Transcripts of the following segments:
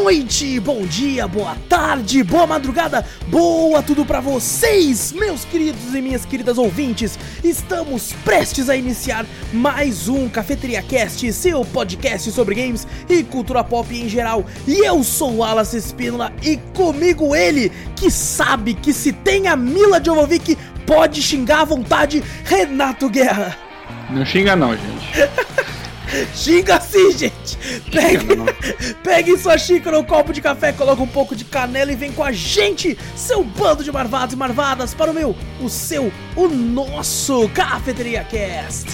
noite, bom dia, boa tarde, boa madrugada, boa tudo pra vocês, meus queridos e minhas queridas ouvintes. Estamos prestes a iniciar mais um Cafeteria Cast, seu podcast sobre games e cultura pop em geral. E eu sou o Wallace Espínola e comigo ele, que sabe que se tem a Mila Jovovich, pode xingar à vontade, Renato Guerra. Não xinga não, gente. Xinga sim, gente! Pegue sua xícara ou copo de café, coloca um pouco de canela e vem com a gente, seu bando de marvados e marvadas, para o nosso Cafeteria Cast!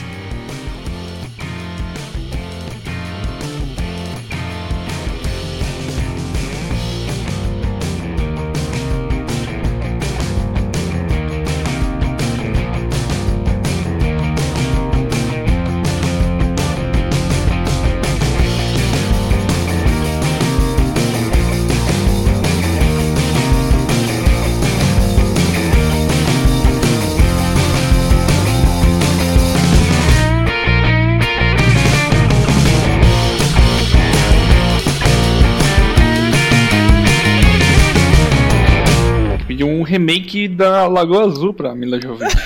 Um remake da Lagoa Azul pra Mila Jovovich.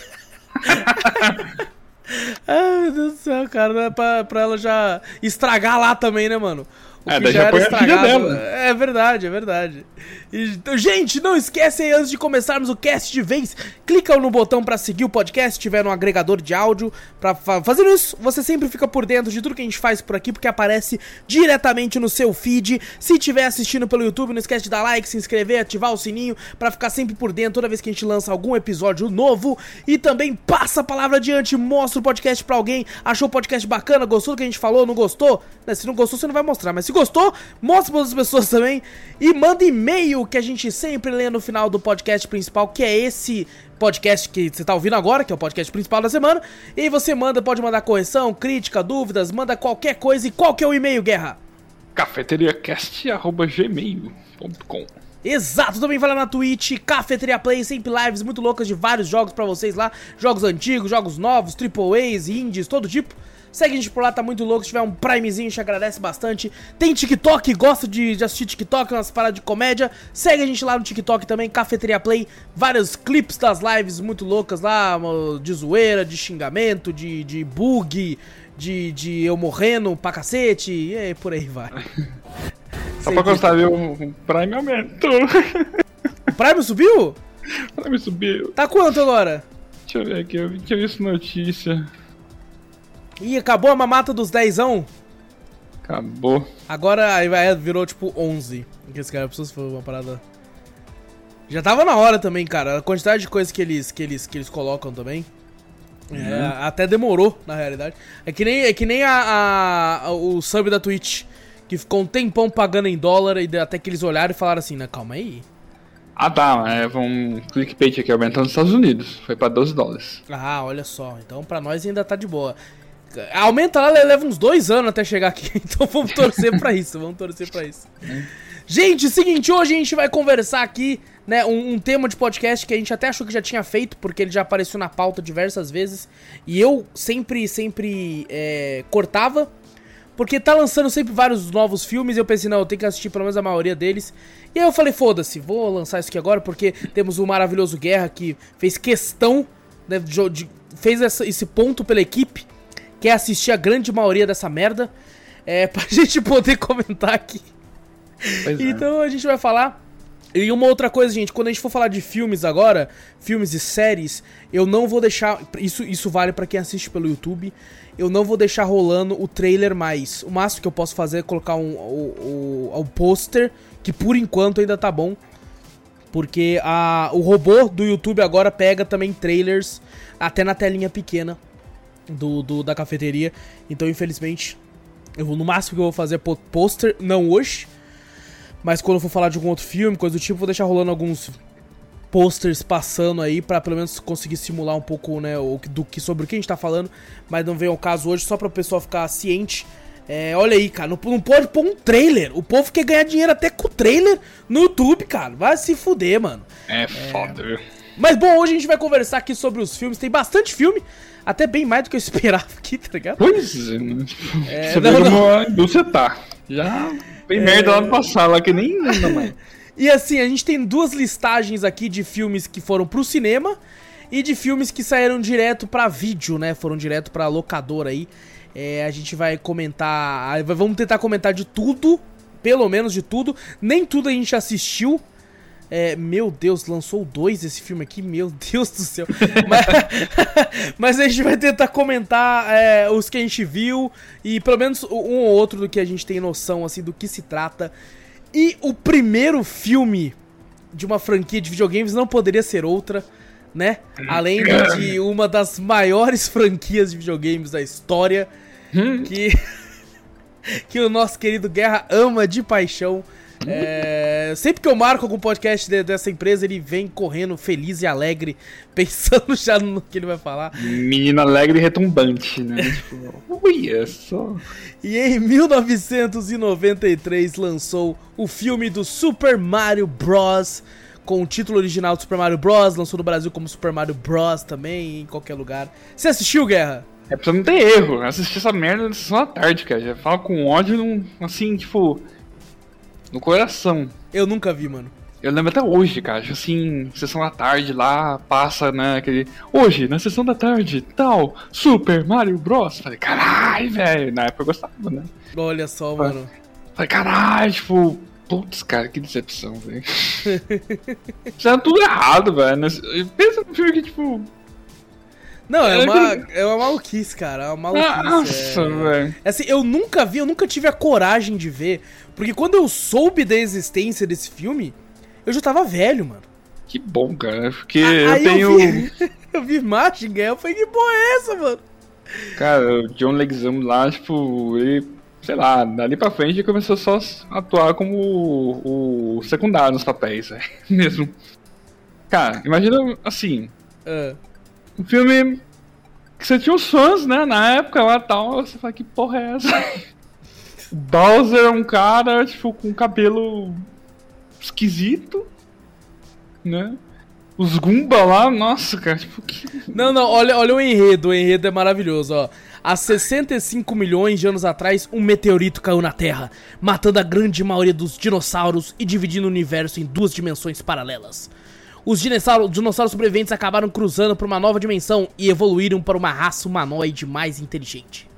Ai, meu Deus do céu, cara, não é pra ela já estragar lá também, né, mano? O que daí já era põe a filha dela. É verdade, é verdade. Então, gente, não esquecem, antes de começarmos o cast de vez, clica no botão pra seguir o podcast, se tiver no agregador de áudio. Fazendo isso, você sempre fica por dentro de tudo que a gente faz por aqui, porque aparece diretamente no seu feed. Se estiver assistindo pelo YouTube, não esquece de dar like, se inscrever, ativar o sininho, pra ficar sempre por dentro toda vez que a gente lança algum episódio novo. E também passa a palavra adiante, mostra o podcast pra alguém. Achou o podcast bacana, gostou do que a gente falou, não gostou? Se não gostou, você não vai mostrar, mas se gostou, mostra para outras pessoas também. E manda e-mail que a gente sempre lê no final do podcast principal, que é esse podcast que você tá ouvindo agora, que é o podcast principal da semana. E aí você pode mandar correção, crítica, dúvidas, manda qualquer coisa. E qual que é o e-mail, Guerra? cafeteriacast@gmail.com. Exato, também vai lá na Twitch, Cafeteria Play, sempre lives muito loucas de vários jogos pra vocês lá. Jogos antigos, jogos novos, AAAs, indies, todo tipo. Segue a gente por lá, tá muito louco. Se tiver um primezinho, a gente agradece bastante. Tem TikTok, gosta de assistir TikTok, umas paradas de comédia. Segue a gente lá no TikTok também, Cafeteria Play. Vários clipes das lives muito loucas lá, de zoeira, de xingamento, de bug, de eu morrendo pra cacete. E aí, por aí vai. Só pra constar, viu? O Prime aumentou. O Prime subiu? O Prime subiu. Tá quanto agora? Deixa eu ver aqui, eu tinha visto notícia. Ih, acabou a mamata dos 10ão? Acabou. Agora aí virou tipo 11. Que esse cara precisa foi uma parada. Já tava na hora também, cara. A quantidade de coisas que eles colocam também. Até demorou, na realidade. É que nem o sub da Twitch, que ficou um tempão pagando em dólar e até que eles olharam e falaram assim, né, calma aí. Ah tá, um clickbait aqui aumentando nos Estados Unidos. Foi pra $12. Ah, olha só. Então pra nós ainda tá de boa. Aumenta lá, leva uns 2 anos até chegar aqui. Então vamos torcer pra isso, Gente, seguinte, hoje a gente vai conversar aqui, né, um tema de podcast que a gente até achou que já tinha feito, porque ele já apareceu na pauta diversas vezes. E eu sempre cortava, porque tá lançando sempre vários novos filmes e eu pensei, não, eu tenho que assistir pelo menos a maioria deles. E aí eu falei, foda-se, vou lançar isso aqui agora, porque temos o maravilhoso Guerra que fez questão, né, fez esse ponto pela equipe, que é assistir a grande maioria dessa merda, pra gente poder comentar aqui. Então a gente vai falar. E uma outra coisa, gente, quando a gente for falar de filmes agora, filmes e séries, eu não vou deixar, isso vale pra quem assiste pelo YouTube, eu não vou deixar rolando o trailer mais. O máximo que eu posso fazer é colocar o pôster, que por enquanto ainda tá bom, porque o robô do YouTube agora pega também trailers, até na telinha pequena da cafeteria. Então infelizmente no máximo que eu vou fazer é pôster, não hoje, mas quando eu for falar de algum outro filme, coisa do tipo, vou deixar rolando alguns posters passando aí pra pelo menos conseguir simular um pouco, né, sobre o que a gente tá falando, mas não vem ao caso hoje, só pra o pessoal ficar ciente. Olha aí, cara, não pode pôr um trailer. O povo quer ganhar dinheiro até com o trailer no YouTube, cara. Vai se fuder, mano. Foda, viu? Mas bom, hoje a gente vai conversar aqui sobre os filmes. Tem bastante filme, até bem mais do que eu esperava aqui, tá ligado? Pois é, né? Você vê como a indústria tá. Já... Tem merda lá no passado, lá que nem lembra mais. E assim, a gente tem duas listagens aqui de filmes que foram pro cinema e de filmes que saíram direto pra vídeo, né? Foram direto pra locadora aí. A gente vai comentar... Vamos tentar comentar de tudo, pelo menos de tudo. Nem tudo a gente assistiu. Meu Deus, lançou 2 esse filme aqui, meu Deus do céu. Mas a gente vai tentar comentar os que a gente viu e pelo menos um ou outro do que a gente tem noção, assim, do que se trata. E o primeiro filme de uma franquia de videogames não poderia ser outra, né? Além de uma das maiores franquias de videogames da história, que o nosso querido Guerra ama de paixão. Sempre que eu marco algum podcast dessa empresa, ele vem correndo feliz e alegre, pensando já no que ele vai falar. Menino alegre e retumbante, né? Tipo, uia só. E em 1993 lançou o filme do Super Mario Bros. Com o título original do Super Mario Bros. Lançou no Brasil como Super Mario Bros. Também, em qualquer lugar. Você assistiu, Guerra? Pra não ter erro. Eu assisti essa merda na sessão da tarde, cara. Já fala com ódio, assim, tipo... no coração. Eu nunca vi, mano. Eu lembro até hoje, cara. Assim, sessão da tarde lá, passa, né, aquele... Hoje, na sessão da tarde, tal, Super Mario Bros. Falei, caralho, velho. Na época eu gostava, né? Olha só, mano. Falei, caralho, tipo... Putz, cara, que decepção, velho. Fizeram tudo errado, velho. Pensa no filme que, tipo... Não, é uma maluquice, cara. É uma maluquice. Nossa, velho. Assim, eu nunca tive a coragem de ver. Porque quando eu soube da existência desse filme, eu já tava velho, mano. Que bom, cara. Porque eu tenho... eu vi imagem, eu falei, que porra é essa, mano? Cara, o John Leguizamo lá, tipo, ele... sei lá, dali pra frente ele começou só a atuar como o secundário nos papéis, mesmo. Cara, imagina, assim... um filme que você tinha os fãs, né, na época lá e tal, você fala, que porra é essa? O Bowser é um cara, tipo, com cabelo esquisito, né? Os Goomba lá, nossa, cara, tipo, que... Não, olha o enredo é maravilhoso, ó. Há 65 milhões de anos atrás, um meteorito caiu na Terra, matando a grande maioria dos dinossauros e dividindo o universo em 2 dimensões paralelas. Os dinossauros sobreviventes acabaram cruzando para uma nova dimensão e evoluíram para uma raça humanoide mais inteligente.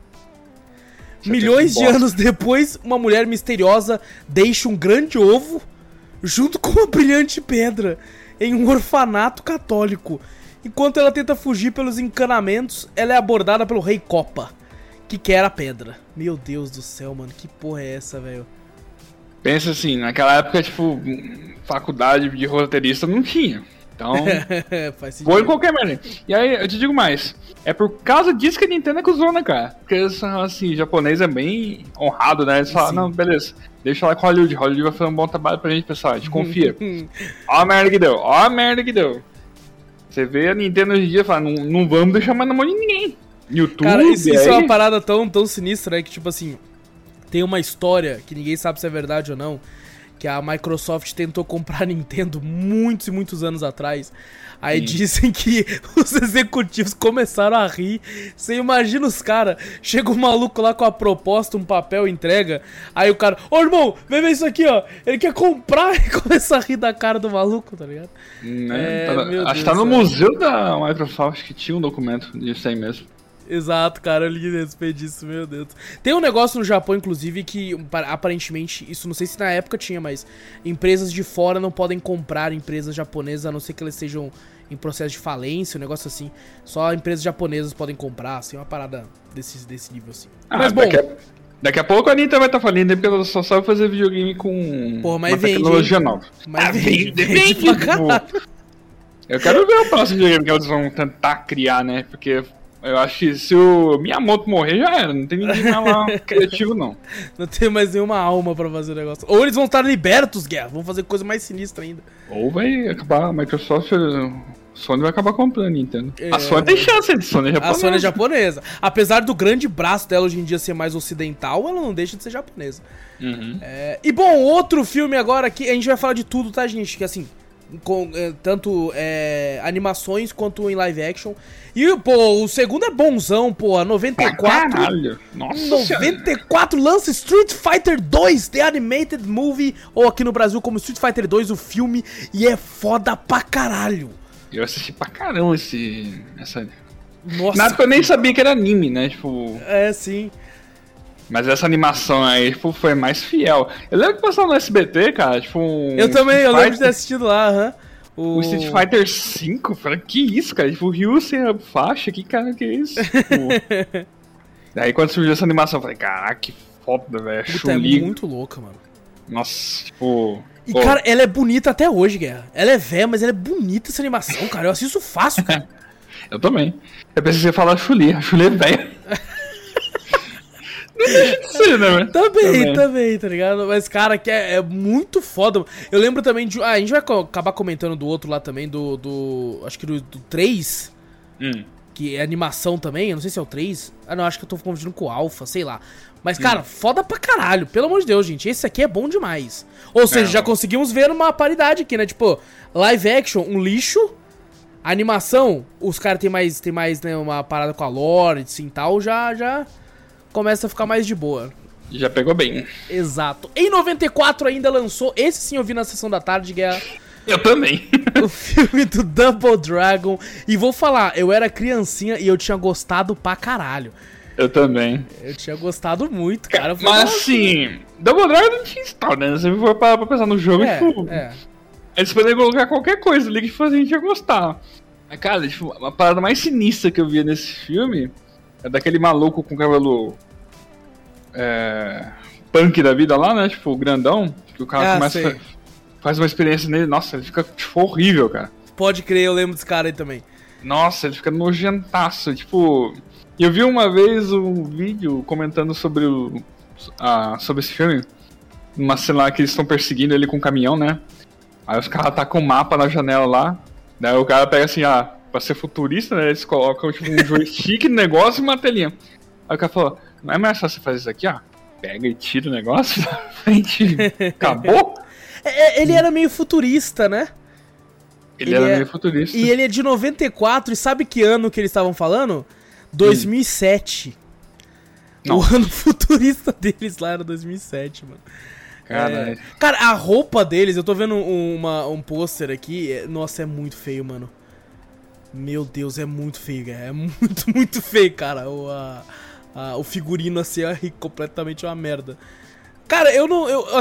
Milhões de anos depois, uma mulher misteriosa deixa um grande ovo junto com uma brilhante pedra em um orfanato católico. Enquanto ela tenta fugir pelos encanamentos, ela é abordada pelo Rei Copa, que quer a pedra. Meu Deus do céu, mano, que porra é essa, velho? Pensa assim, naquela época, tipo, faculdade de roteirista não tinha. Então, faz sentido. Foi qualquer merda. E aí, eu te digo mais, é por causa disso que a Nintendo é cuzona, cara. Porque, assim, japonês é bem honrado, né? Eles falam, não, beleza, deixa lá com o Hollywood vai fazer um bom trabalho pra gente, pessoal, a gente confia. Ó a merda que deu. Você vê a Nintendo hoje em dia e fala, não vamos deixar mais na mão de ninguém. YouTube, cara, isso é uma parada tão sinistra, né? Que, tipo assim, tem uma história que ninguém sabe se é verdade ou não, que a Microsoft tentou comprar a Nintendo muitos e muitos anos atrás. Aí dizem que os executivos começaram a rir. Você imagina os caras, chega um maluco lá com a proposta, um papel, entrega. Aí o cara, ô irmão, vem ver isso aqui, ó. Ele quer comprar e começa a rir da cara do maluco, tá ligado? Acho que tá no museu da Microsoft que tinha um documento disso aí mesmo. Exato, cara, eu li a respeito disso, meu Deus. Tem um negócio no Japão, inclusive, que aparentemente, isso não sei se na época tinha, mas empresas de fora não podem comprar empresas japonesas, a não ser que elas estejam em processo de falência, um negócio assim. Só empresas japonesas podem comprar, assim, uma parada desse nível, assim. Mas bom... Daqui a pouco a Anitta vai estar falindo, porque ela só sabe fazer videogame com uma tecnologia nova. Mas vende Eu quero ver o próximo videogame que eles vão tentar criar, né? Porque... eu acho que se o Miyamoto morrer, já era. Não tem ninguém mais lá criativo, não. Não tem mais nenhuma alma pra fazer o negócio. Ou eles vão estar libertos, Guerra. Vão fazer coisa mais sinistra ainda. Ou vai acabar a Microsoft... Sony vai acabar comprando a Nintendo. A Sony tem chance, a Sony é japonesa. A Sony é japonesa. Apesar do grande braço dela hoje em dia ser mais ocidental, ela não deixa de ser japonesa. E bom, outro filme agora que a gente vai falar de tudo, tá, gente? Que assim, tanto animações quanto em live action. E, pô, o segundo é bonzão, pô, 94. Caralho, nossa 94 lança Street Fighter 2, The Animated Movie, ou aqui no Brasil como Street Fighter 2, o filme, e é foda pra caralho. Eu assisti pra caramba essa... Nossa. Na época eu nem sabia que era anime, né, tipo... É, sim. Mas essa animação aí, tipo, foi mais fiel. Eu lembro que passava no SBT, cara, tipo... Eu também, eu lembro de ter assistido lá, aham. O Street Fighter V, eu falei, que isso, cara? Tipo, o Ryu sem a faixa, que cara que é isso? Tipo... Daí quando surgiu essa animação, eu falei, caraca, que foda, velho. Puta, é muito louca, mano. Nossa, tipo... E, cara, ela é bonita até hoje, Guerra. Ela é velha, mas ela é bonita essa animação, cara. Eu assisto fácil, cara. Eu também. Eu pensei que você ia falar a Chun-Li é velha. Não deixa de ser, né, velho? Também, tá ligado? Mas, cara, que é muito foda. Eu lembro também de... a gente vai acabar comentando do outro lá também, acho que do 3, que é animação também, eu não sei se é o 3. Ah, não, acho que eu tô confundindo com o Alpha, sei lá. Mas, cara, foda pra caralho. Pelo amor de Deus, gente. Esse aqui é bom demais. Ou seja, já conseguimos ver uma paridade aqui, né? Tipo, live action, um lixo. Animação, os caras tem mais né, uma parada com a lore, assim, e tal, já começa a ficar mais de boa. Já pegou bem. Exato. Em 94 ainda lançou, esse sim eu vi na sessão da tarde, Guerra. Eu também. O filme do Double Dragon. E vou falar, eu era criancinha e eu tinha gostado pra caralho. Eu também. Eu tinha gostado muito, cara. Mas assim, Double Dragon não tinha história, né? Você for pra pensar no jogo, tipo... Eles poderiam colocar qualquer coisa ali que a gente ia gostar. Mas, cara, tipo, a parada mais sinistra que eu via nesse filme é daquele maluco com cabelo punk da vida lá, né? Tipo, grandão. Que o cara começa faz uma experiência nele. Nossa, ele fica tipo, horrível, cara. Pode crer, eu lembro desse cara aí também. Nossa, ele fica nojentaço. Tipo, eu vi uma vez um vídeo comentando sobre sobre esse filme. Uma cena lá que eles estão perseguindo ele com um caminhão, né? Aí os caras tacam um mapa na janela lá. Daí o cara pega assim, pra ser futurista, né? Eles colocam tipo um joystick no negócio e uma telinha. Aí o cara falou, não é mais fácil você fazer isso aqui, ó? Pega e tira o negócio da frente. Acabou? Ele era meio futurista, né? Ele era meio futurista. E ele é de 94, e sabe que ano que eles estavam falando? 2007. O ano futurista deles lá era 2007, mano. Cara, a roupa deles, eu tô vendo um pôster aqui, nossa, é muito feio, mano. Meu Deus, é muito feio, cara. É muito, muito feio, cara. O figurino assim é completamente uma merda. Cara, eu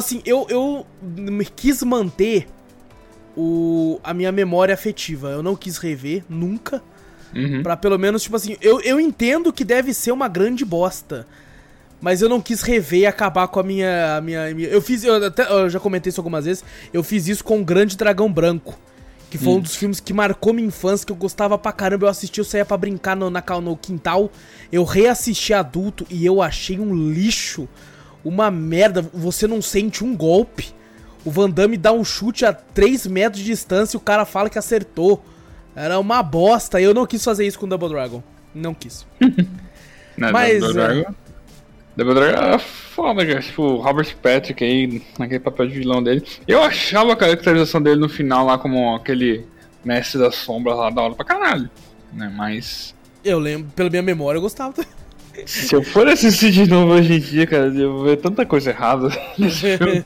quis manter a minha memória afetiva. Eu não quis rever, nunca. Pra pelo menos, tipo assim, eu entendo que deve ser uma grande bosta. Mas eu não quis rever e acabar com a minha... Eu já comentei isso algumas vezes. Eu fiz isso com o Grande Dragão Branco. Que foi um dos filmes que marcou minha infância, que eu gostava pra caramba. Eu assistia, eu saía pra brincar no quintal. Eu reassisti adulto e eu achei um lixo. Uma merda. Você não sente um golpe. O Van Damme dá um chute a 3 metros de distância e o cara fala que acertou. Era uma bosta. Eu não quis fazer isso com Double Dragon. Não quis. Mas... Double Dragon era foda, cara. Tipo, o Robert Patrick aí, naquele papel de vilão dele. Eu achava a caracterização dele no final lá como aquele mestre das sombras lá da hora pra caralho. Né, mas... Eu lembro, pela minha memória, eu gostava. Se eu for assistir de novo hoje em dia, cara, eu vou ver tanta coisa errada nesse filme.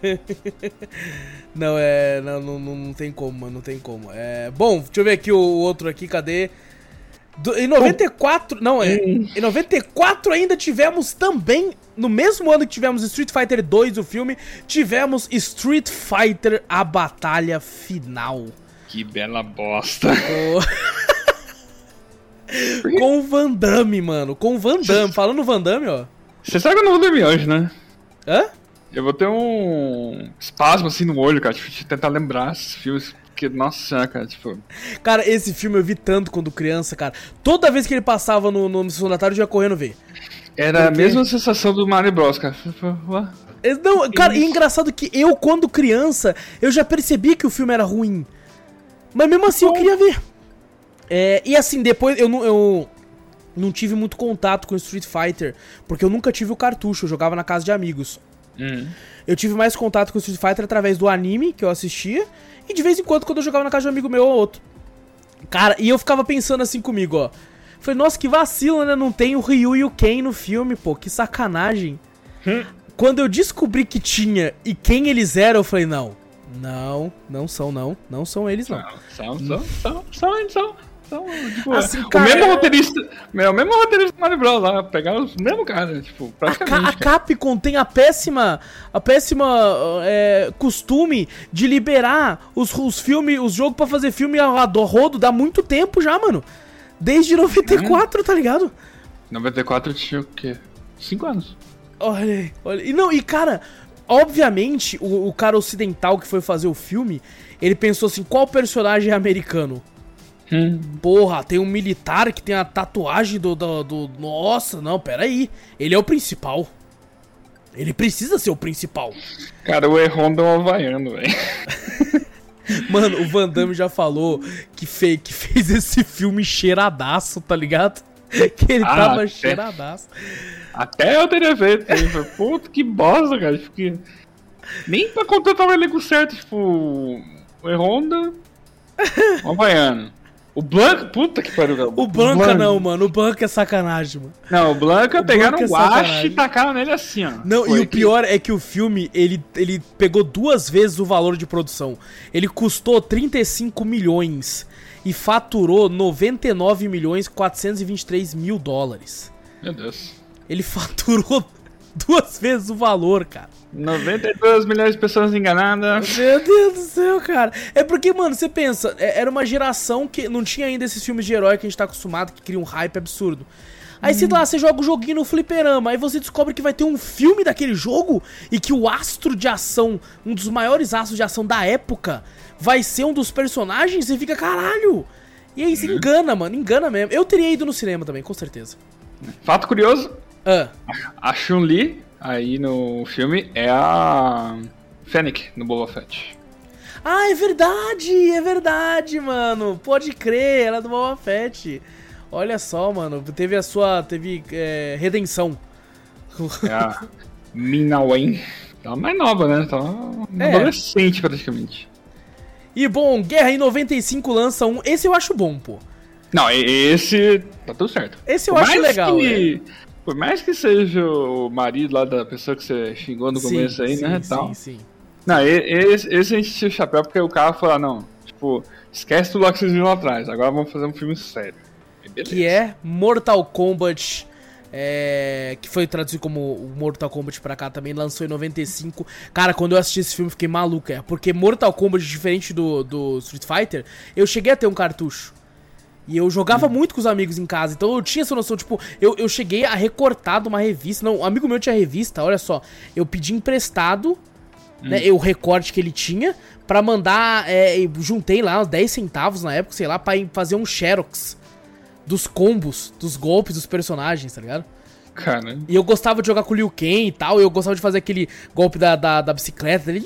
Não tem como, mano, não tem como. Bom, deixa eu ver aqui o outro aqui, cadê? Em 94, em 94 ainda tivemos também, no mesmo ano que tivemos Street Fighter 2, o filme, tivemos Street Fighter, a batalha final. Que bela bosta. Com o Van Damme, mano, com o Van Damme, falando no Van Damme, ó. Você sabe que eu não vou dormir hoje, né? Hã? Eu vou ter um espasmo assim no olho, cara, de tentar lembrar esses filmes. Porque, nossa, cara, tipo... Cara, esse filme eu vi tanto quando criança, cara. Toda vez que ele passava no Sessão da Tarde, eu ia correndo ver. Era a mesma sensação do Mario Bros, cara. Não, cara, e é engraçado que eu, quando criança, eu já percebi que o filme era ruim. Mas mesmo assim eu queria ver. E assim, depois eu não tive muito contato com Street Fighter, porque eu nunca tive o cartucho, eu jogava na casa de amigos. Eu tive mais contato com o Street Fighter através do anime que eu assistia e de vez em quando eu jogava na casa de um amigo meu ou outro. Cara, e eu ficava pensando assim comigo, ó. Falei, nossa, que vacilo, né? Não tem o Ryu e o Ken no filme, pô, que sacanagem. Quando eu descobri que tinha e quem eles eram, eu falei, não são eles, não. São. Tipo, assim, cara, o mesmo roteirista do Mario Bros lá, pegaram os mesmos caras, tipo, praticamente. A Capcom tem a péssima costume de liberar os filmes, os jogos pra fazer filme a rodo, dá muito tempo já, mano. Desde 94, tá ligado? 94 tinha o quê? 5 anos. Olha. E cara, obviamente, o cara ocidental que foi fazer o filme, ele pensou assim, qual personagem é americano? Porra, tem um militar que tem a tatuagem do... Nossa, não, peraí. Ele é o principal. Ele precisa ser o principal. Cara, o E-Honda é um havaiano, velho. Mano, o Van Damme já falou que fez esse filme cheiradaço, tá ligado? Que ele tava cheiradaço. Até eu teria feito. Puta, que bosta, cara. Porque nem pra contratar o elenco certo, tipo... O E-Honda... Um havaiano. O Blanca, puta que pariu, cara. O Blanca não, mano. O Blanca é sacanagem, mano. Não, o Blanca pegaram o guache e tacaram nele assim, ó. Não, e o pior é que o filme, ele pegou 2 vezes o valor de produção. Ele custou 35 milhões e faturou 99.423.000 dólares. Meu Deus. Ele faturou 2 vezes o valor, cara. 92 milhões de pessoas enganadas. Meu Deus do céu, cara. É porque, mano, você pensa, era uma geração que não tinha ainda esses filmes de herói que a gente tá acostumado, que cria um hype absurdo. Aí você joga o joguinho no fliperama, aí você descobre que vai ter um filme daquele jogo e que o astro de ação, um dos maiores astros de ação da época, vai ser um dos personagens e fica, caralho. E aí você engana, mano, engana mesmo. Eu teria ido no cinema também, com certeza. Fato curioso, a Chun-Li... Aí no filme é a Fennec no Boba Fett. Ah, é verdade, mano. Pode crer, ela é do Boba Fett. Olha só, mano, teve redenção. É a Mina Wen. Tá mais nova, né? Tá adolescente praticamente. E bom, Guerra em 95 lança um. Esse eu acho bom, pô. Não, esse tá tudo certo. Esse eu acho legal. Por mais que seja o marido lá da pessoa que você xingou no começo aí, né? Sim. Não, esse a gente tira o chapéu porque o cara falou, não, tipo, esquece tudo lá que vocês viram lá atrás, agora vamos fazer um filme sério. Que é Mortal Kombat, que foi traduzido como Mortal Kombat pra cá também, lançou em 95. Cara, quando eu assisti esse filme eu fiquei maluco, porque Mortal Kombat, diferente do Street Fighter, eu cheguei a ter um cartucho. E eu jogava muito com os amigos em casa, então eu tinha essa noção, tipo, eu cheguei a recortar de uma revista, não, um amigo meu tinha revista, olha só, eu pedi emprestado, né, o recorte que ele tinha, pra mandar, juntei lá uns 10 centavos na época, sei lá, pra fazer um xerox dos combos, dos golpes dos personagens, tá ligado? Cara. E eu gostava de jogar com o Liu Kang e tal, eu gostava de fazer aquele golpe da bicicleta dele.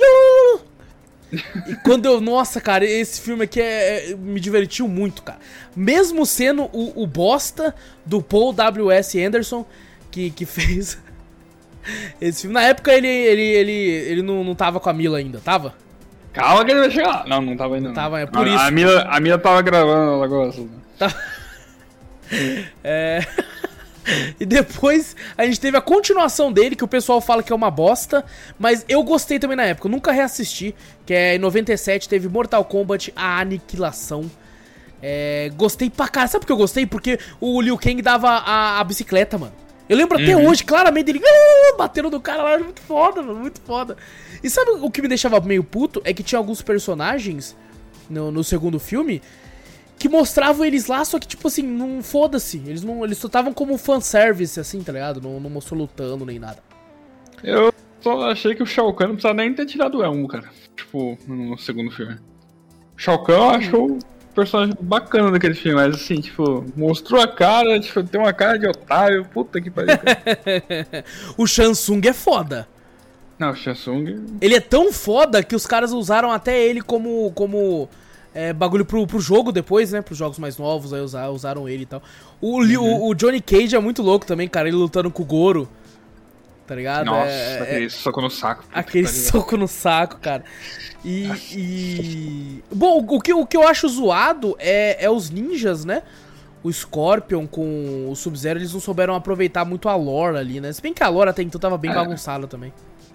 E quando eu... Nossa, cara, esse filme aqui me divertiu muito, cara. Mesmo sendo o bosta do Paul W.S. Anderson, que fez esse filme. Na época ele não tava com a Mila ainda, tava? Calma que ele vai chegar lá. Não tava ainda. Não tava, é por isso. A Mila tava gravando o negócio. E depois a gente teve a continuação dele, que o pessoal fala que é uma bosta, mas eu gostei também na época, eu nunca reassisti, que é em 97, teve Mortal Kombat A Aniquilação. Gostei pra caralho, sabe por que eu gostei? Porque o Liu Kang dava a bicicleta, mano. Eu lembro até hoje, claramente, ele batendo do cara lá, muito foda, mano, muito foda. E sabe o que me deixava meio puto? É que tinha alguns personagens no segundo filme que mostravam eles lá, só que, tipo assim, não foda-se. Eles só estavam como fanservice, assim, tá ligado? Não mostrou lutando nem nada. Eu só achei que o Shao Kahn não precisava nem ter tirado o elmo, cara. Tipo, no segundo filme. O Shao Kahn eu acho o personagem bacana daquele filme, mas assim, tipo, mostrou a cara, tipo, tem uma cara de otário, puta que pariu. O Shang Tsung é foda. Não, o Shang Tsung... Ele é tão foda que os caras usaram até ele como bagulho pro jogo depois, né? Pros jogos mais novos, aí usaram ele e tal. O Johnny Cage é muito louco também, cara. Ele lutando com o Goro. tá ligado? Nossa, aquele soco no saco. Aquele soco no saco, cara. Bom, o que eu acho zoado é os ninjas, né? O Scorpion com o Sub-Zero, eles não souberam aproveitar muito a lore ali, né? Se bem que a lore até então tava bem bagunçada também.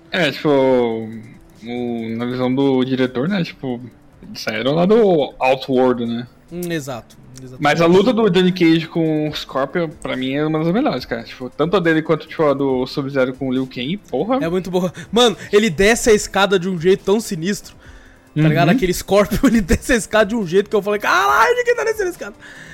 Tipo, na visão do diretor, né? Tipo, eles saíram lá do Outworld, né? Exato. Mas a luta do Johnny Cage com o Scorpion, pra mim, é uma das melhores, cara. Tipo, tanto a dele quanto tipo, a do Sub-Zero com o Liu Kang, porra. É muito boa. Mano, ele desce a escada de um jeito tão sinistro. Tá ligado? Aquele Scorpion, ele desce a escada de um jeito que eu falei, caralho, de quem tá descendo a escada?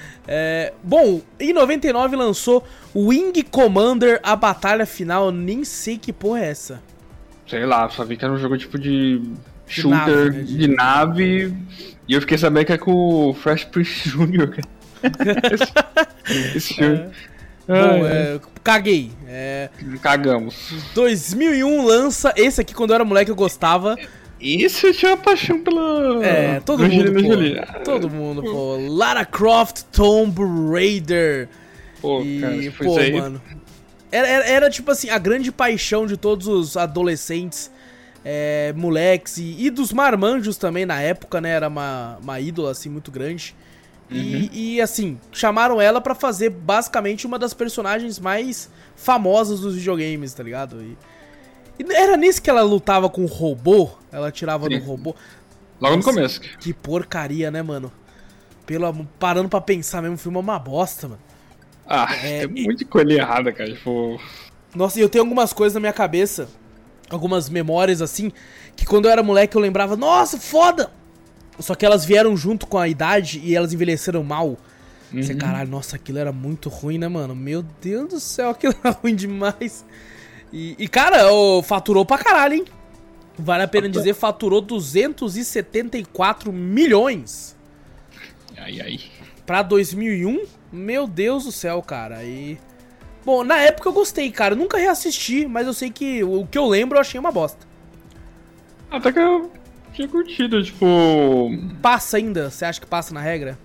Bom, em 99 lançou Wing Commander, a batalha final. Eu nem sei que porra é essa. Sei lá, só vi que era um jogo tipo de shooter, nave, né? De nave. E eu fiquei sabendo que é com o Fresh Prince Jr., cara. esse filme. Bom, caguei. Cagamos. 2001 lança. Esse aqui, quando eu era moleque, eu gostava. Isso eu tinha uma paixão pela. Todo mundo, pô. Todo mundo, pô. Lara Croft Tomb Raider. Pô, cara, foi isso aí. Mano. Era tipo assim, a grande paixão de todos os adolescentes, moleques e dos marmanjos também na época, né? Era uma ídola assim muito grande. E assim, chamaram ela pra fazer basicamente uma das personagens mais famosas dos videogames, tá ligado? E era nisso que ela lutava com o robô, ela atirava no robô. Logo no começo. Que porcaria, né, mano? Parando pra pensar mesmo, o filme é uma bosta, mano. Tem muita coisa errada, cara. Tipo... Nossa, e eu tenho algumas coisas na minha cabeça, algumas memórias assim, que quando eu era moleque eu lembrava, nossa, foda! Só que elas vieram junto com a idade e elas envelheceram mal. Você, caralho, nossa, aquilo era muito ruim, né, mano? Meu Deus do céu, aquilo era ruim demais. E cara, faturou pra caralho, hein? Vale a pena dizer, faturou 274 milhões. Ai. Pra 2001, meu Deus do céu, cara. Bom, na época eu gostei, cara. Eu nunca reassisti, mas eu sei que o que eu lembro eu achei uma bosta. Até que eu tinha curtido, tipo... Passa ainda? Você acha que passa na regra?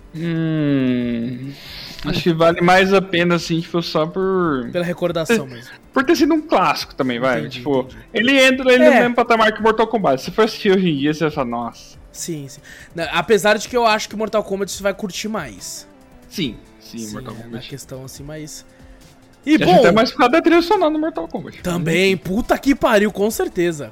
Acho que vale mais a pena, assim, tipo, só por... Pela recordação mesmo. Por ter sido um clássico também, vai. Entendi. Ele entra no mesmo patamar que Mortal Kombat. Se for assistir hoje em dia, você vai falar, nossa... Sim. Apesar de que eu acho que Mortal Kombat você vai curtir mais. Sim, Mortal Kombat. Na questão assim, mas... E bom... até mais por causa da trilha sonora no Mortal Kombat. Também, puta que pariu, com certeza.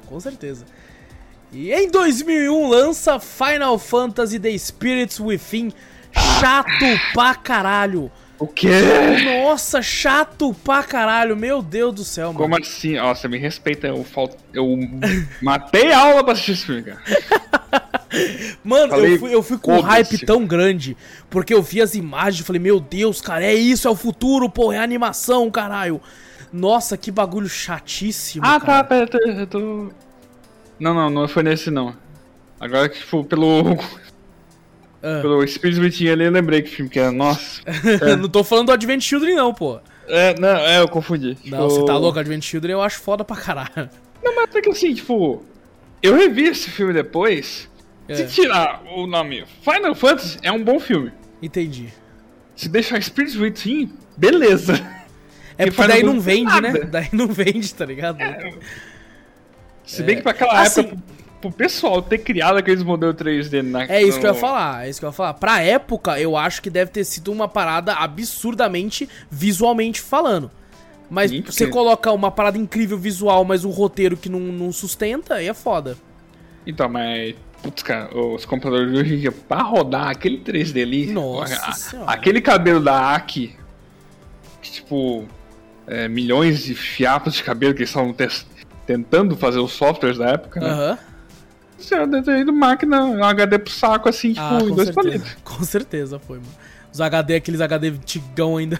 E em 2001 lança Final Fantasy The Spirits Within. Chato pra caralho. O quê? Nossa, chato pra caralho. Meu Deus do céu, mano. Como assim? Ó, você me respeita. Eu matei a aula pra assistir esse filme, cara. Mano, eu fui com um hype tão grande, porque eu vi as imagens e falei, meu Deus, cara, é isso, é o futuro, pô, é animação, caralho. Nossa, que bagulho chatíssimo, cara. Tá, pera, eu tô... Não foi nesse, não. Agora que, tipo, pelo Spirit Within ali, eu lembrei que filme que era, nossa. Não tô falando do Advent Children, não, pô. Eu confundi. Não, você tá louco, Advent Children eu acho foda pra caralho. Não, mas até que assim, tipo, eu revi esse filme depois... Se tirar o nome Final Fantasy, é um bom filme. Entendi. Se deixar Spirit Within, beleza. É porque daí não vende, né? Daí não vende, tá ligado? Se bem que pra aquela época, pro pessoal ter criado aqueles modelos 3D na... É isso que eu ia falar, Pra época, eu acho que deve ter sido uma parada absurdamente visualmente falando. Mas você coloca uma parada incrível visual, mas um roteiro que não sustenta, aí é foda. Então, mas... Putz, cara, os computadores de hoje em dia, pra rodar aquele 3D ali... Nossa senhora. Aquele cabelo da Aki, que, tipo, milhões de fiapos de cabelo que eles estavam tentando fazer os softwares da época, né? Você deve ter ido máquina, um HD pro saco, assim, tipo, em 2 palitos. Com certeza foi, mano. Os HD, aqueles HD tigão ainda.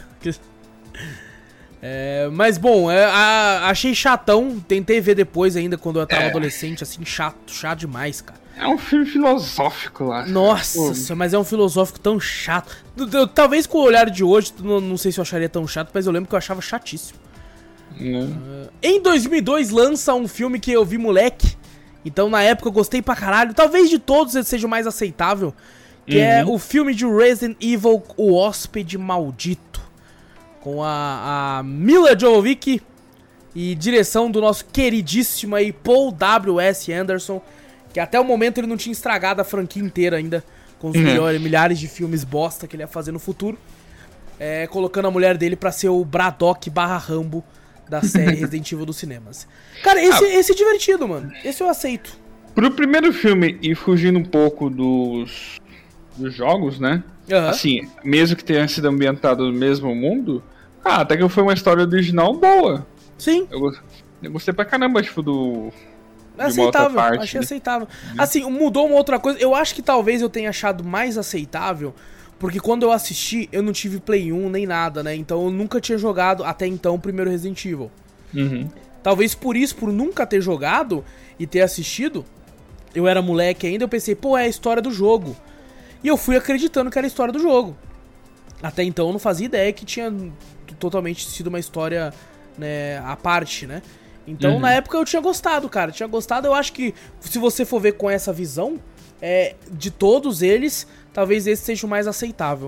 Mas bom, achei chatão. Tentei ver depois ainda, quando eu tava adolescente, assim, chato demais, cara. É um filme filosófico lá. Nossa, mas é um filosófico tão chato. Talvez com o olhar de hoje, não sei se eu acharia tão chato, mas eu lembro que eu achava chatíssimo. Em 2002 lança um filme que eu vi moleque. Então na época eu gostei pra caralho. Talvez de todos ele seja o mais aceitável. Que é o filme de Resident Evil, O Hóspede Maldito. Com a Mila Jovovich e direção do nosso queridíssimo aí Paul W.S. Anderson, que até o momento ele não tinha estragado a franquia inteira ainda, com os milhares de filmes bosta que ele ia fazer no futuro, colocando a mulher dele pra ser o Braddock / Rambo da série Resident Evil dos cinemas. Cara, esse é divertido, mano. Esse eu aceito. Pro primeiro filme, e fugindo um pouco dos jogos, né? Assim, mesmo que tenha sido ambientado no mesmo mundo, até que foi uma história original boa. Sim. Eu gostei pra caramba, tipo, aceitável, achei aceitável. Assim, mudou uma outra coisa. Eu acho que talvez eu tenha achado mais aceitável, porque quando eu assisti, eu não tive Play 1 nem nada, né? Então eu nunca tinha jogado até então o primeiro Resident Evil. Talvez por isso, por nunca ter jogado e ter assistido, eu era moleque ainda, eu pensei, pô, é a história do jogo. E eu fui acreditando que era a história do jogo. Até então eu não fazia ideia que tinha totalmente sido uma história, né, à parte, né? Então na época eu tinha gostado, cara. Tinha gostado, eu acho que se você for ver com essa visão, de todos eles, talvez esse seja o mais aceitável.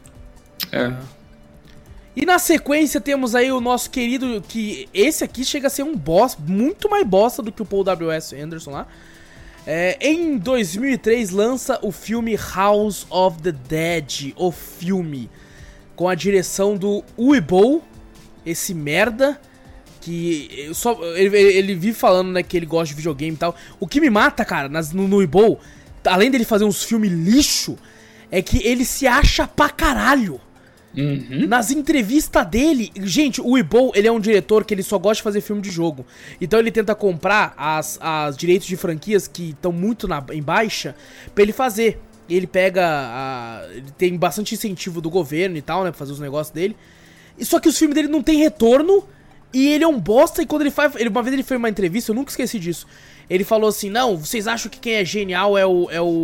E na sequência temos aí o nosso querido, que esse aqui chega a ser um boss, muito mais bosta do que o Paul W.S. Anderson lá. Em 2003 lança o filme House of the Dead, o filme, com a direção do Uwe Boll, esse merda, que ele vive falando, né, que ele gosta de videogame e tal. O que me mata, cara, no Uwe Boll, além dele fazer uns filmes lixo, é que ele se acha pra caralho. Nas entrevistas dele, gente, o Uwe Boll, ele é um diretor que ele só gosta de fazer filme de jogo. Então ele tenta comprar as direitos de franquias que estão muito em baixa pra ele fazer. Ele pega, ele tem bastante incentivo do governo e tal, né, pra fazer os negócios dele. Só que os filmes dele não tem retorno e ele é um bosta. E quando uma vez ele foi em uma entrevista, eu nunca esqueci disso. Ele falou assim, não, vocês acham que quem é genial é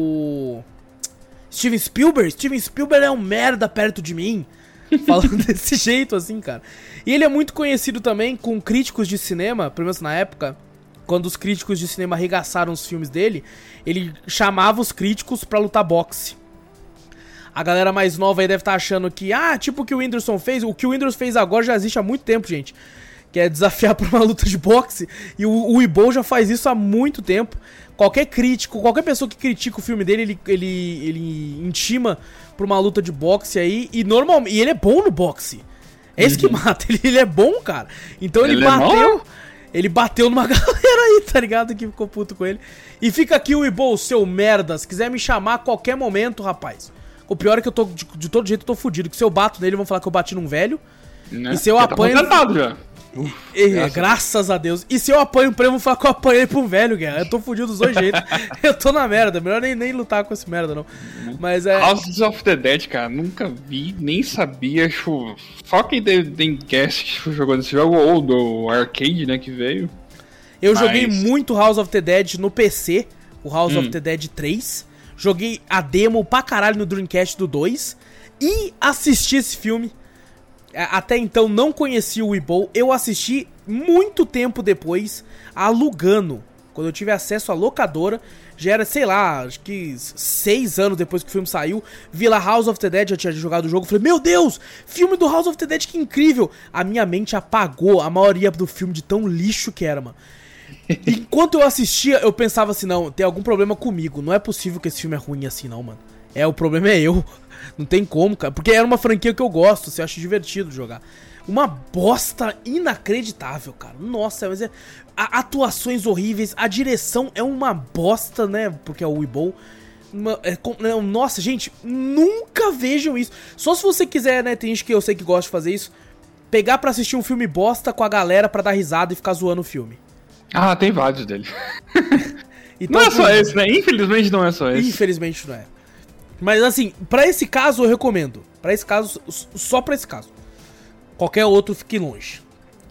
o Steven Spielberg? Steven Spielberg é um merda perto de mim. Falando desse jeito, assim, cara. E ele é muito conhecido também com críticos de cinema, pelo menos na época, quando os críticos de cinema arregaçaram os filmes dele, ele chamava os críticos pra lutar boxe. A galera mais nova aí deve estar achando que, tipo o que o Whindersson fez. O que o Whindersson fez agora já existe há muito tempo, gente. Que é desafiar pra uma luta de boxe. E o Uwe Boll já faz isso há muito tempo. Qualquer crítico, qualquer pessoa que critica o filme dele, ele intima pra uma luta de boxe aí. E normalmente, ele é bom no boxe. É isso que mata. Ele é bom, cara. Então ele bateu. Ele bateu numa galera aí, tá ligado? Que ficou puto com ele. E fica aqui o Uwe Boll, seu merda. Se quiser me chamar a qualquer momento, rapaz. O pior é que eu tô, de todo jeito, eu tô fudido. Que se eu bato nele, vão falar que eu bati num velho. Né? E se eu apanho. Tá já. Graças a Deus. E se eu apanho pra ele, vou falar que eu apanhei pra um velho, Guerra. Eu tô fudido dos dois jeitos. Eu tô na merda. Melhor nem lutar com esse merda, não. Mas House of the Dead, cara, nunca vi, nem sabia. Tipo, só quem tem guest jogou nesse jogo, ou do arcade, né, que veio. Eu joguei muito House of the Dead no PC, o House of the Dead 3. Joguei a demo pra caralho no Dreamcast do 2. E assisti esse filme. Até então não conheci o Uwe Boll. Eu assisti muito tempo depois, alugando. Quando eu tive acesso à locadora, já era, sei lá, acho que 6 anos depois que o filme saiu. Vi lá House of the Dead, já tinha jogado o jogo. Falei, meu Deus, filme do House of the Dead, que incrível. A minha mente apagou a maioria do filme de tão lixo que era, mano. Enquanto eu assistia, eu pensava assim, não, tem algum problema comigo. Não é possível que esse filme é ruim assim, não, mano. O problema é eu. Não tem como, cara. Porque era uma franquia que eu gosto, você acha divertido jogar. Uma bosta inacreditável, cara. Nossa, mas atuações horríveis. A direção é uma bosta, né? Porque é o Uwe Boll. Nossa, gente, nunca vejam isso. Só se você quiser, né? Tem gente que eu sei que gosta de fazer isso. Pegar pra assistir um filme bosta com a galera pra dar risada e ficar zoando o filme. Tem vários dele. Então, não é só esse, né? Infelizmente não é só esse. Infelizmente não é. Mas assim, pra esse caso eu recomendo. Pra esse caso, só pra esse caso. Qualquer outro fique longe.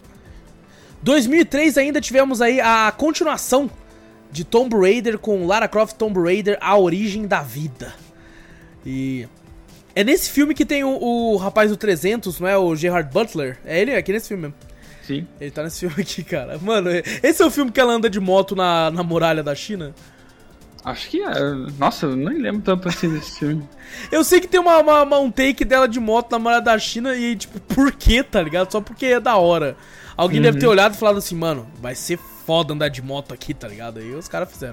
2003 ainda tivemos aí a continuação de Tomb Raider com Lara Croft Tomb Raider, A Origem da Vida. E é nesse filme que tem o rapaz do 300, não é? O Gerard Butler. É ele aqui nesse filme mesmo. Sim. Ele tá nesse filme aqui, cara. Mano, esse é o filme que ela anda de moto na muralha da China? Acho que é. Nossa, eu nem lembro tanto assim desse filme. Eu sei que tem um take dela de moto na muralha da China e, tipo, por quê, tá ligado? Só porque é da hora. Alguém deve ter olhado e falado assim, mano, vai ser foda andar de moto aqui, tá ligado? Aí os caras fizeram.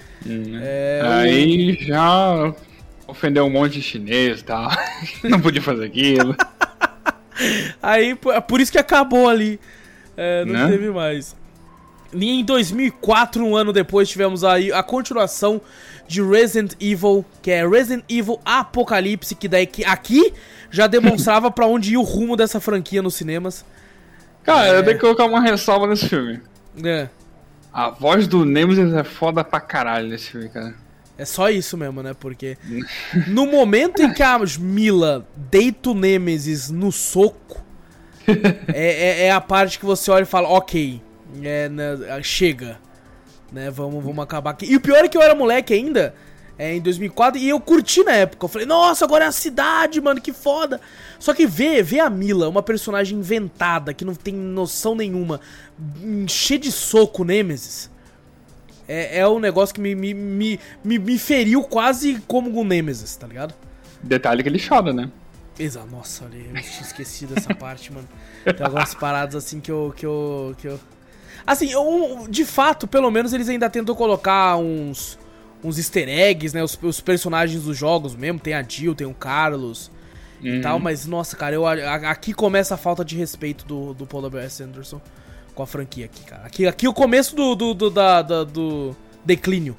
Aí já ofendeu um monte de chinês e tal. Não podia fazer aquilo. Aí, por isso que acabou ali. Não teve mais. E em 2004, um ano depois, tivemos aí a continuação de Resident Evil, que é Resident Evil Apocalipse, que daí aqui já demonstrava pra onde ia o rumo dessa franquia nos cinemas. Cara, eu tenho que colocar uma ressalva nesse filme. A voz do Nemesis é foda pra caralho nesse filme, cara. É só isso mesmo, né? Porque no momento em que a Mila deita o Nemesis no soco, é a parte que você olha e fala, ok, chega, né? Vamos acabar aqui. E o pior é que eu era moleque ainda, em 2004, e eu curti na época. Eu falei, nossa, agora é a cidade, mano, que foda. Só que ver a Mila, uma personagem inventada, que não tem noção nenhuma, cheia de soco, Nemesis, é um negócio que me feriu quase como o Nemesis, tá ligado? Detalhe que ele chora, né? Exato, nossa, olha, eu tinha esquecido dessa parte, mano. Tem algumas paradas assim que eu... Assim, de fato, pelo menos eles ainda tentam colocar uns easter eggs, né? Os personagens dos jogos mesmo. Tem a Jill, tem o Carlos e tal. Mas, nossa, cara, aqui começa a falta de respeito do Paul W.S. Anderson com a franquia aqui, cara. Aqui é o começo do declínio.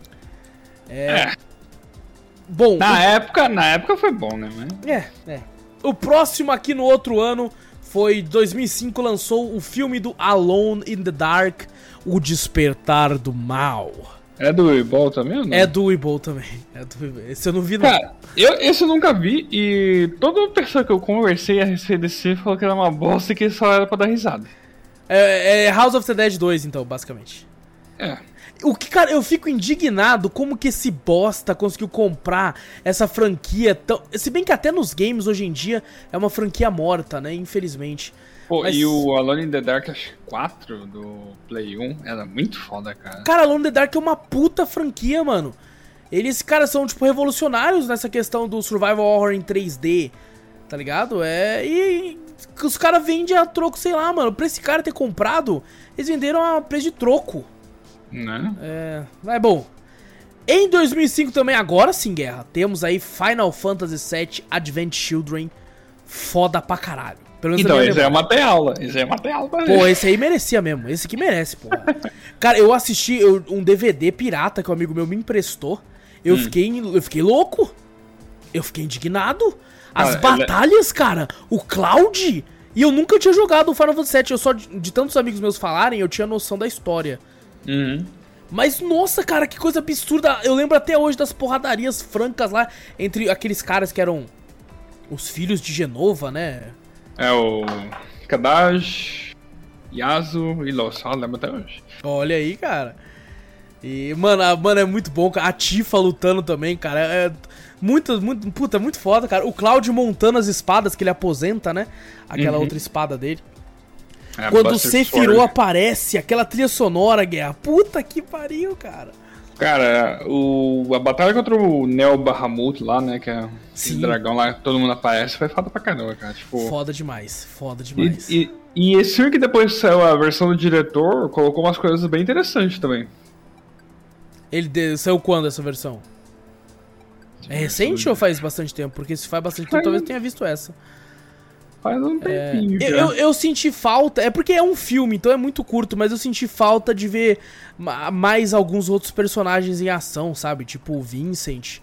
Bom... Na época foi bom, né? Mas... O próximo aqui no outro ano foi 2005, lançou o filme do Alone in the Dark, O Despertar do Mal. É do Weeble também ou não? É do Weeble também. Esse eu não vi, não. Cara, esse eu nunca vi e toda pessoa que eu conversei a respeito desse filme falou que era uma bosta e que só era pra dar risada. É House of the Dead 2, então, basicamente. Cara, eu fico indignado como que esse bosta conseguiu comprar essa franquia tão... Se bem que até nos games, hoje em dia, é uma franquia morta, né? Infelizmente. Pô, mas... E o Alone in the Dark, acho que 4 do Play 1, era muito foda, cara. Cara, Alone in the Dark é uma puta franquia, mano. Eles, cara, são, tipo, revolucionários nessa questão do survival horror em 3D, tá ligado? E os caras vendem a troco, sei lá, mano. Pra esse cara ter comprado, eles venderam a preço de troco. Né? Mas bom, em 2005 também, agora sim, Guerra, temos aí Final Fantasy VII Advent Children, foda pra caralho. Pelo menos então, esse é uma aula pra Pô, esse aí merecia mesmo, esse aqui merece, pô. Cara, eu assisti um DVD pirata que um amigo meu me emprestou, eu fiquei louco, eu fiquei indignado. As batalhas, cara, o Cloud, e eu nunca tinha jogado o Final Fantasy VII, eu só, de tantos amigos meus falarem, eu tinha noção da história. Mas, nossa, cara, que coisa absurda. Eu lembro até hoje das porradarias francas lá entre aqueles caras que eram os filhos de Genova, né? O Kadaj, Yasuo e Lossal, lembro até hoje. Olha aí, cara. E, mano, é muito bom. A Tifa lutando também, cara. Muito foda, cara. O Cloud montando as espadas que ele aposenta, né? Aquela outra espada dele. Quando o Sephiroth aparece, aquela trilha sonora, Guerra. Puta que pariu, cara. Cara, a batalha contra o Neo Bahamut lá, né? Que é esse dragão lá que todo mundo aparece, foi foda pra caramba, cara. Tipo... Foda demais. E esse filme que depois saiu a versão do diretor, colocou umas coisas bem interessantes também. Ele saiu quando essa versão? É recente ou faz bastante tempo? Porque se faz bastante tempo, talvez eu tenha visto essa. Faz um tempinho já. Eu senti falta, é porque é um filme, então é muito curto, mas eu senti falta de ver mais alguns outros personagens em ação, sabe? Tipo o Vincent,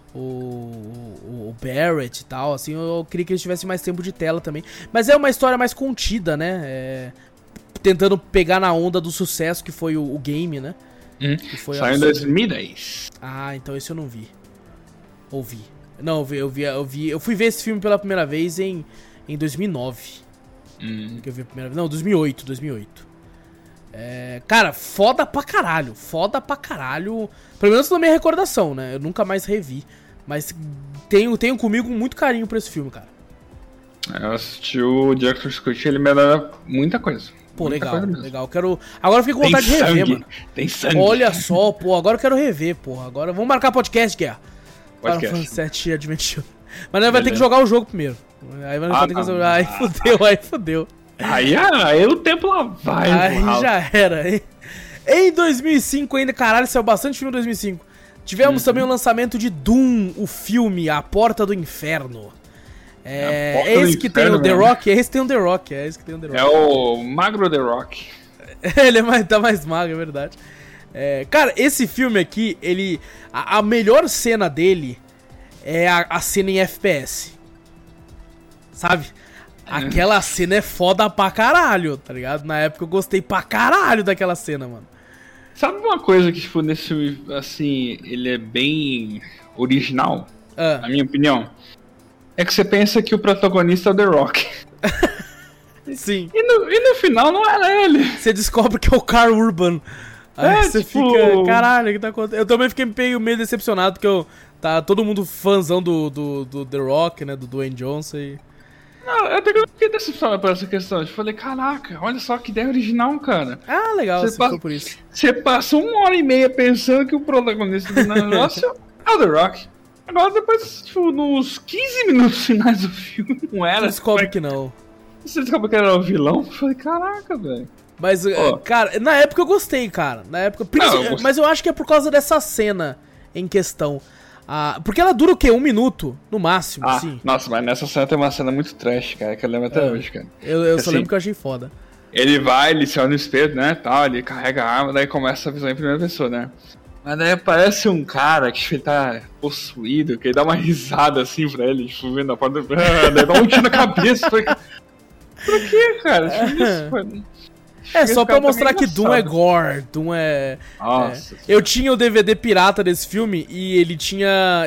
o Barrett e tal, assim, eu queria que eles tivessem mais tempo de tela também. Mas é uma história mais contida, né? Tentando pegar na onda do sucesso que foi o game, né? Saiu em 2010. Ah, então esse eu não vi. Ouvi. Não, eu fui ver esse filme pela primeira vez em 2009. Que eu vi a primeira vez. Não, 2008. Cara, foda pra caralho. Pelo menos na minha recordação, né? Eu nunca mais revi. Mas tenho comigo muito carinho pra esse filme, cara. Eu assisti o Director's Cut, ele melhora muita coisa. Pô, Muita legal, coisa mesmo. legal. Agora eu fiquei com Tem vontade de rever, sangue, mano. tem sangue. Olha só, pô, agora eu quero rever, porra. Agora vamos marcar podcast, Guerra. Final Podcast. Fantasy VII Adventure. Mas nós vai ter que jogar o jogo primeiro. Aí vai ter que não. Aí fudeu, aí fudeu. Aí o tempo lá vai. Aí Ralph. já era, hein? Em 2005 ainda, caralho, saiu bastante filme em 2005. Tivemos também o lançamento de Doom, o filme A Porta do Inferno. É Porta do esse que tem Inferno, o The mano. Rock, é esse que tem o The Rock, é esse que tem o The Rock. É o Magro The Rock. Ele tá mais magro, é verdade. Cara, esse filme aqui, a melhor cena dele é a cena em FPS. Sabe? Aquela cena é foda pra caralho, tá ligado? Na época eu gostei pra caralho daquela cena, mano. Sabe uma coisa que, tipo, nesse filme, assim, ele é bem original, na minha opinião? É que você pensa que o protagonista é o The Rock. Sim. E no final não era ele. Você descobre que é o Carl Urban. Aí você tipo- fica, caralho, o que tá acontecendo? Eu também fiquei meio decepcionado, porque tá todo mundo fãzão do The Rock, né, do Dwayne Johnson e... Não, eu até que eu fiquei decepcionado por essa questão. Eu falei, caraca, olha só que ideia original, cara. Ah, legal, Você você passa- ficou por isso. Você passou 1h30 pensando que o protagonista do negócio é o The Rock. Agora depois, tipo, nos 15 minutos finais do filme, não era. Descobre que não. Você descobre que era o vilão? Eu falei, caraca, velho. Mas, cara, na época eu gostei, cara. Na época. gostei. Mas eu acho que é por causa dessa cena em questão. Porque ela dura o quê? 1 minuto? No máximo, assim. Nossa, mas nessa cena tem uma cena muito trash, cara, que eu lembro até hoje, cara. Eu só Assim, lembro que eu achei foda. Ele se olha no espelho, né, tal, ele carrega a arma, daí começa a visão em primeira pessoa, né. Mas daí aparece um cara que ele tá possuído, que ele dá uma risada assim pra ele, tipo, vendo a porta, daí dá um tiro na cabeça. Por que, cara? Tipo, isso, mano. Só pra cara tá mostrar meio que Doom é engraçado. gore, Doom é... Nossa. Eu tinha o DVD pirata desse filme e ele tinha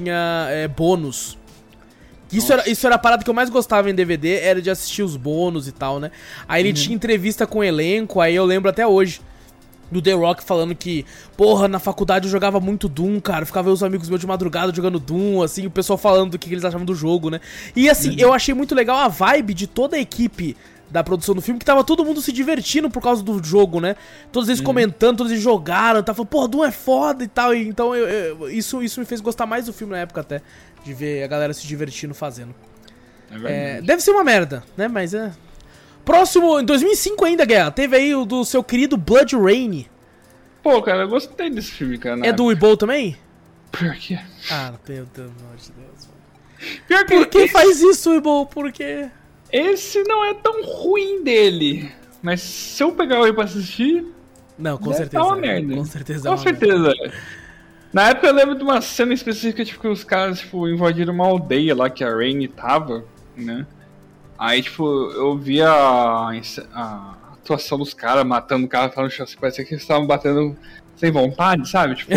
bônus. Isso era a parada que eu mais gostava em DVD, era de assistir os bônus e tal, né? Aí ele tinha entrevista com o elenco, aí eu lembro até hoje do The Rock falando que, porra, na faculdade eu jogava muito Doom, cara, ficava eu e os amigos meus de madrugada jogando Doom, assim, o pessoal falando do que eles achavam do jogo, né? E assim, eu achei muito legal a vibe de toda a equipe da produção do filme, que tava todo mundo se divertindo por causa do jogo, né? Todos eles comentando, todos eles jogaram, tava falando, porra, Doom é foda e tal. E então isso me fez gostar mais do filme na época até, de ver a galera se divertindo fazendo. É verdade. Deve ser uma merda, né? Mas é... Próximo, em 2005 ainda, Guerra, teve aí o do seu querido Blood Rain. Pô, cara, eu gostei desse filme, cara. É do Weeble também? Pior que é. Ah, meu Deus de Deus. Pior que Por que esse, faz isso, Weeble? Por quê? esse não é tão ruim dele. Mas se eu pegar ele pra assistir, Não, com deve certeza. tá uma merda. Com certeza. é Com uma merda. certeza. Na época eu lembro de uma cena específica, tipo, que os caras, tipo, invadiram uma aldeia lá que a Rainey tava, né? Aí, tipo, eu vi a atuação dos caras matando o cara, falando assim, parecia que eles estavam batendo sem vontade, sabe? Tipo,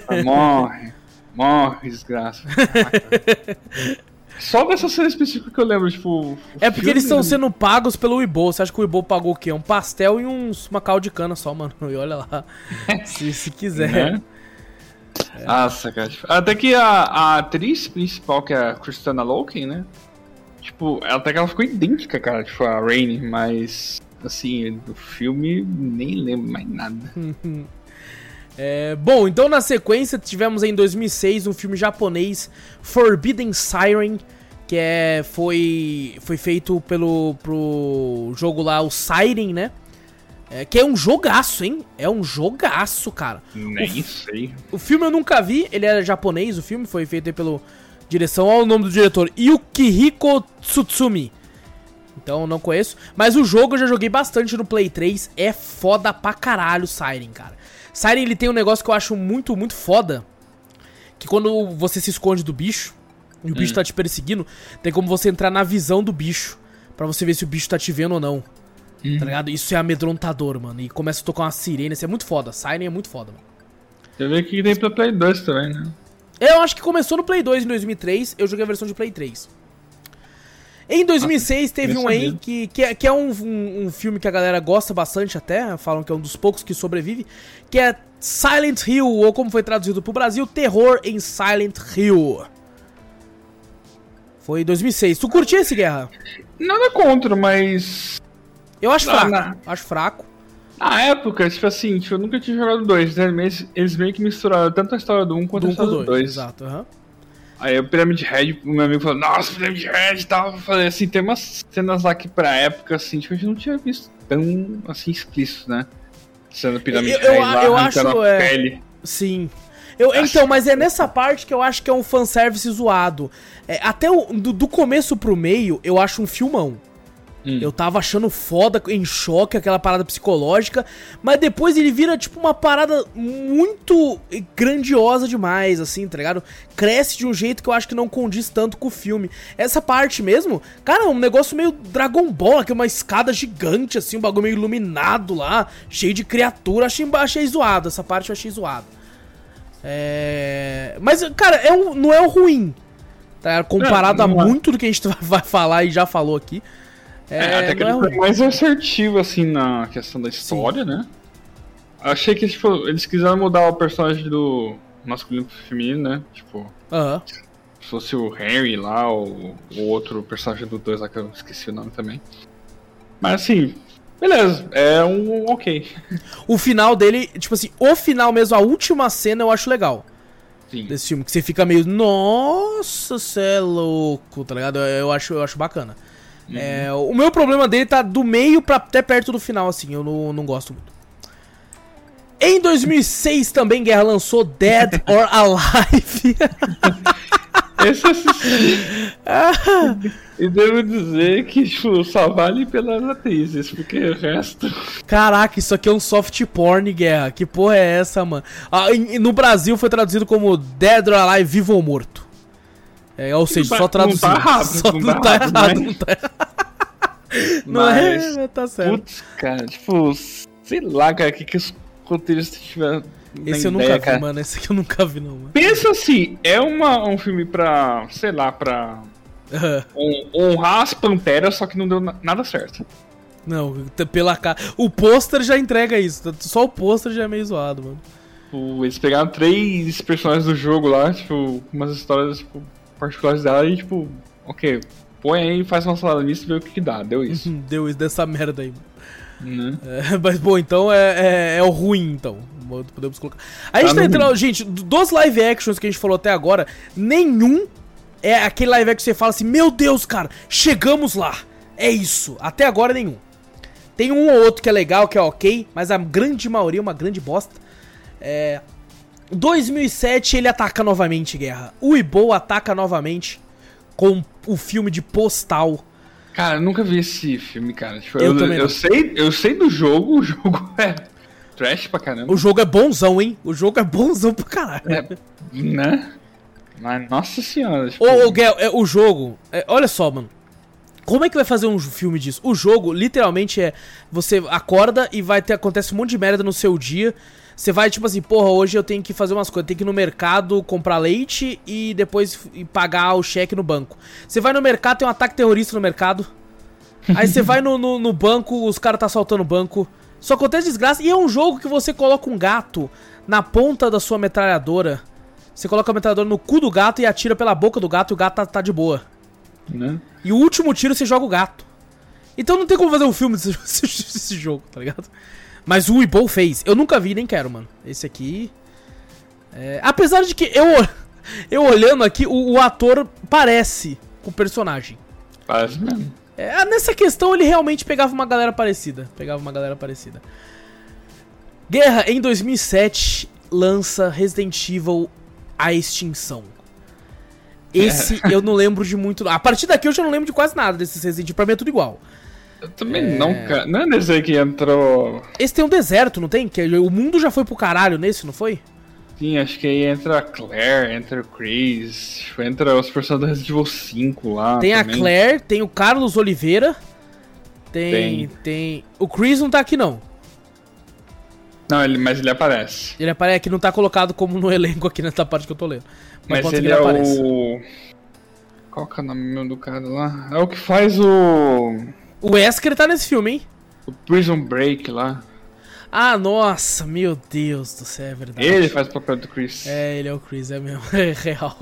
morre, desgraça. Só dessa cena específica que eu lembro, tipo... É porque eles estão sendo pagos pelo Weeble. Você acha que o Weeble pagou o quê? Um pastel e uma caldo de cana só, mano. E olha lá. se quiser. Né? Nossa, cara. Até que a atriz principal, que é a Kristanna Loken, né? Tipo, até que ela ficou idêntica, cara, tipo, a Rainey, mas, assim, do filme nem lembro mais nada. Bom, então na sequência tivemos aí em 2006 um filme japonês, Forbidden Siren, que foi feito pro jogo lá, o Siren, né? Que é um jogaço, hein? É um jogaço, cara. Nem sei. O filme eu nunca vi, ele era japonês, o filme foi feito aí pelo direção, olha o nome do diretor, Yukihiko Tsutsumi. Então não conheço, mas o jogo eu já joguei bastante no Play 3, é foda pra caralho o Siren, cara. Siren, ele tem um negócio que eu acho muito, muito foda, que quando você se esconde do bicho, e o bicho tá te perseguindo, tem como você entrar na visão do bicho, pra você ver se o bicho tá te vendo ou não. Tá ligado? Isso é amedrontador, mano. E começa a tocar uma sirene, isso é muito foda. Siren é muito foda, mano. Você vê que tem pra Play 2 também, né? Eu acho que começou no Play 2 em 2003, eu joguei a versão de Play 3. Em 2006 teve um aí que é um filme que a galera gosta bastante até, falam que é um dos poucos que sobrevive, que é Silent Hill, ou como foi traduzido pro Brasil, Terror em Silent Hill. Foi em 2006. Tu curtiu esse, Guerra? Nada contra, mas... Eu acho fraco. Acho fraco. Na época, tipo assim, eu nunca tinha jogado 2, né? Eles meio que misturaram tanto a história do 1 quanto a história do 2. Exato, aham. Aí o Pyramid Head, o meu amigo falou, nossa, Pyramid Head e tal. Eu falei assim, tem umas cenas lá que pra época, assim, tipo, a gente não tinha visto tão, assim, explícito, né? Sendo Pyramid Head lá, eu acho, a pele. Sim. Então, mas é nessa parte que eu acho que é um fanservice zoado. Até do começo pro meio, eu acho um filmão. Eu tava achando foda, em choque, aquela parada psicológica, mas depois ele vira, tipo, uma parada muito grandiosa demais, assim, tá ligado? Cresce de um jeito que eu acho que não condiz tanto com o filme. Essa parte mesmo, cara, um negócio meio Dragon Ball, que é uma escada gigante, assim, um bagulho meio iluminado lá, cheio de criatura, achei zoado, essa parte eu achei zoado. Mas, cara, não é o ruim, tá? Comparado a muito do que a gente vai falar e já falou aqui. Até que ele foi mais assertivo, assim, na questão da história, né? Achei que, tipo, eles quiseram mudar o personagem do masculino pro feminino, né? Tipo, se fosse o Henry lá, ou o outro personagem do 2 lá, que eu esqueci o nome também. Mas, assim, beleza, é um ok. O final dele, tipo assim, o final mesmo, a última cena eu acho legal. Sim. Desse filme, que você fica meio, nossa, cê é louco, tá ligado? Eu acho bacana. O meu problema dele tá do meio pra até perto do final, assim, eu não gosto muito. Em 2006 também, Guerra lançou Dead or Alive. Esse assisti. E devo dizer que, tipo, só vale pelas atrizes, porque o resto... Caraca, isso aqui é um soft porn, Guerra. Que porra é essa, mano? No Brasil foi traduzido como Dead or Alive, Vivo ou Morto. Ou seja, só traduzido. Não tá errado, só não tá errado, não tá errado. Não é, tá certo. Putz, cara, tipo, sei lá, cara, o que os roteiristas tiveram. Esse eu nunca vi, mano. Esse aqui eu nunca vi, não, mano. Pensa assim, é um filme pra, sei lá, pra honrar as panteras, só que não deu nada certo. Não, pela cara. O pôster já entrega isso. Só o pôster já é meio zoado, mano. Eles pegaram 3 personagens do jogo lá, tipo, umas histórias, tipo, particulares dela e, tipo, ok, põe aí, faz uma salada mista e vê o que dá. Deu isso. Deu isso dessa merda aí, mano. Mas, bom, então é o ruim, então. Podemos colocar. A gente tá entrando, gente, dos live actions que a gente falou até agora, nenhum é aquele live action que você fala assim, meu Deus, cara, chegamos lá. É isso. Até agora nenhum. Tem um ou outro que é legal, que é ok, mas a grande maioria é uma grande bosta. 2007 ele ataca novamente, Guerra. O Ibo ataca novamente com o filme de Postal. Cara, eu nunca vi esse filme, cara. Tipo, eu sei do jogo, o jogo é trash pra caramba. O jogo é bonzão, hein? O jogo é bonzão pra caralho. Né? Mas, nossa senhora. Tipo... Guerra, o jogo... olha só, mano. Como é que vai fazer um filme disso? O jogo, literalmente, você acorda e acontece um monte de merda no seu dia. Você vai, tipo assim, porra, hoje eu tenho que fazer umas coisas. Tenho que ir no mercado, comprar leite e depois pagar o cheque no banco. Você vai no mercado, tem um ataque terrorista no mercado. Aí você vai no banco, os caras tá assaltando o banco. Só acontece desgraça. E é um jogo que você coloca um gato na ponta da sua metralhadora. Você coloca a metralhadora no cu do gato e atira pela boca do gato e o gato tá de boa. Né? E o último tiro você joga o gato. Então não tem como fazer um filme desse jogo, tá ligado? Mas o Ibo fez. Eu nunca vi, nem quero, mano. Esse aqui... apesar de que eu olhando aqui, o ator parece com o personagem. Parece mesmo. Nessa questão ele realmente pegava uma galera parecida. Guerra, em 2007, lança Resident Evil A Extinção. Esse eu não lembro de muito... A partir daqui eu já não lembro de quase nada desses Resident Evil. Pra mim é tudo igual. Eu também não, cara. Não é nesse aí que entrou... Esse tem um deserto, não tem? Que o mundo já foi pro caralho nesse, não foi? Sim, acho que aí entra a Claire, entra o Chris, entra os personagens do Resident Evil 5 lá. Tem também. A Claire, tem o Carlos Oliveira. Tem... O Chris não tá aqui, não. Não, mas ele aparece. Ele aparece aqui, não tá colocado como no elenco aqui nessa parte que eu tô lendo. Mas ele aparece. Qual que é o nome do cara lá? É o que faz o... O Wesker tá nesse filme, hein? O Prison Break lá. Ah, nossa, meu Deus do céu, é verdade. Ele faz o papel do Chris. Ele é o Chris, é mesmo, é real.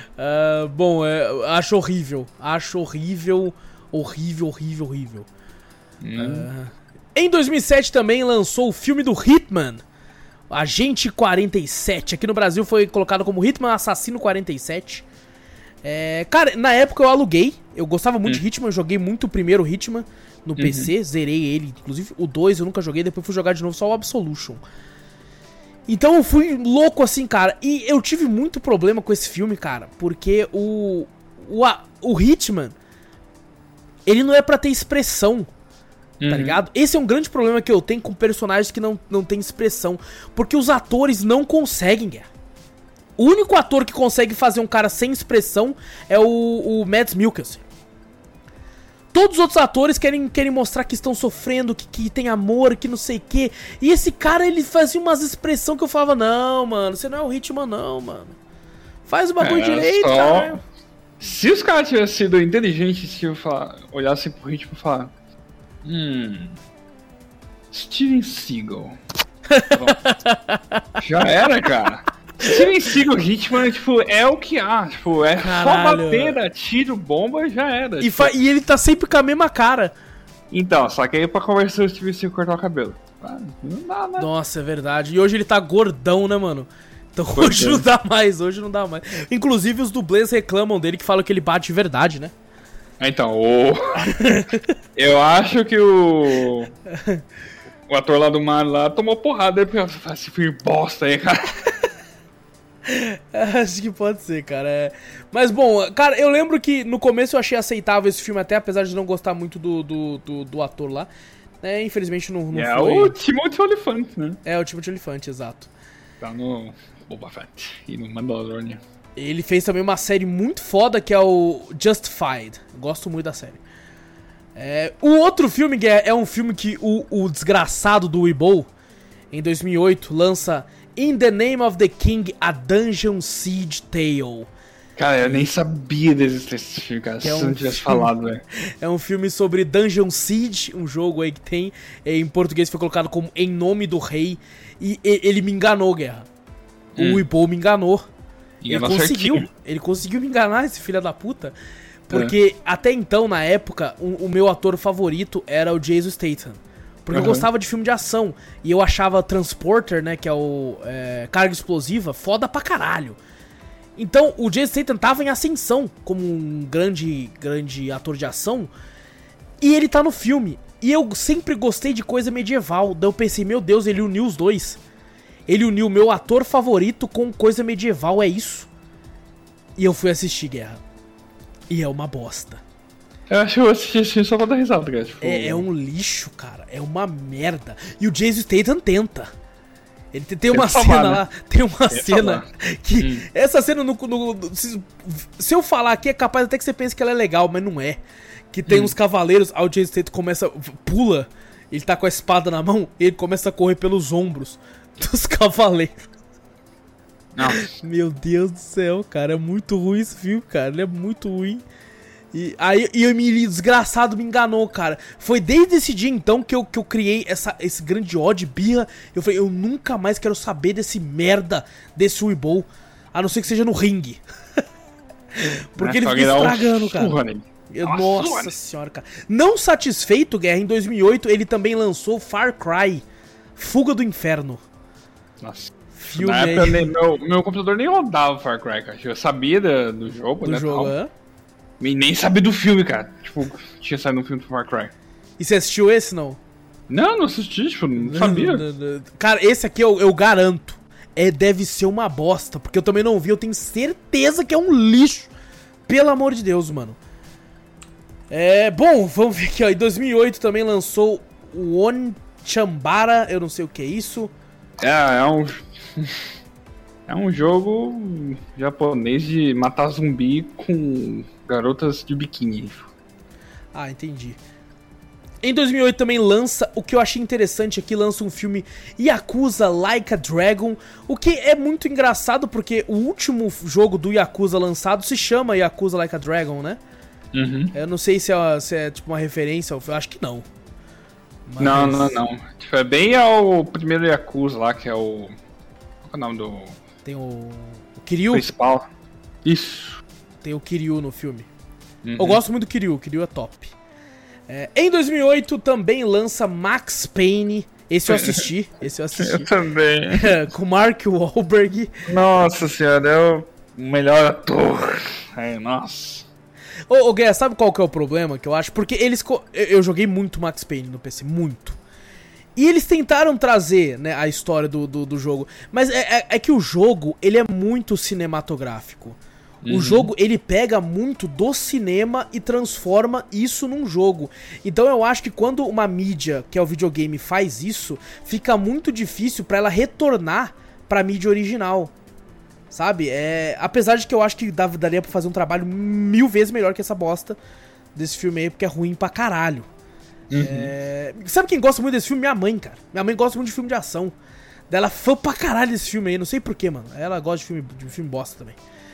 Bom, acho horrível. Horrível. Em 2007 também lançou o filme do Hitman, Agente 47. Aqui no Brasil foi colocado como Hitman Assassino 47. Cara, na época eu aluguei. Eu gostava muito de Hitman, eu joguei muito o primeiro Hitman no PC, zerei ele. Inclusive o 2 eu nunca joguei, depois fui jogar de novo só o Absolution. Então eu fui louco assim, cara. E eu tive muito problema com esse filme, cara, porque o Hitman, ele não é pra ter expressão, tá ligado? Esse é um grande problema que eu tenho com personagens que não tem expressão, porque os atores não conseguem, guerra. O único ator que consegue fazer um cara sem expressão é o Mads Mikkelsen. Todos os outros atores querem mostrar que estão sofrendo, que tem amor, que não sei o quê. E esse cara, ele fazia umas expressões que eu falava, não, mano, você não é o Hitman, não, mano. Faz o bagulho direito, cara. Se os caras tivessem sido inteligentes, olhassem pro Hitman e falar... Steven Seagal. Já era, cara. Steven Seagal, Hitman, tipo, é o que há. Tipo, é só bater, tiro, bomba, já era. E ele tá sempre com a mesma cara. Então, só que aí pra conversar o Steven Seagal cortar o cabelo. Não dá, né? Nossa, é verdade. E hoje ele tá gordão, né, mano? Então hoje não dá mais, Inclusive os dublês reclamam dele, que falam que ele bate de verdade, né? Então, eu acho que o ator lá do Mario lá tomou porrada aí, porque esse filme bosta aí, cara. Acho que pode ser, cara. Mas bom, cara, eu lembro que no começo eu achei aceitável esse filme até, apesar de não gostar muito do ator lá. Infelizmente não foi. É o Timothy Olyphant, né? É, o Timothy Olyphant, exato. Tá no Boba Fett e no Mandalorian. Ele fez também uma série muito foda que é o Justified. Gosto muito da série. O outro filme é um filme que o desgraçado do Weeble, em 2008, lança In the Name of the King, A Dungeon Siege Tale. Cara, eu nem sabia desse filme, cara. Se você não tivesse falado, velho. É um filme sobre Dungeon Siege, um jogo aí que tem. Em português foi colocado como Em Nome do Rei. E ele me enganou, Guerra. O Weeble me enganou. Ele conseguiu me enganar, esse filho da puta. Porque até então, na época, o meu ator favorito era o Jason Statham. Porque eu gostava de filme de ação. E eu achava Transporter, né, que é o Carga Explosiva, foda pra caralho. Então o Jason Statham tava em ascensão como um grande ator de ação. E ele tá no filme. E eu sempre gostei de coisa medieval. Daí eu pensei, meu Deus, ele uniu os dois. Ele uniu o meu ator favorito com coisa medieval, é isso. E eu fui assistir, Guerra. E é uma bosta. Eu acho que eu assisti esse filme só pra dar risada, cara. Tipo... É um lixo, cara. É uma merda. E o Jason Statham tenta. Ele tem uma cena lá. Tem uma cena que... Essa cena, se eu falar aqui, é capaz até que você pense que ela é legal, mas não é. Que tem uns cavaleiros, aí o Jason Statham pula, ele tá com a espada na mão, e ele começa a correr pelos ombros dos cavaleiros. Nossa. Meu Deus do céu, cara, é muito ruim esse filme, cara, ele é muito ruim. E aí o desgraçado me enganou, cara. Foi desde esse dia então que eu criei esse grande ódio, birra. Eu falei, eu nunca mais quero saber desse merda desse Weeble, a não ser que seja no ringue. Porque ele fica estragando, cara. Nossa senhora, cara. Não satisfeito, Guerra, em 2008 ele também lançou Far Cry, Fuga do Inferno. Nossa. Filme na época, meu computador nem rodava Far Cry, cara. Eu sabia do jogo, né? E nem sabia do filme, cara. Tipo, tinha saído um filme do Far Cry. E você assistiu esse, não? Não assisti, tipo, não sabia. Cara, esse aqui eu garanto. Deve ser uma bosta, porque eu também não vi, eu tenho certeza que é um lixo. Pelo amor de Deus, mano. Bom, vamos ver aqui, ó. Em 2008 também lançou o Onchambara, eu não sei o que é isso. É um jogo japonês de matar zumbi com garotas de biquíni. Ah, entendi. Em 2008 também lança, o que eu achei interessante aqui, lança um filme Yakuza Like a Dragon, o que é muito engraçado porque o último jogo do Yakuza lançado se chama Yakuza Like a Dragon, né? Eu não sei se é tipo uma referência, eu acho que não. Mas... Não. Tipo, é bem ao primeiro Yakuza lá, que é o... Qual é o nome do... Tem o Kiryu? Principal. Isso. Tem o Kiryu no filme. Eu gosto muito do Kiryu é top. Em 2008 também lança Max Payne. Esse eu assisti. Eu também. Com Mark Wahlberg. Nossa senhora, é o melhor ator. Nossa. Ô Guerra, sabe qual que é o problema que eu acho? Porque eu joguei muito Max Payne no PC, muito. E eles tentaram trazer, né, a história do jogo. Mas é que o jogo, ele é muito cinematográfico. O jogo, ele pega muito do cinema e transforma isso num jogo. Então eu acho que quando uma mídia, que é o videogame, faz isso, fica muito difícil pra ela retornar pra mídia original. Sabe? Apesar de que eu acho que daria pra fazer um trabalho 1000 vezes melhor que essa bosta desse filme aí, porque é ruim pra caralho. Sabe quem gosta muito desse filme? Minha mãe, cara. Minha mãe gosta muito de filme de ação. Ela é fã pra caralho desse filme aí, não sei porquê, mano. Ela gosta de filme bosta também.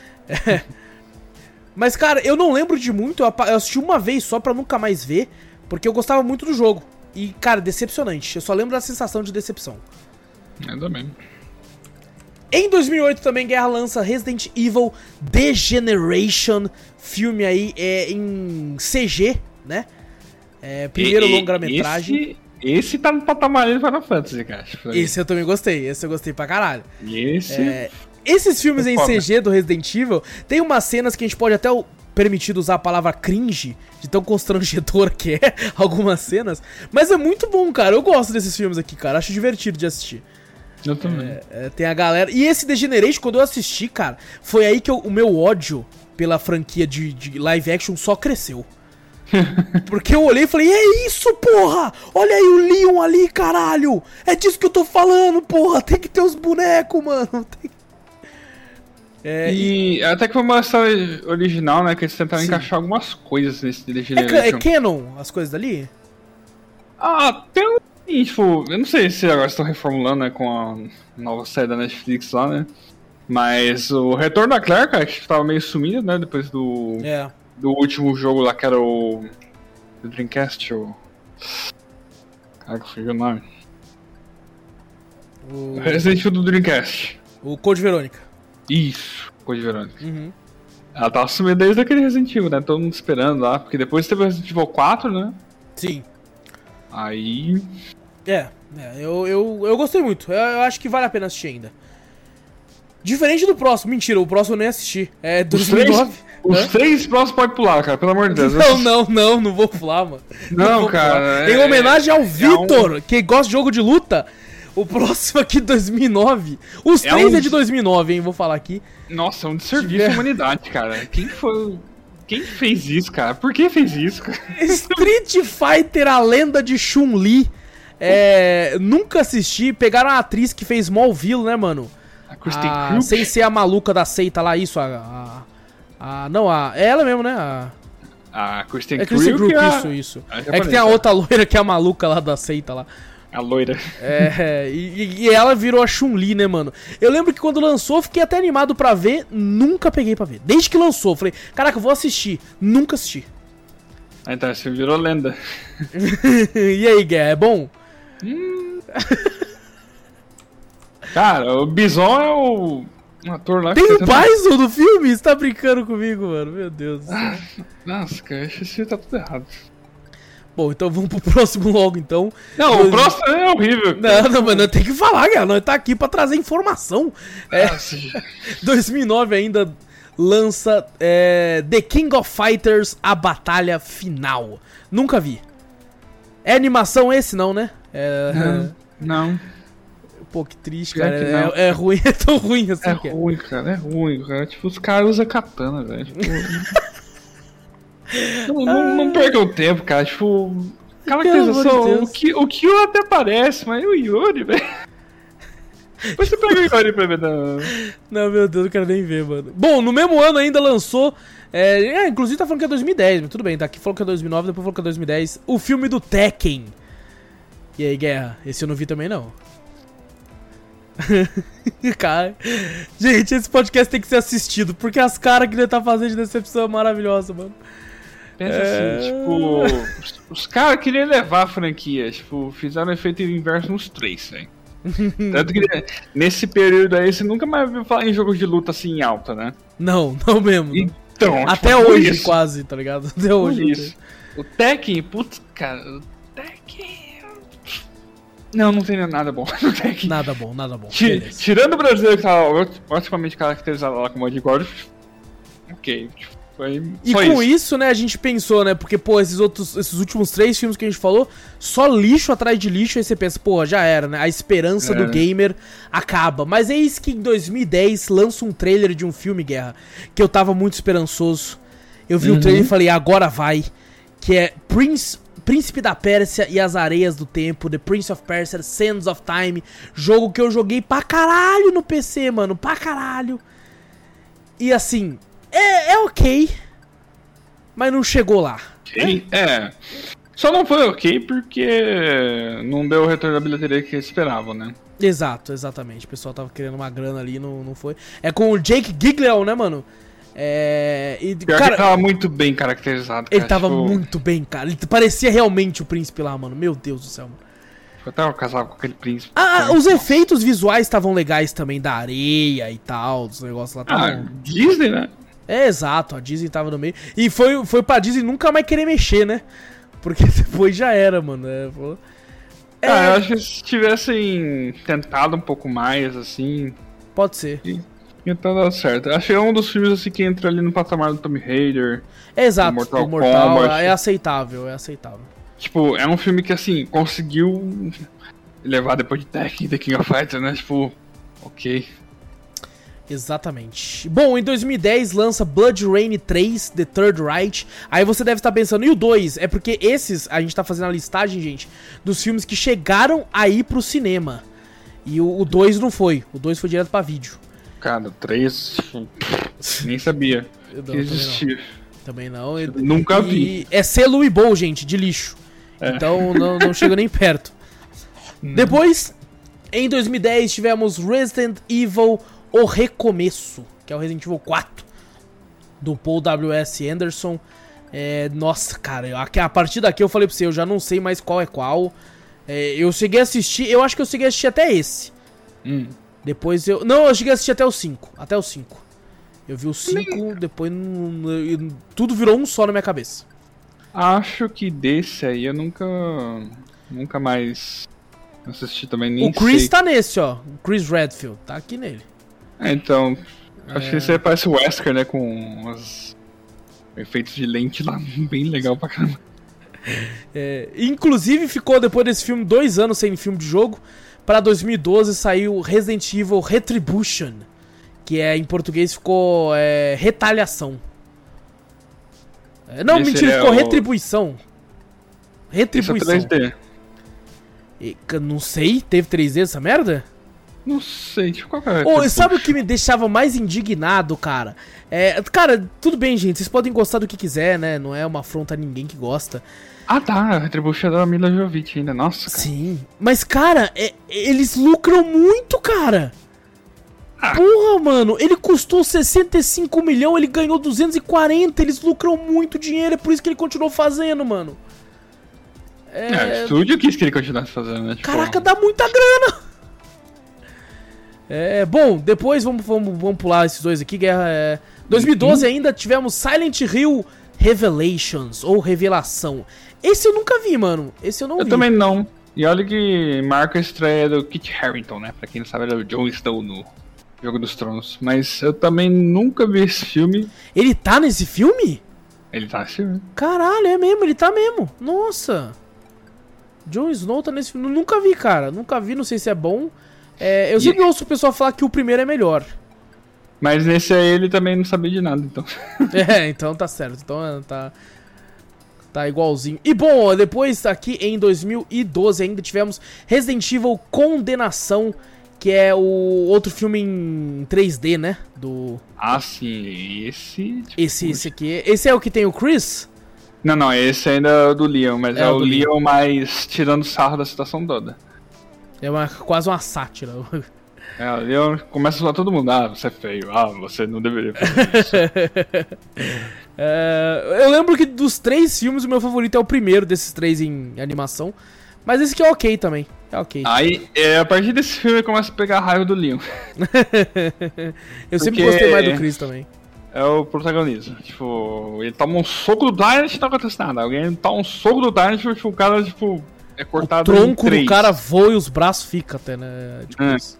Mas, cara, eu não lembro de muito. Eu assisti uma vez só pra nunca mais ver, porque eu gostava muito do jogo. E, cara, decepcionante. Eu só lembro da sensação de decepção. Eu também. Em 2008 também Guerra lança Resident Evil Degeneration, filme aí em CG, né? Primeiro longa-metragem. Esse tá no patamar do Final Fantasy, cara. Esse eu também gostei, esse eu gostei pra caralho. Esse... Esses filmes em CG do Resident Evil, tem umas cenas que a gente pode até permitido usar a palavra cringe, de tão constrangedor que é algumas cenas, mas é muito bom, cara. Eu gosto desses filmes aqui, cara. Acho divertido de assistir. Eu também. Tem a galera... E esse Degeneration, quando eu assisti, cara, foi aí que o meu ódio pela franquia de live action só cresceu. Porque eu olhei e falei, é isso, porra! Olha aí o Leon ali, caralho! É disso que eu tô falando, porra! Tem que ter os bonecos, mano! E até que foi uma história original, né? Que eles tentaram encaixar algumas coisas nesse Degeneration. É canon as coisas dali? Tem um... Tipo, eu não sei se agora estão reformulando, né? Com a nova série da Netflix lá, né? Mas o retorno da Claire, cara, que tava meio sumido, né? Depois do último jogo lá, que era o Dreamcast, Caraca, fugiu o nome. O Resident Evil do Dreamcast. O Code Verônica. Isso, Code Verônica. Ela tava sumida desde aquele Resident Evil, né? Todo mundo esperando lá, porque depois teve o Resident Evil 4, né? Sim. Aí... Eu gostei muito. Eu acho que vale a pena assistir ainda. Diferente do próximo. Mentira, o próximo eu nem assisti. É 2009. Os 3 próximos pode pular, cara, pelo amor de Deus. Não vou pular, mano. Não cara. Em homenagem ao Vitor, que gosta de jogo de luta, o próximo aqui de 2009. Os 3 é de 2009, hein? Vou falar aqui. Nossa, é um desserviço à humanidade, cara. Quem fez isso, cara? Por que fez isso, cara? Street Fighter, a lenda de Chun-Li. Nunca assisti. Pegaram a atriz que fez Smallville, né, mano? A Kristen Krug? Sem ser a maluca da seita lá, isso. É ela mesmo, né? A Kristen Krug. Kristen Krug, isso. É que tem a outra loira que é a maluca lá da seita lá. A loira. E ela virou a Chun-Li, né, mano? Eu lembro que quando lançou, fiquei até animado pra ver, nunca peguei pra ver. Desde que lançou, falei, caraca, eu vou assistir. Nunca assisti. Então, você virou lenda. E aí, Guerra, é bom? Cara, o Bison é um ator lá que... Tem o Bison do filme? Você tá brincando comigo, mano? Meu Deus do céu. Nossa, cara, acho que isso tá tudo errado. Bom, então vamos pro próximo logo, então. Não, o próximo é horrível. Não, mas não tem que falar, cara. Nós tá aqui pra trazer informação. 2009 ainda lança The King of Fighters, a batalha final. Nunca vi. É animação esse, não, né? Não. Pô, que triste, cara. É ruim, é tão ruim assim. É ruim, cara. Tipo, os caras usam katana, velho. Tipo... Não perca o tempo, cara. Tipo, caracterização. O Kyo até parece, mas o Yuri, velho. Depois você pega o Yuri pra ver. Não, meu Deus, não quero nem ver, mano. Bom, no mesmo ano ainda lançou. Inclusive tá falando que é 2010, mas tudo bem, tá aqui falando que é 2009, depois falou que é 2010. O filme do Tekken. E aí, Guerra? Esse eu não vi também, não. Cara, gente, esse podcast tem que ser assistido, porque as caras que ele tá fazendo de decepção é maravilhosa, mano. Pensa assim, tipo, os caras queriam levar a franquia, tipo, fizeram efeito inverso nos 3, velho. Tanto que nesse período aí você nunca mais viu falar em jogos de luta assim em alta, né? Não mesmo. Então, até tipo, hoje quase, tá ligado? Até hoje. Isso. O Tekken, putz, cara, o Tekken... Não tem nada bom no Tekken. Nada bom, nada bom. Tirando o brasileiro que tava otimamente caracterizado lá como Ed Gordon, ok, foi e com isso, né, a gente pensou, né, porque, pô, esses últimos 3 filmes que a gente falou, só lixo atrás de lixo, aí você pensa, pô, já era, né, a esperança do gamer acaba. Mas eis que em 2010 lança um trailer de um filme, Guerra, que eu tava muito esperançoso. Eu vi o trailer e falei, agora vai, que é Príncipe da Pérsia e as Areias do Tempo, The Prince of Persia, Sands of Time, jogo que eu joguei pra caralho no PC, mano, pra caralho. E assim, é ok, mas não chegou lá. Okay. Só não foi ok porque não deu o retorno da bilheteria que eles esperavam, né? Exatamente, o pessoal tava querendo uma grana ali, não foi. É com o Jake Gyllenhaal, né, mano? Pior que ele tava muito bem caracterizado, cara. Ele tava muito bem, cara. Ele parecia realmente o príncipe lá, mano. Meu Deus do céu, mano. Eu tava casado com aquele príncipe. Os efeitos visuais estavam legais também, da areia e tal, dos negócios lá. Disney, né? Exato, a Disney tava no meio. E foi pra Disney nunca mais querer mexer, né? Porque depois já era, mano. Eu acho que se tivessem tentado um pouco mais, assim... Pode ser. Então dá certo. Acho que é um dos filmes assim que entra ali no patamar do Tomb Raider. Exato, o Mortal é aceitável, Tipo, é um filme que assim, conseguiu levar depois de Tekken, The King of Fighters, né? Tipo, ok. Exatamente. Bom, em 2010 lança Blood Rain 3, The Third Reich. Aí você deve estar pensando, e o 2? É porque esses, a gente tá fazendo a listagem, gente, dos filmes que chegaram aí pro cinema. E o 2 não foi, o 2 foi direto pra vídeo. Cara, 3, nem sabia que existia. Também não. Nunca vi. É selo Weeble, gente, de lixo. Então não chega nem perto. Depois, em 2010, tivemos Resident Evil O Recomeço, que é o Resident Evil 4, do Paul W.S. Anderson. Nossa, cara, a partir daqui eu falei pra você, eu já não sei mais qual é qual. Eu cheguei a assistir, eu acho que eu cheguei a assistir até esse. Depois eu cheguei a assistir até o 5. Até o 5. Eu vi o 5, depois tudo virou um só na minha cabeça. Acho que desse aí eu nunca mais assisti também, nem o Chris sei. Tá nesse, ó. O Chris Redfield tá aqui nele. Então, acho que esse aí parece o Wesker, né, com os efeitos de lente lá, bem legal pra caramba. Inclusive ficou depois desse filme 2 anos sem filme de jogo. Pra 2012 saiu Resident Evil Retribution, que em português ficou Retaliação. Não, Esse mentira, ficou Retribuição. Retribuição. Esse é 3D. Não sei, teve 3D essa merda? Não sei, tipo, qual é? Sabe o que me deixava mais indignado, cara? Cara, tudo bem, gente, vocês podem gostar do que quiser, né? Não é uma afronta a ninguém que gosta. Ah, tá, Retribution da Mila Jovovich ainda, nossa, cara. Sim, mas, cara, eles lucram muito, cara. Porra, mano, ele custou 65 milhões, ele ganhou 240, eles lucram muito dinheiro, é por isso que ele continuou fazendo, mano. O estúdio quis que ele continuasse fazendo, né? Tipo... Caraca, dá muita grana. Bom, depois vamos pular esses dois aqui, Guerra. 2012 ainda tivemos Silent Hill Revelations, ou Revelação. Esse eu nunca vi, mano. Esse eu não vi. Eu também não. E olha que marca a estreia do Kit Harington, né? Pra quem não sabe, era o Jon Snow no Jogo dos Tronos. Mas eu também nunca vi esse filme. Ele tá nesse filme? Ele tá nesse filme. Caralho, é mesmo, ele tá mesmo. Nossa. Jon Snow tá nesse filme. Nunca vi, cara. Nunca vi, não sei se é bom. Eu sempre ouço o pessoal falar que o primeiro é melhor. Mas nesse aí ele também não sabia de nada, então. Então tá certo. Então tá igualzinho. E bom, depois aqui em 2012 ainda tivemos Resident Evil Condenação, que é o outro filme em 3D, né? Sim, esse... Esse aqui. Esse é o que tem o Chris? Não, esse ainda é do Leon, mas é o Leon mais tirando sarro da situação toda. Quase uma sátira. O Leon começa a falar todo mundo, você é feio, você não deveria fazer isso. Eu lembro que dos 3 filmes, o meu favorito é o primeiro desses 3 em animação. Mas esse aqui é ok também. É ok. Aí, a partir desse filme, eu começo a pegar a raiva do Leon. Eu sempre gostei mais do Chris também. é o protagonista. Tipo, ele toma um soco do Tyrant e não acontece nada. Alguém toma um soco do Tyrant e tipo, o cara, tipo, é cortado em 3. O tronco do cara voa e os braços ficam até, né? Tipo isso.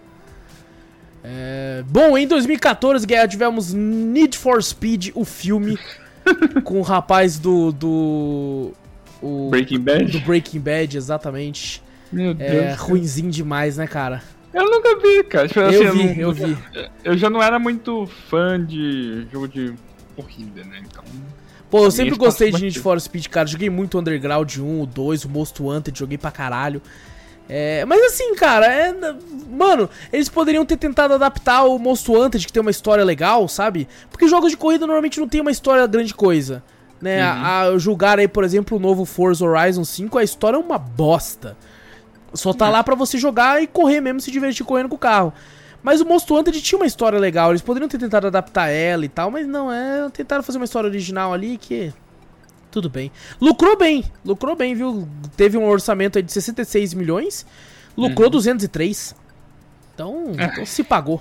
Bom, em 2014, tivemos Need for Speed, o filme, com o rapaz do Breaking Bad? Do Breaking Bad, exatamente. Meu Deus. Ruinzinho demais, né, cara? Eu nunca vi, cara. Tipo, eu vi. Eu já não era muito fã de jogo de corrida, né? Então. Pô, eu sempre gostei de Need for Speed, cara. Joguei muito Underground 1, o 2, o Most Wanted, joguei pra caralho. Mas assim, cara, mano, eles poderiam ter tentado adaptar o Most Wanted, que tem uma história legal, sabe? Porque jogos de corrida normalmente não tem uma história grande coisa, né? A julgar aí, por exemplo, o novo Forza Horizon 5, a história é uma bosta. Só tá lá pra você jogar e correr mesmo, se divertir correndo com o carro. Mas o Most Wanted tinha uma história legal, eles poderiam ter tentado adaptar ela e tal, mas não, tentaram fazer uma história original ali que... Tudo bem. Lucrou bem, viu? Teve um orçamento aí de 66 milhões, lucrou 203. Então se pagou.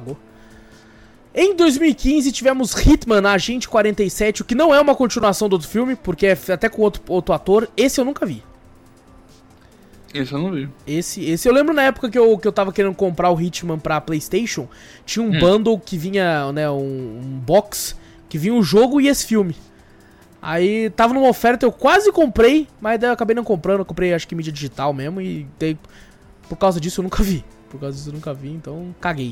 Em 2015 tivemos Hitman, Agente 47, o que não é uma continuação do outro filme, porque é até com outro ator. Esse eu nunca vi. Esse eu não vi. Esse eu lembro na época que eu tava querendo comprar o Hitman pra PlayStation, tinha um bundle que vinha, né, um box, que vinha o jogo e esse filme. Aí tava numa oferta, eu quase comprei, mas daí eu acabei não comprando, eu comprei acho que mídia digital mesmo e daí, por causa disso eu nunca vi. Então caguei.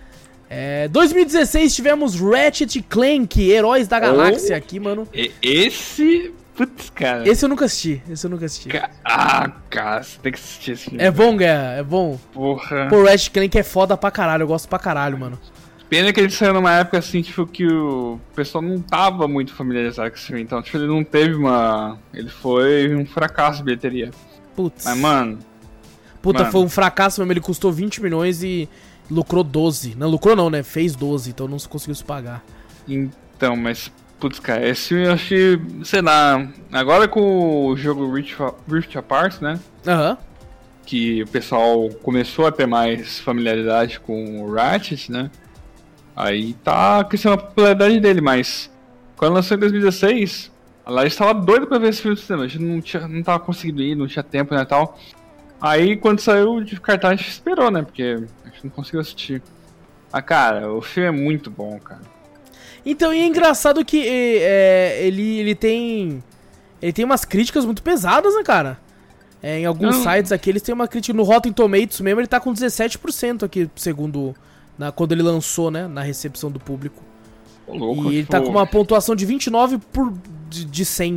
2016 tivemos Ratchet & Clank, Heróis da Galáxia aqui, mano. Esse... Putz, cara. Esse eu nunca assisti. Cara, você tem que assistir esse filme. É bom, Guerra? É bom? Porra. Pô, Ratchet & Clank é foda pra caralho, eu gosto pra caralho, mano. Pena que ele saiu numa época assim, tipo, que o pessoal não tava muito familiarizado com esse filme. Então, tipo, ele não teve uma... Ele foi um fracasso de bilheteria. Putz. Mas, mano... Foi um fracasso mesmo, ele custou 20 milhões e lucrou 12. Não, lucrou não, né? Fez 12, então não conseguiu se pagar. Então, mas... Putz, cara, esse filme eu achei... Sei lá... Agora com o jogo Rift Apart, né? Que o pessoal começou a ter mais familiaridade com o Ratchet, né? Aí tá crescendo a popularidade dele, mas quando lançou em 2016, a Laís estava doida pra ver esse filme no cinema. A gente não tava conseguindo ir, não tinha tempo, né, tal. Aí quando saiu de cartaz a gente esperou, né, porque a gente não conseguiu assistir. Ah, cara, o filme é muito bom, cara. Então, e é engraçado que ele tem umas críticas muito pesadas, né, cara? Em alguns sites aqui eles têm uma crítica, no Rotten Tomatoes mesmo ele tá com 17% aqui, segundo... quando ele lançou, né, na recepção do público. Louco, e ele tá com uma pontuação de 29 de 100.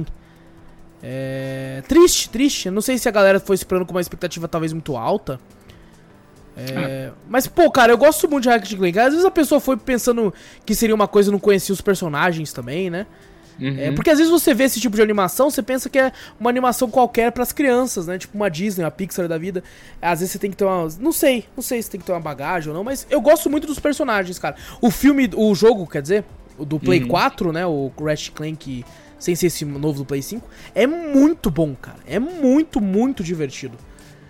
Triste. Não sei se a galera foi esperando com uma expectativa talvez muito alta. Mas, pô, cara, eu gosto muito de Ratchet & Clank. Às vezes a pessoa foi pensando que seria uma coisa e não conhecia os personagens também, né? Porque às vezes você vê esse tipo de animação, você pensa que é uma animação qualquer pras crianças, né? Tipo uma Disney, uma Pixar da vida. Às vezes você tem que ter uma... Não sei se tem que ter uma bagagem ou não, mas eu gosto muito dos personagens, cara. O jogo, quer dizer, o do Play 4, né? O Ratchet & Clank, sem ser esse novo do Play 5, é muito bom, cara. É muito, muito divertido.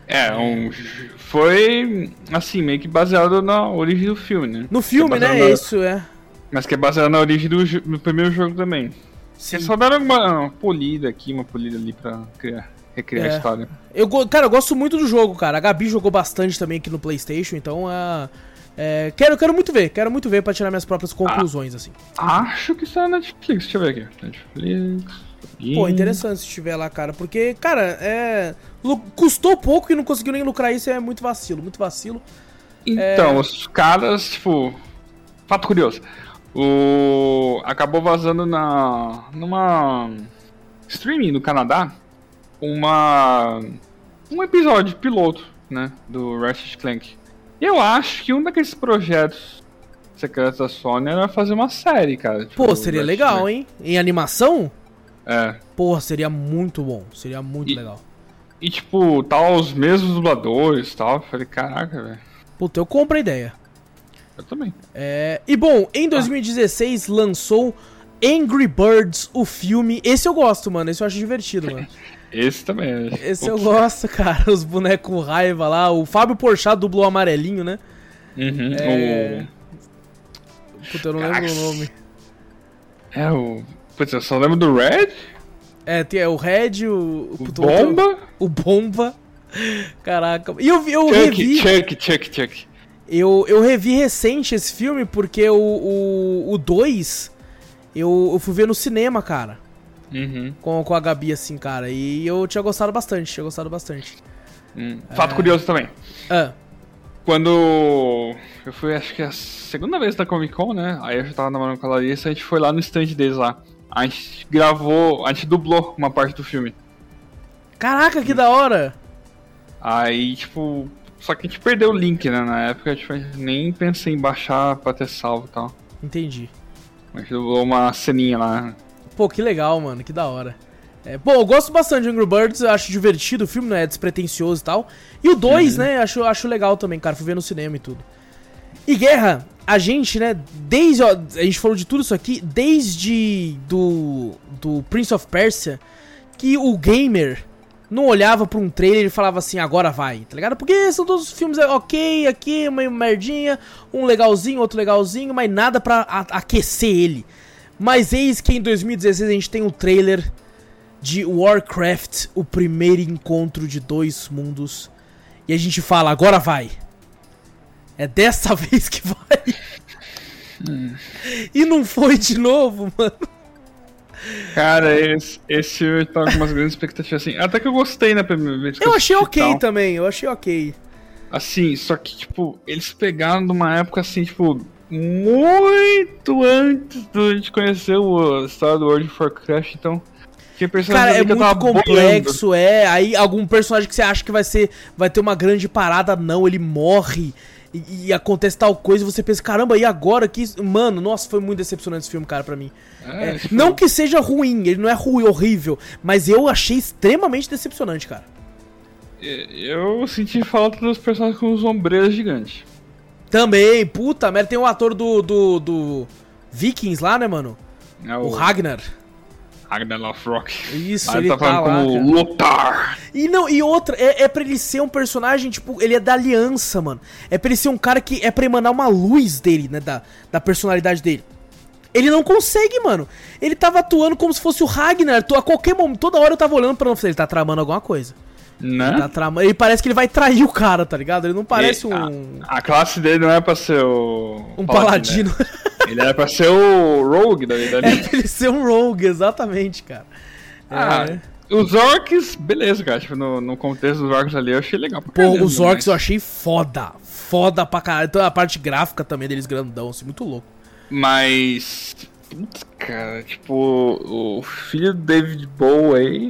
Foi, assim, meio que baseado na origem do filme, né? No filme, né? Isso, Mas que é baseado na origem do primeiro jogo também. Sim. Só deram uma polida aqui, uma polida ali pra recriar a história. Cara, eu gosto muito do jogo, cara. A Gabi jogou bastante também aqui no PlayStation, então quero muito ver pra tirar minhas próprias conclusões, assim. Acho que está na Netflix, deixa eu ver aqui. Netflix. Pô, interessante se estiver lá, cara, porque, cara, custou pouco e não conseguiu nem lucrar isso, é muito vacilo. Então, os caras, tipo, fato curioso, acabou vazando numa streaming do Canadá um episódio piloto, né, do Ratchet & Clank. E eu acho que um daqueles projetos secretos da Sony era fazer uma série, cara. Tipo, pô, seria legal, hein? Em animação? Porra, seria muito bom. Seria muito legal. E tipo, tá os mesmos dubladores e tal. Falei, caraca, velho. Puta, eu compro a ideia. Eu também. E bom, em 2016 lançou Angry Birds, o filme. Esse eu gosto, mano. Esse eu acho divertido, mano. Esse também. Esse eu gosto, cara. Os bonecos com raiva lá. O Fábio Porchat dublou amarelinho, né? Puta, eu não lembro o nome. Putz, eu só lembro do Red. Tem o Red, o Bomba. O Bomba. Caraca. E eu revi... Chuck. Eu revi recente esse filme porque o 2 eu fui ver no cinema, cara. Uhum. Com a Gabi, assim, cara. E eu tinha gostado bastante, Fato curioso também. Quando eu fui, acho que a segunda vez da Comic Con, né? Aí eu já tava namorando com a Larissa, a gente foi lá no stand deles lá. A gente dublou uma parte do filme. Caraca, que da hora! Aí, tipo... Só que a gente perdeu o link, né? Na época, tipo, a gente nem pensei em baixar pra ter salvo e tal. Entendi. A gente dublou uma ceninha lá. Pô, que legal, mano, que da hora. Pô, eu gosto bastante de Angry Birds, eu acho divertido o filme, né? É despretensioso e tal. E o 2, né? Acho legal também, cara. Fui ver no cinema e tudo. E Guerra, a gente, né? A gente falou de tudo isso aqui, desde do Prince of Persia, que o gamer não olhava pra um trailer e falava assim, agora vai, tá ligado? Porque são todos os filmes ok, aqui, meio merdinha, um legalzinho, outro legalzinho, mas nada pra aquecer ele. Mas eis que em 2016 a gente tem um trailer de Warcraft, o primeiro encontro de dois mundos. E a gente fala, agora vai. É dessa vez que vai. E não foi de novo, mano. Cara, esse filme tava com umas grandes expectativas, assim. Até que eu gostei na primeira vez. Eu achei ok também, eu achei ok. Assim, só que, tipo, eles pegaram numa época, assim, tipo, muito antes da gente conhecer a história do World of Warcraft, então... Cara, é muito complexo, aí algum personagem que você acha que vai ter uma grande parada, não, ele morre e acontece tal coisa e você pensa, caramba, e agora que... Mano, nossa, foi muito decepcionante esse filme, cara, pra mim. Não que seja ruim, ele não é ruim, horrível, mas eu achei extremamente decepcionante, cara. Eu senti falta dos personagens com os ombreiras gigantes. Também, puta merda, tem um ator do Vikings lá, né, mano? O Ragnar. Ragnar Lothbrok. Isso, ele tá falando lá, como Lothar. E outra, é pra ele ser um personagem, tipo, ele é da aliança, mano. É pra ele ser um cara que é pra emanar uma luz dele, né, da personalidade dele. Ele não consegue, mano. Ele tava atuando como se fosse o Ragnar. A qualquer momento, toda hora eu tava olhando pra ele, tá tramando alguma coisa. Né? Ele parece que ele vai trair o cara, tá ligado? Ele não parece a classe dele não é pra ser um paladino. Né? Ele era pra ser o Rogue da vida. É pra ele ser um Rogue, exatamente, cara. Os orcs, beleza, cara. Tipo, no contexto dos orcs ali, eu achei legal pra caramba. Pô, os orcs eu achei foda. Foda pra caralho. Então a parte gráfica também deles grandão, assim, muito louco. Mas... Putz, cara, tipo, o filho do David Bowie,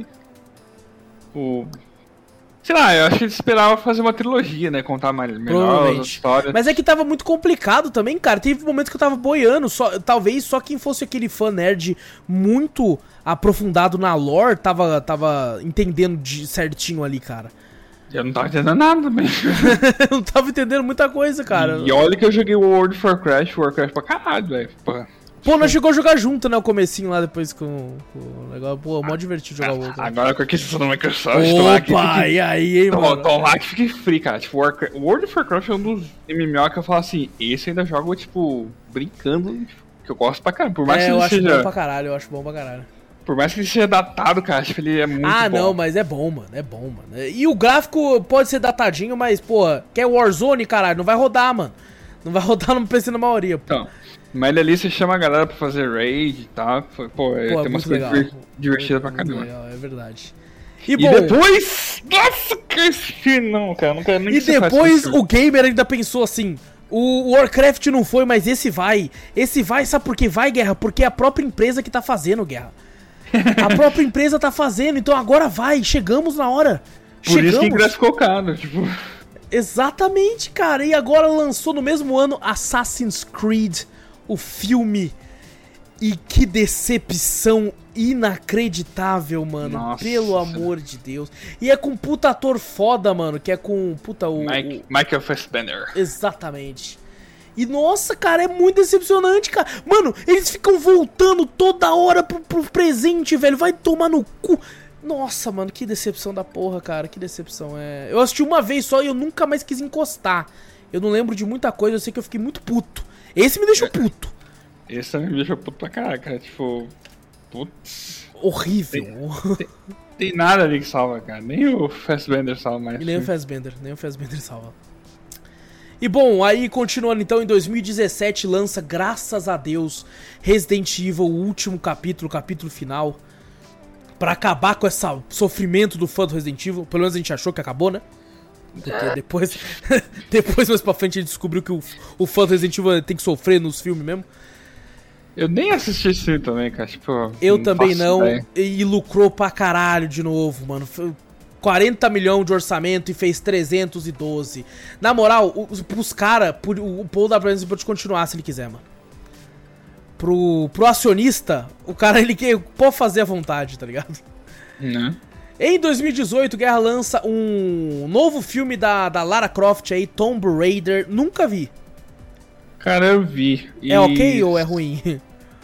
sei lá, eu acho que ele esperava fazer uma trilogia, né? Contar melhor as histórias. Mas é que tava muito complicado também, cara. Teve momentos que eu tava boiando. Talvez só quem fosse aquele fã nerd muito aprofundado na lore tava entendendo certinho ali, cara. Eu não tava entendendo nada também. Eu não tava entendendo muita coisa, cara. E olha que eu joguei o World of Warcraft pra caralho, velho. Pô, nós chegou a jogar junto, né? O comecinho lá depois com o negócio. Pô, mó divertido jogar o outro. Agora com a questão da Microsoft. Opa, e aí, hein, mano? Tom lá que fique free, cara. Tipo, o World of Warcraft é um dos MMO que eu falo assim, esse eu ainda jogo, tipo, brincando, que eu gosto pra caramba. Por mais que eu ele acho seja... bom pra caralho, eu acho bom pra caralho. Por mais que ele seja datado, cara, acho que ele é muito bom. Não, mas é bom, mano, E o gráfico pode ser datadinho, mas, porra, quer Warzone, caralho, não vai rodar, mano. Não vai rodar no PC na maioria, pô. Então... Mas ele ali você chama a galera pra fazer raid e tal. Pô, tem umas coisas divertidas pra caramba. Legal, é verdade. E depois... Nossa, que esse final, cara. Não quero nem E depois o gamer ainda pensou assim... O Warcraft não foi, mas esse vai. Esse vai, sabe por que vai, Guerra? Porque é a própria empresa que tá fazendo, Guerra. A própria empresa tá fazendo, então agora vai. Chegamos na hora. Por isso que o ingresso ficou caro, tipo... Exatamente, cara. E agora lançou no mesmo ano Assassin's Creed... O filme. E que decepção inacreditável, mano. Nossa. Pelo amor de Deus. E é com puta ator foda, mano. Que é com puta Michael Fassbender. Exatamente. E nossa, cara, é muito decepcionante, cara. Mano, eles ficam voltando toda hora pro presente, velho. Vai tomar no cu. Nossa, mano, que decepção da porra, cara. Que decepção. Eu assisti uma vez só e eu nunca mais quis encostar. Eu não lembro de muita coisa, eu sei que eu fiquei muito puto. Esse me deixou puto. Esse também me deixou puto pra caraca, tipo... Putz... Horrível. Tem nada ali que salva, cara. Nem o Fassbender salva mais. Nem o Fassbender salva. E bom, aí continuando então, em 2017 lança, graças a Deus, Resident Evil, o último capítulo, o capítulo final, pra acabar com esse sofrimento do fã do Resident Evil. Pelo menos a gente achou que acabou, né? Porque depois mais pra frente a gente descobriu que o fã do Resident Evil tem que sofrer nos filmes mesmo. Eu nem assisti esse filme também, cara. Tipo, eu também não. E lucrou pra caralho de novo, mano. Foi 40 milhões de orçamento e fez 312. Na moral, pros caras, o Paul da Brand pode continuar se ele quiser, mano. Pro acionista, o cara, ele pode fazer à vontade, tá ligado? Né? Em 2018, Guerra lança um novo filme da Lara Croft aí, Tomb Raider. Nunca vi. Cara, eu vi. É ok ou é ruim?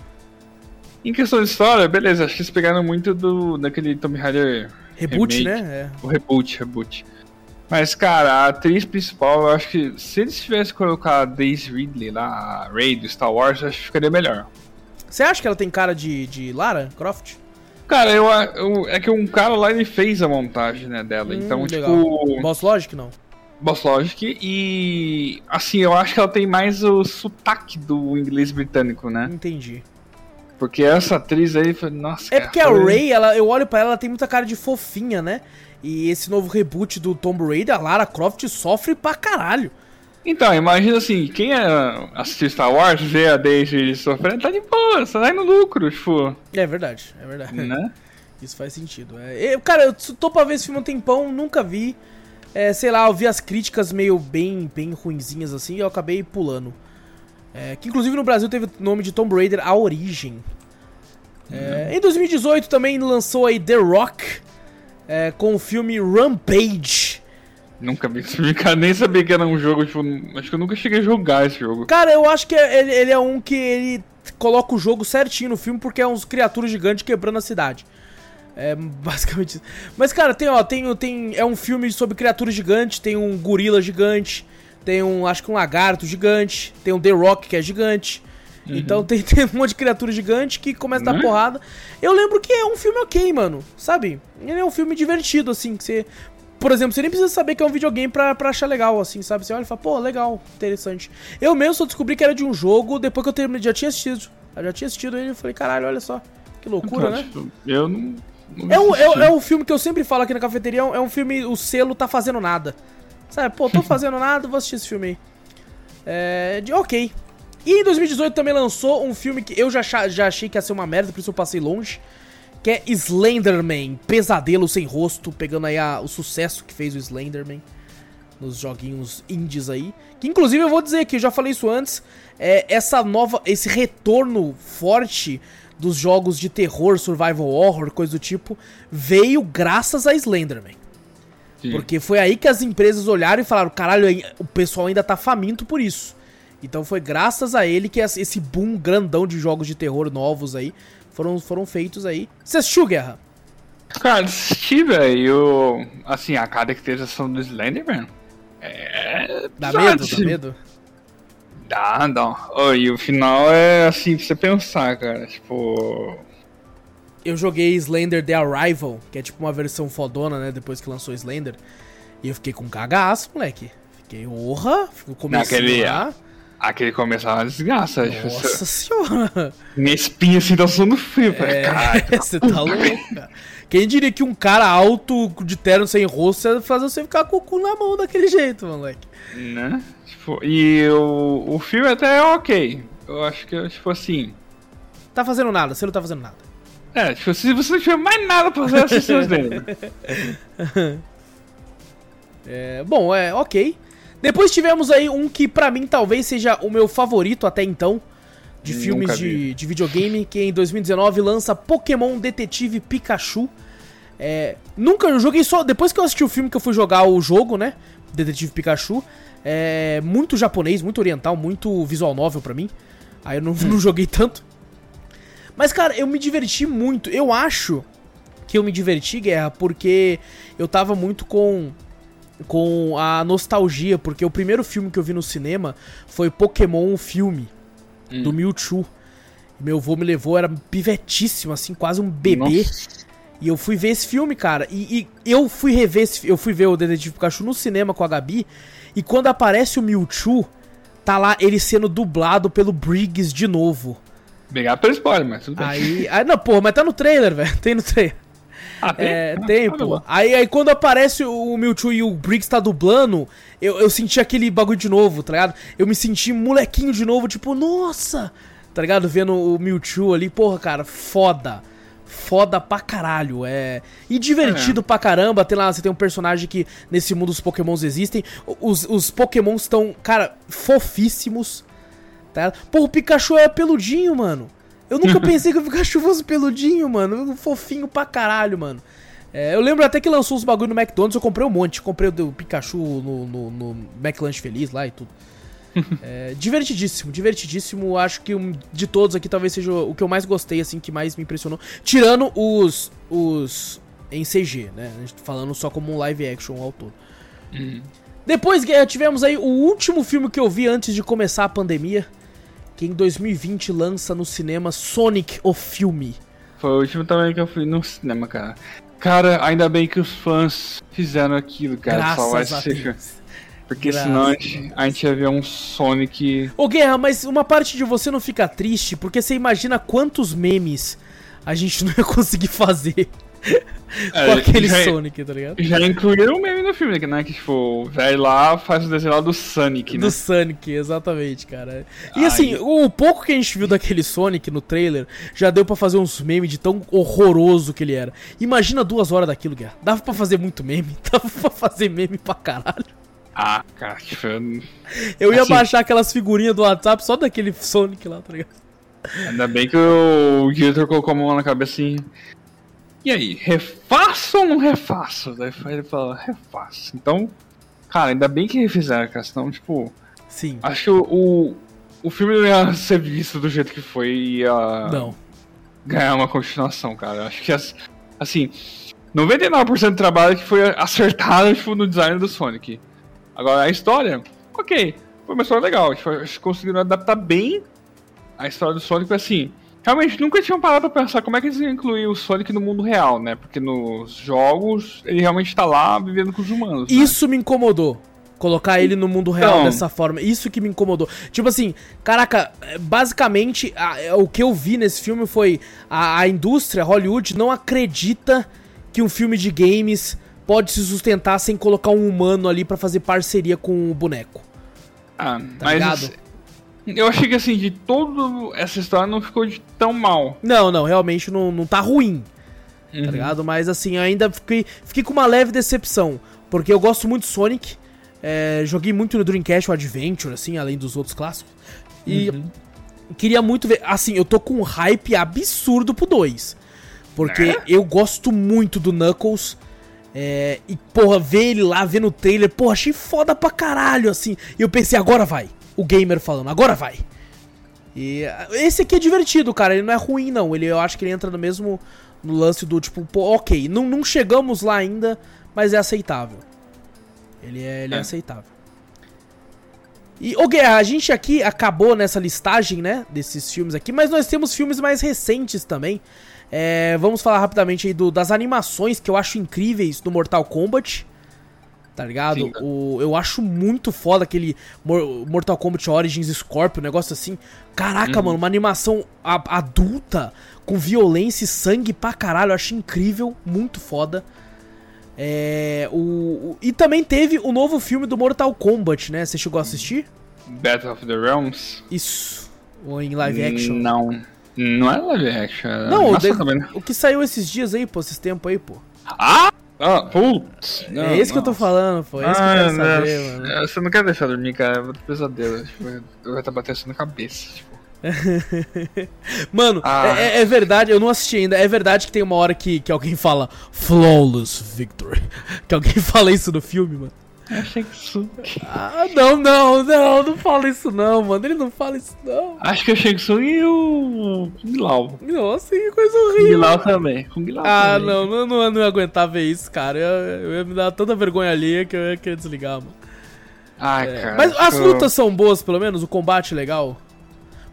Em questão de história, beleza. Acho que eles pegaram muito daquele Tomb Raider reboot, remake, né? O reboot. Mas, cara, a atriz principal, eu acho que se eles tivessem colocado a Daisy Ridley lá, a Rey do Star Wars, eu acho que ficaria melhor. Você acha que ela tem cara de Lara Croft? Cara, é que um cara lá, ele fez a montagem, né, dela. Então, legal. tipo... Boss Logic, não? Boss Logic e... Assim, eu acho que ela tem mais o sotaque do inglês britânico, né? Entendi. Porque essa atriz aí, nossa... É porque a Rey, eu olho pra ela tem muita cara de fofinha, né? E esse novo reboot do Tomb Raider, a Lara Croft sofre pra caralho. Então, imagina assim, quem assistiu Star Wars, vê a Daisy sofrendo, tá de boa, só vai no lucro, tipo... É verdade. Né? Isso faz sentido. Cara, eu tô pra ver esse filme há um tempão, nunca vi. Sei lá, eu vi as críticas meio bem ruinzinhas assim e eu acabei pulando. Que inclusive no Brasil teve o nome de Tomb Raider A Origem. Em 2018 também lançou aí The Rock com o filme Rampage. Nunca vi esse filme, cara, nem sabia que era um jogo, tipo, acho que eu nunca cheguei a jogar esse jogo. Cara, eu acho que ele é um que ele coloca o jogo certinho no filme porque é uns criaturas gigantes quebrando a cidade. É basicamente isso. Mas, cara, é um filme sobre criaturas gigantes, tem um gorila gigante, tem acho que um lagarto gigante, tem um The Rock que é gigante. Uhum. Então tem um monte de criatura gigante que começa a dar porrada. Eu lembro que é um filme ok, mano, sabe? Ele é um filme divertido, assim, que você... Por exemplo, você nem precisa saber que é um videogame pra achar legal, assim, sabe? Você olha e fala, pô, legal, interessante. Eu mesmo só descobri que era de um jogo depois que eu terminei, já tinha assistido ele e falei, caralho, olha só, que loucura, né? Eu não é um filme que eu sempre falo aqui na cafeteria, é um filme, o selo tá fazendo nada. Sabe, pô, tô fazendo nada, vou assistir esse filme aí. Ok. E em 2018 também lançou um filme que eu já achei que ia ser uma merda, por isso eu passei longe. Que é Slenderman, Pesadelo Sem Rosto, pegando aí o sucesso que fez o Slenderman nos joguinhos indies aí. Que inclusive eu vou dizer que eu já falei isso antes, esse retorno forte dos jogos de terror, survival horror, coisa do tipo, veio graças a Slenderman. Sim. Porque foi aí que as empresas olharam e falaram, caralho, o pessoal ainda tá faminto por isso. Então foi graças a ele que esse boom grandão de jogos de terror novos aí foram feitos aí. Você assistiu, Guerra? Cara, assisti, velho. Assim, a caracterização do Slenderman dá medo? Dá. E o final é assim, pra você pensar, cara. Tipo... Eu joguei Slender The Arrival, que é tipo uma versão fodona, né? Depois que lançou Slender. E eu fiquei com cagaço, moleque. Fiquei, Aquele começo é uma desgraça. Nossa senhora. Minha espinha assim tá suando frio. Caralho. Você tá louco, cara. Quem diria que um cara alto, de terno sem rosto, ia fazer você ficar com o cu na mão daquele jeito, moleque. Né? Tipo, e o filme até é ok. Eu acho que, tipo assim... Tá fazendo nada, você não tá fazendo nada. Tipo, se você não tiver mais nada pra fazer, assistir os dele. Bom, ok. Depois tivemos aí um que pra mim talvez seja o meu favorito até então, de filmes de videogame, que em 2019 lança Pokémon Detetive Pikachu. Nunca joguei, só depois que eu assisti o filme que eu fui jogar o jogo, né, Detetive Pikachu. Muito japonês, muito oriental, muito visual novel pra mim. Aí eu não joguei tanto. Mas cara, eu me diverti muito. Eu acho que eu me diverti, Guerra, porque eu tava muito com a nostalgia, porque o primeiro filme que eu vi no cinema foi Pokémon, o filme, do Mewtwo. Meu avô me levou, era pivetíssimo, assim, quase um bebê. Nossa. E eu fui ver esse filme, cara. E eu fui ver o Detetive Pikachu no cinema com a Gabi. E quando aparece o Mewtwo, tá lá ele sendo dublado pelo Briggs de novo. Obrigado pelo spoiler, mas tudo bem. Aí não, porra, mas tá no trailer, velho. Tem no trailer. Tem, pô. Aí quando aparece o Mewtwo e o Briggs tá dublando, eu senti aquele bagulho de novo, tá ligado? Eu me senti molequinho de novo, tipo, nossa! Tá ligado? Vendo o Mewtwo ali, porra, cara, foda. Foda pra caralho, e divertido pra caramba. Você tem um personagem que nesse mundo os pokémons existem. Os pokémons estão, cara, fofíssimos, tá? Pô, o Pikachu é peludinho, mano. Eu nunca pensei que o Pikachu fosse peludinho, mano. Fofinho pra caralho, mano. Eu lembro até que lançou os bagulho no McDonald's, eu comprei um monte. Comprei o Pikachu no McLanche Feliz lá e tudo. Divertidíssimo. Acho que de todos aqui talvez seja o que eu mais gostei, assim, que mais me impressionou. Tirando os em CG, né? A gente tá falando só como um live action ao todo. Depois tivemos aí o último filme que eu vi antes de começar a pandemia, que em 2020 lança no cinema Sonic, o filme. Foi o último também que eu fui no cinema, cara. Cara, ainda bem que os fãs fizeram aquilo, cara. Graças a Deus. Porque senão a gente ia ver um Sonic... Ô Guerra, mas uma parte de você não fica triste, porque você imagina quantos memes a gente não ia conseguir fazer com aquele Sonic, tá ligado? Já incluíram o meme no filme, né? Que tipo, o velho lá faz o desenho lá do Sonic, né? Do Sonic, exatamente, cara. E assim, o pouco que a gente viu daquele Sonic no trailer, já deu pra fazer uns memes de tão horroroso que ele era. Imagina 2 horas daquilo, Guerra. Dava pra fazer muito meme, dava pra fazer meme pra caralho. Cara, tipo... Eu ia baixar aquelas figurinhas do WhatsApp só daquele Sonic lá, tá ligado? Ainda bem que o diretor colocou a mão na cabeça assim... E aí, refaço ou não refaço? Daí ele falou, refaço. Então, cara, ainda bem que refizeram, cara. Senão, tipo... Sim. Acho que o filme não ia ser visto do jeito que foi e ia... Não. Ganhar uma continuação, cara. Acho que, assim... 99% do trabalho que foi acertado, tipo, no design do Sonic. Agora, a história, ok, foi uma história legal, eles conseguiram adaptar bem a história do Sonic, assim, realmente nunca tinham parado pra pensar como é que eles iam incluir o Sonic no mundo real, né, porque nos jogos ele realmente tá lá vivendo com os humanos, né? Isso me incomodou, colocar ele no mundo real dessa forma, isso que me incomodou. Tipo assim, caraca, basicamente, o que eu vi nesse filme foi a indústria, Hollywood, não acredita que um filme de games pode se sustentar sem colocar um humano ali pra fazer parceria com o boneco. Tá mas eu achei que assim, de toda essa história não ficou de tão mal. Não, realmente não tá ruim, tá ligado? Mas assim, ainda fiquei com uma leve decepção, porque eu gosto muito de Sonic, joguei muito no Dreamcast, o Adventure, assim, além dos outros clássicos, e queria muito ver, assim, eu tô com um hype absurdo pro 2, porque eu gosto muito do Knuckles. E porra, ver ele lá, ver no trailer, porra, achei foda pra caralho, assim. E eu pensei, agora vai. O gamer falando, agora vai. E esse aqui é divertido, cara, ele não é ruim não. Eu acho que ele entra no lance do tipo, pô, ok, não chegamos lá ainda, mas é aceitável. Ele é aceitável. E, Guerra, a gente aqui acabou nessa listagem, né, desses filmes aqui, mas nós temos filmes mais recentes também. Vamos falar rapidamente aí das animações que eu acho incríveis do Mortal Kombat, tá ligado? Eu acho muito foda aquele Mortal Kombat Origins Scorpio, um negócio assim. Caraca, mano, uma animação adulta, com violência e sangue pra caralho, eu acho incrível, muito foda. E também teve o novo filme do Mortal Kombat, né? Você chegou a assistir? Battle of the Realms? Isso, ou em live action. Não é live action. Não, o que saiu esses dias aí, pô, esses tempos aí, pô. Putz. É esse que eu tô falando, pô. É esse que eu quero saber, mano. Você não quer deixar dormir, cara. Eu vou ter pesadelo. Tipo, vai estar batendo isso na cabeça, tipo. Mano, é verdade, eu não assisti ainda. É verdade que tem uma hora que alguém fala Flawless Victory. Que alguém fala isso no filme, mano. É Shang-Tsung. Não fala isso não, mano. Ele não fala isso não. Acho que é Shang-Tsung e o Kung Lao. Nossa, que coisa horrível. Kung Lao também. Não ia aguentar ver isso, cara. Eu ia me dar tanta vergonha alheia que eu ia querer desligar, mano. Cara. Mas as lutas são boas, pelo menos? O combate é legal?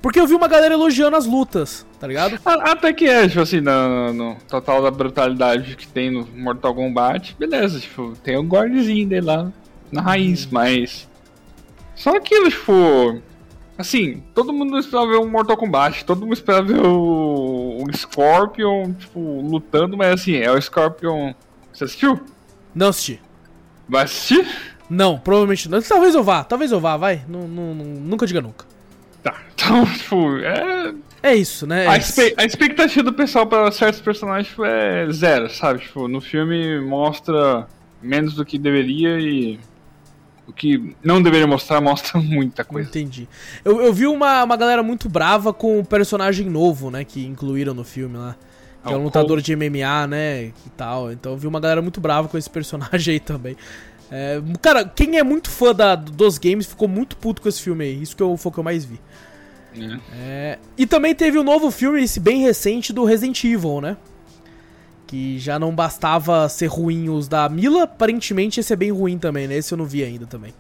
Porque eu vi uma galera elogiando as lutas, tá ligado? Até que é, tipo assim, no total da brutalidade que tem no Mortal Kombat, beleza, tipo, tem o gorezinho dele lá na raiz, mas... Só aquilo, tipo... Assim, todo mundo esperava ver um Mortal Kombat, todo mundo esperava ver o Scorpion, tipo, lutando, mas assim, é o Scorpion... Você assistiu? Não assisti. Vai assistir? Não, provavelmente não. Talvez eu vá, vai. Nunca diga nunca. Tá, então, tipo, É isso, né? A expectativa do pessoal para certos personagens tipo, é zero, sabe? Tipo, no filme mostra menos do que deveria e o que não deveria mostrar, mostra muita coisa. Entendi. Eu vi uma galera muito brava com o personagem novo, né? Que incluíram no filme lá. Que é um lutador de MMA, né? E tal. Então eu vi uma galera muito brava com esse personagem aí também. Cara, quem é muito fã dos games ficou muito puto com esse filme aí. Isso foi o que eu mais vi. E também teve um novo filme, esse bem recente, do Resident Evil, né? Que já não bastava ser ruim os da Mila, aparentemente esse é bem ruim também, né? Esse eu não vi ainda também.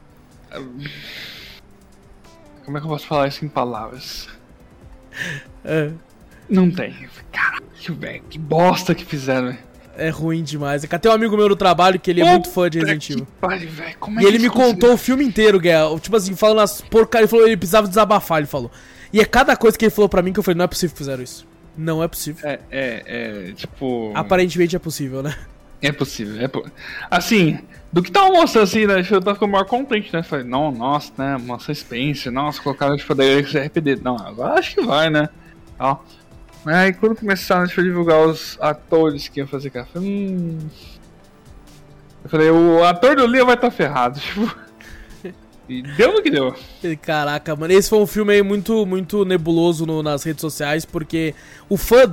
Como é que eu posso falar isso em palavras? Não tem. Caralho, velho, que bosta que fizeram, velho. É ruim demais. Tem um amigo meu no trabalho que ele é muito fã de Resident Evil. Como e ele me contou o filme inteiro, Guerra. Tipo assim, falando as porcarias. Ele falou ele precisava desabafar, ele falou. E é cada coisa que ele falou pra mim que eu falei, não é possível que fizeram isso. Não é possível. Tipo... Aparentemente é possível, né? É possível. Assim, do que tava mostrando assim, né? Eu tava ficando maior contente, né? Falei, não, nossa, né? Uma suspense, nossa, colocaram tipo da RPD. Não, agora acho que vai, né? Ó. Mas aí quando começaram a divulgar os atores que iam fazer café, eu falei, o ator do Leon vai estar ferrado, tipo. E deu no que deu. Caraca, mano, esse foi um filme aí muito, muito nebuloso nas redes sociais, porque o fã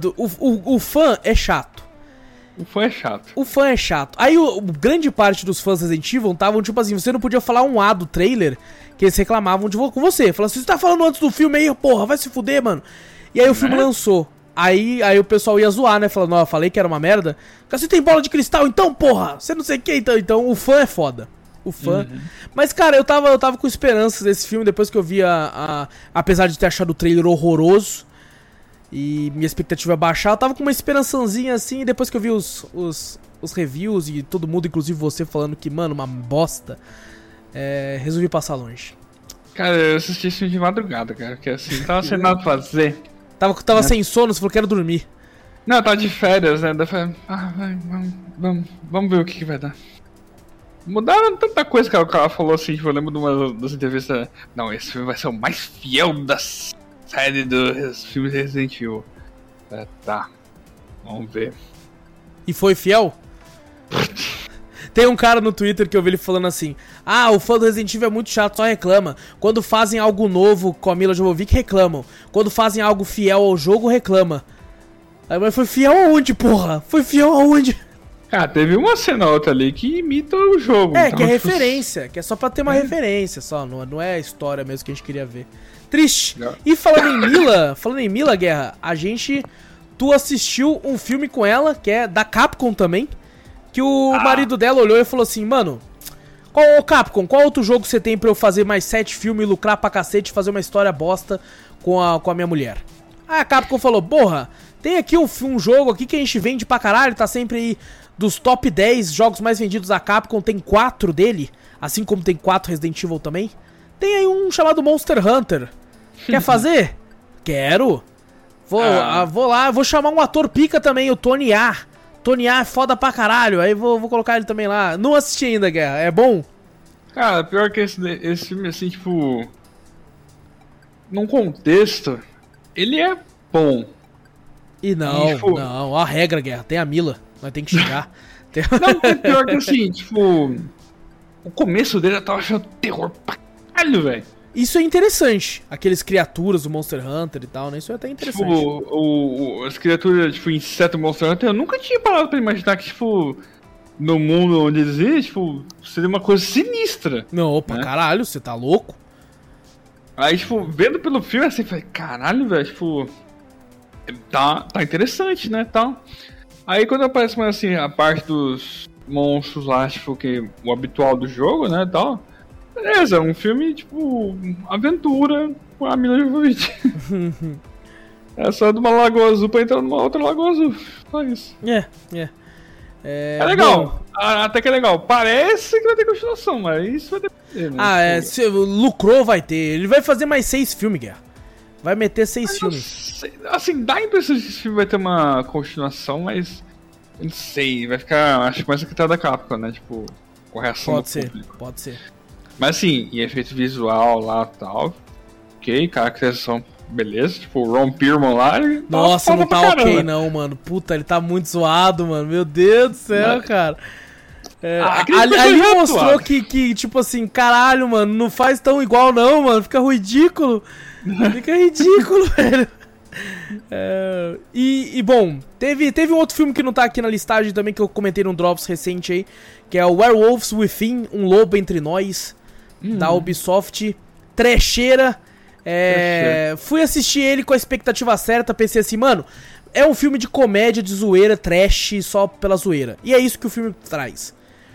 é chato. O fã é chato. O fã é chato. Aí grande parte dos fãs Resident Evil estavam tipo assim, você não podia falar um A do trailer, que eles reclamavam com você. Falaram assim, você tá falando antes do filme aí, porra, vai se fuder, mano. E aí o filme lançou. Aí o pessoal ia zoar, né? Falando, ó, eu falei que era uma merda. Você tem bola de cristal, então, porra! Você não sei o que, então. Então, o fã é foda. O fã. Mas, cara, eu tava com esperanças desse filme depois que eu vi apesar de ter achado o trailer horroroso e minha expectativa baixar, eu tava com uma esperançazinha assim. E depois que eu vi os reviews e todo mundo, inclusive você, falando que, mano, uma bosta, resolvi passar longe. Cara, eu assisti esse filme de madrugada, cara. Porque assim, tava sem nada pra fazer. Tava sem sono, você falou que era dormir. Não, tava de férias, né? Daí eu falei, vamos ver o que vai dar. Mudaram tanta coisa que o cara falou assim, tipo, eu lembro de uma das entrevistas. Não, esse filme vai ser o mais fiel da série dos filmes Resident Evil. Tá, vamos ver. E foi fiel? Tem um cara no Twitter que eu vi ele falando assim: o fã do Resident Evil é muito chato, só reclama. Quando fazem algo novo com a Mila Jovovich, reclamam. Quando fazem algo fiel ao jogo, reclama. Aí, mas foi fiel aonde, porra? Foi fiel aonde? Teve uma cena ou outra ali que imita o jogo. Então, que é referência, que é só pra ter uma referência, só, não é a história mesmo que a gente queria ver. Triste. Não. E falando em Mila, Guerra, tu assistiu um filme com ela, que é da Capcom também, que o marido dela olhou e falou assim, mano, Capcom, qual outro jogo você tem pra eu fazer mais 7 filmes, lucrar pra cacete e fazer uma história bosta com a minha mulher? Aí a Capcom falou, porra, tem aqui um jogo aqui que a gente vende pra caralho, tá sempre aí dos top 10 jogos mais vendidos da Capcom, tem 4 dele, assim como tem 4 Resident Evil também. Tem aí um chamado Monster Hunter. Quer fazer? Quero. Vou lá, vou chamar um ator pica também, o Tony A. Tony A é foda pra caralho, aí vou colocar ele também lá. Não assisti ainda, Guerra, é bom? Cara, pior que esse filme, assim, tipo... Num contexto, ele é bom. E não, a regra, Guerra, tem a Mila, nós tem que chegar. Não, é pior que assim, tipo... O começo dele eu tava achando terror pra caralho, velho. Isso é interessante, aqueles criaturas do Monster Hunter e tal, né? Isso é até interessante. Tipo, as criaturas, tipo, inseto Monster Hunter, eu nunca tinha parado pra imaginar que, tipo... No mundo onde eles vivem, tipo, seria uma coisa sinistra. Não, opa, né? Caralho, você tá louco? Aí, tipo, vendo pelo filme, assim, falei, caralho, velho, tipo... Tá interessante, né, tal. Aí quando aparece mais assim, a parte dos monstros lá, tipo, que o habitual do jogo, né, tal. beleza, um filme, tipo, aventura com a Mila Jovovich. É só de uma Lagoa Azul pra entrar numa outra Lagoa Azul. Só isso. É legal. Bom, Até que é legal. Parece que vai ter continuação, mas isso vai depender, né? se lucrou, vai ter. Ele vai fazer mais 6 filmes, Guerra. Vai meter 6 filmes. Assim, dá a impressão de que esse filme vai ter uma continuação, mas... Eu não sei, vai ficar... Acho que mais que tá da Capcom, né? Tipo, correção do público. Pode ser. Mas assim, e efeito visual lá e tal... Ok, caracterização... Beleza, tipo, o Ron Perlman lá... Nossa, não tá ok não, mano. Puta, ele tá muito zoado, mano. Meu Deus do céu, cara. Ali mostrou que, tipo assim, caralho, mano, não faz tão igual não, mano. Fica ridículo. Fica ridículo, velho. Bom, teve um outro filme que não tá aqui na listagem também, que eu comentei num Drops recente aí, que é o Werewolves Within, Um Lobo Entre Nós, da Ubisoft. Trecheira. Fui assistir ele com a expectativa certa, pensei assim, mano, é um filme de comédia, de zoeira, trash, só pela zoeira. E é isso que o filme traz.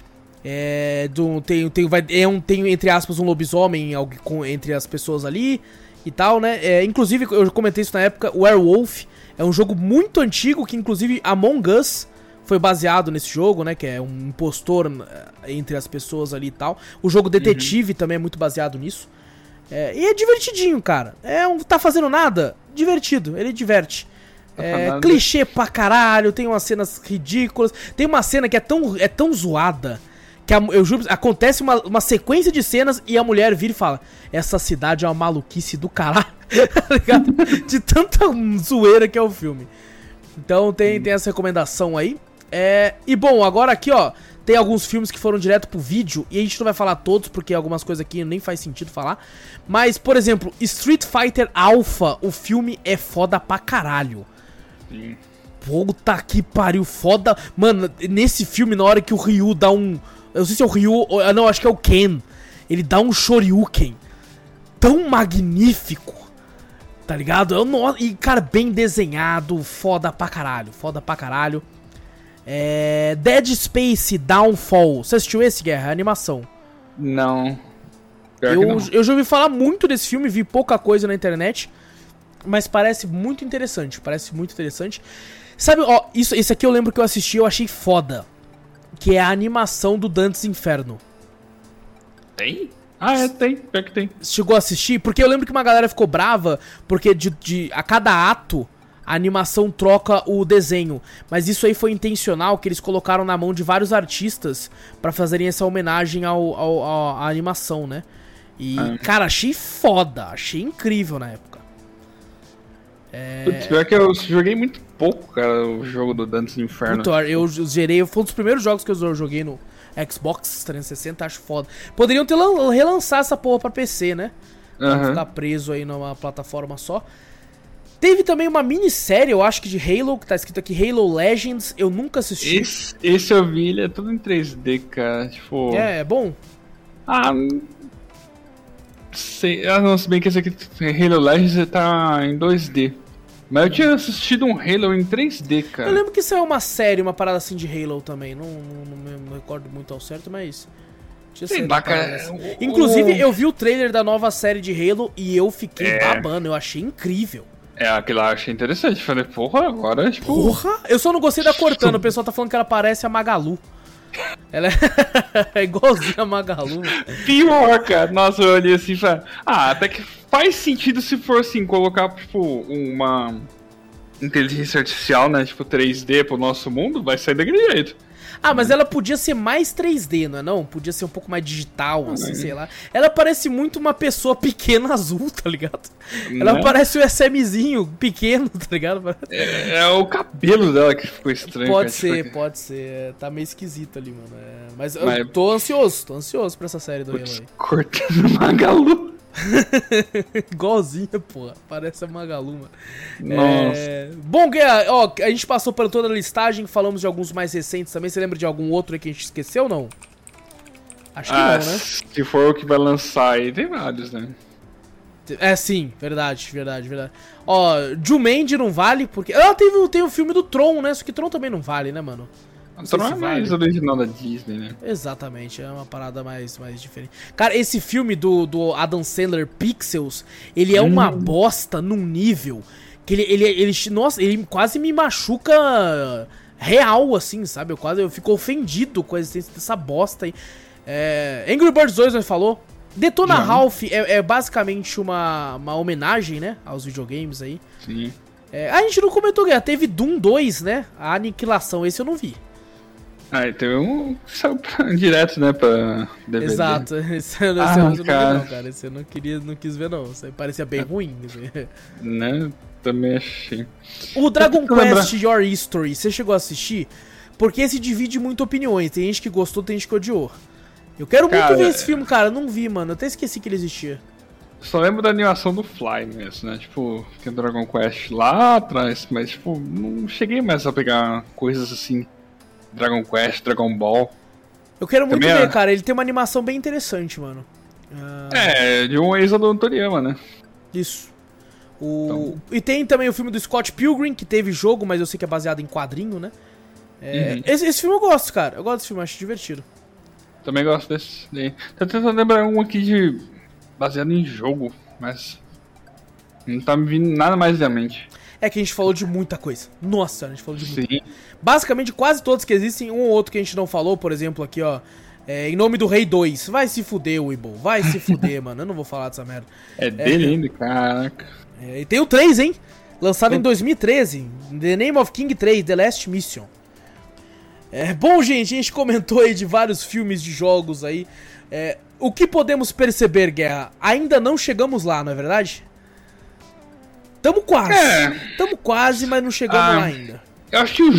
Tem entre aspas, um lobisomem entre as pessoas ali e tal, né? Inclusive, eu comentei isso na época, o Werewolf é um jogo muito antigo, que inclusive Among Us foi baseado nesse jogo, né? Que é um impostor entre as pessoas ali e tal. O jogo Detetive também é muito baseado nisso. E é divertidinho, cara. Tá fazendo nada? Divertido, ele diverte. Clichê pra caralho, tem umas cenas ridículas. Tem uma cena que é tão zoada que eu juro, acontece uma sequência de cenas e a mulher vira e fala: essa cidade é uma maluquice do caralho. Tá ligado? De tanta zoeira que é o filme. Então tem essa recomendação aí. E bom, agora aqui, ó, tem alguns filmes que foram direto pro vídeo, e a gente não vai falar todos, porque algumas coisas aqui nem faz sentido falar. Mas, por exemplo, Street Fighter Alpha, o filme é foda pra caralho. Sim. Puta que pariu, foda. Mano, nesse filme, na hora que o Ryu dá um... Eu não sei se é o Ryu, não, acho que é o Ken. Ele dá um Shoryuken tão magnífico, tá ligado? E, cara, bem desenhado, foda pra caralho. Dead Space Downfall. Você assistiu esse, Guerra? Animação. Não. Eu já ouvi falar muito desse filme, vi pouca coisa na internet, mas parece muito interessante. Sabe, ó, isso aqui eu lembro que eu assisti, eu achei foda. Que é a animação do Dante's Inferno. Tem? Tem. Pior que tem. Chegou a assistir? Porque eu lembro que uma galera ficou brava, porque a cada ato a animação troca o desenho. Mas isso aí foi intencional, que eles colocaram na mão de vários artistas pra fazerem essa homenagem à animação, né? E, cara, achei foda, achei incrível na época. Putz, pior que eu joguei muito pouco, cara, o jogo do Dante's Inferno. Eu zerei, foi um dos primeiros jogos que eu joguei no Xbox 360, acho foda. Poderiam ter relançar essa porra pra PC, né? Pra não ficar preso aí numa plataforma só. Teve também uma minissérie, eu acho que de Halo, que tá escrito aqui Halo Legends, eu nunca assisti. Esse eu vi, ele é todo em 3D, cara, tipo... É bom? Sei, não, se bem que esse aqui, Halo Legends, tá em 2D. Mas eu tinha assistido um Halo em 3D, cara. Eu lembro que saiu uma série, uma parada assim de Halo também, não me recordo muito ao certo, mas... Sei lá, cara. Inclusive, eu vi o trailer da nova série de Halo e eu fiquei babando, eu achei incrível. Aquilo lá eu achei interessante. Falei, porra, agora, tipo... Porra! Eu só não gostei da Cortana. O pessoal tá falando que ela parece a Magalu. Ela é igualzinha a Magalu. Pior, cara. Nossa, eu olhei assim e falei... até que faz sentido se for assim, colocar, tipo, uma inteligência artificial, né? Tipo, 3D pro nosso mundo, vai sair daquele jeito. Mas ela podia ser mais 3D, não é não? Podia ser um pouco mais digital, assim, sei lá. Ela parece muito uma pessoa pequena azul, tá ligado? Ela parece o SMzinho pequeno, tá ligado? É o cabelo dela que ficou estranho. Pode ser. Tá meio esquisito ali, mano. Mas eu tô ansioso pra essa série do Halo aí. Cortando Magalu. Igualzinha, porra. Parece a Magalu, mano. Nossa. Bom, Guerra, ó, a gente passou por toda a listagem, falamos de alguns mais recentes também. Você lembra de algum outro aí que a gente esqueceu ou não? Acho que não, né? Se for o que vai lançar aí, tem vários, né? Sim, verdade. Ó, Jumanji não vale, porque... tem o filme do Tron, né? Só que Tron também não vale, né, mano? Então não é mais original da Disney, né? Exatamente, é uma parada mais diferente. Cara, esse filme do Adam Sandler, Pixels, ele é uma bosta num nível que nossa, ele quase me machuca real, assim, sabe? Eu fico ofendido com a existência dessa bosta aí. Angry Birds 2, nós falou. Detona Ralph é basicamente uma homenagem, né, aos videogames aí. Sim. A gente não comentou, Guerra, teve Doom 2, né? A Aniquilação, esse eu não vi. Teve um que saiu direto, né, pra DVD. Exato, esse eu não vi não, cara. Esse eu não quis ver não, isso aí parecia bem ruim. Né, também achei. O Dragon Quest Your History, você chegou a assistir? Porque esse divide muito opiniões, tem gente que gostou, tem gente que odiou. Eu quero muito ver esse filme, cara, eu não vi, mano, eu até esqueci que ele existia. Só lembro da animação do Fly mesmo, né? Tipo, que é Dragon Quest lá atrás, mas tipo, não cheguei mais a pegar coisas assim. Dragon Quest, Dragon Ball. Eu quero muito ver, cara, ele tem uma animação bem interessante, mano. De um ex do Toriyama, né? Isso. Então. E tem também o filme do Scott Pilgrim, que teve jogo, mas eu sei que é baseado em quadrinho, né? Esse filme eu gosto, cara. Eu gosto desse filme, acho divertido. Também gosto desse. Tô tentando lembrar um aqui baseado em jogo, mas não tá me vindo nada mais na mente. É que a gente falou de muita coisa. Nossa, a gente falou de muita. Basicamente, quase todos que existem, um ou outro que a gente não falou, por exemplo, aqui, ó. Em Nome do Rei 2. Vai se fuder, Weeble. Vai se fuder, mano. Eu não vou falar dessa merda. Dele ainda, caraca. E tem o 3, hein? Lançado em 2013. The Name of King 3, The Last Mission. Bom, gente, a gente comentou aí de vários filmes de jogos aí. O que podemos perceber, Guerra? Ainda não chegamos lá, não é verdade? Tamo quase, mas não chegamos lá ainda. Eu acho que o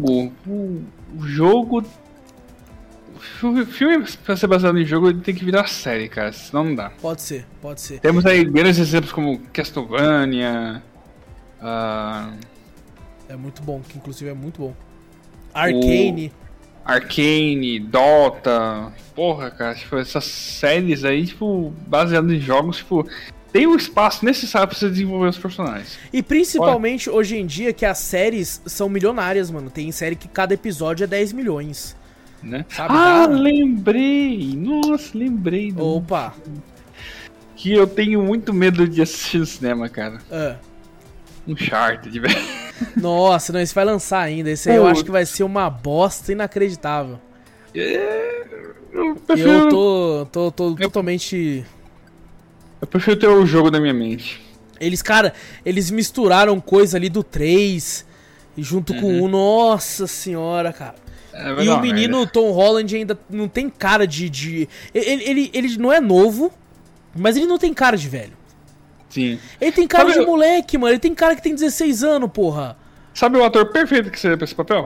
filme, pra ser baseado em jogo, ele tem que virar série, cara, senão não dá. Pode ser. Temos aí grandes exemplos como Castlevania. É muito bom, que inclusive é muito bom. Arcane, Dota. Porra, cara, tipo, essas séries aí, tipo, baseadas em jogos, tipo, tem o espaço necessário pra você desenvolver os personagens. E principalmente hoje em dia que as séries são milionárias, mano. Tem série que cada episódio é 10 milhões. Né? Sabe, lembrei! Nossa, lembrei. Opa! Que eu tenho muito medo de assistir no cinema, cara. Uncharted, velho. Nossa, não, esse vai lançar ainda. Esse aí eu acho que vai ser uma bosta inacreditável. Eu tô totalmente... Eu prefiro ter o jogo na minha mente. Eles misturaram coisa ali do 3 e junto com o 1. Nossa senhora, cara. E o menino Tom Holland ainda não tem cara de... Ele não é novo, mas ele não tem cara de velho. Sim. Ele tem cara de moleque, mano. Ele tem cara que tem 16 anos, porra. Sabe o ator perfeito que seria pra esse papel?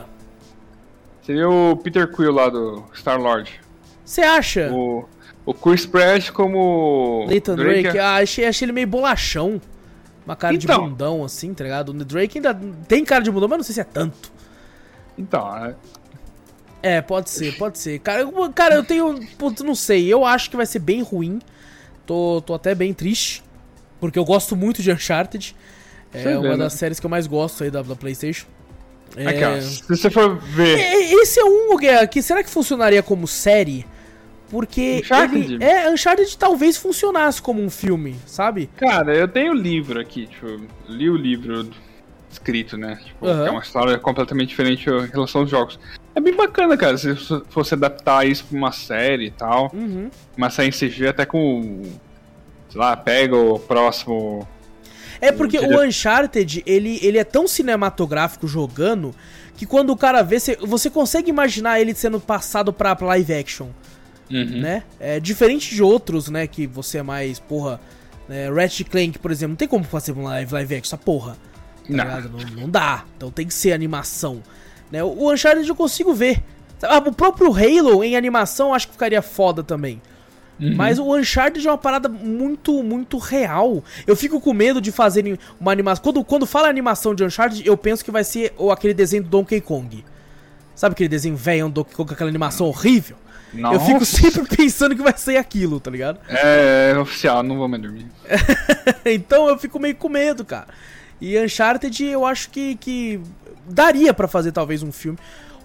Seria o Peter Quill lá do Star-Lord. Você acha? O Chris Pratt como... Nathan Drake. Achei ele meio bolachão. Uma cara de bundão, assim, tá ligado? O Drake ainda tem cara de bundão, mas não sei se é tanto. Então, pode ser. Cara, eu tenho... Não sei, eu acho que vai ser bem ruim. Tô até bem triste. Porque eu gosto muito de Uncharted. Uma das séries que eu mais gosto aí da PlayStation. Se você for ver... Esse é um, Guerra, que será que funcionaria como série? Porque Uncharted talvez funcionasse como um filme, sabe? Cara, eu tenho o livro aqui, tipo, eu li o livro escrito, né? Tipo, que é uma história completamente diferente em relação aos jogos. É bem bacana, cara, se fosse adaptar isso pra uma série e tal. Uma série em CG até com... Sei lá, pega o próximo... Porque o Uncharted, ele é tão cinematográfico jogando que quando o cara vê, você consegue imaginar ele sendo passado pra live action, né? Diferente de outros, né, que você é mais, porra, né, Ratchet Clank, por exemplo, não tem como fazer um live action, essa porra, tá não dá, então tem que ser animação, né? O Uncharted eu consigo ver. O próprio Halo em animação eu acho que ficaria foda também. Mas o Uncharted é uma parada muito, muito real. Eu fico com medo de fazerem uma animação... Quando fala animação de Uncharted, eu penso que vai ser aquele desenho do Donkey Kong. Sabe aquele desenho velho do Donkey Kong com aquela animação horrível? Nossa. Eu fico sempre pensando que vai ser aquilo, tá ligado? É oficial, não vou mais dormir. Então eu fico meio com medo, cara. E Uncharted eu acho que daria pra fazer talvez um filme.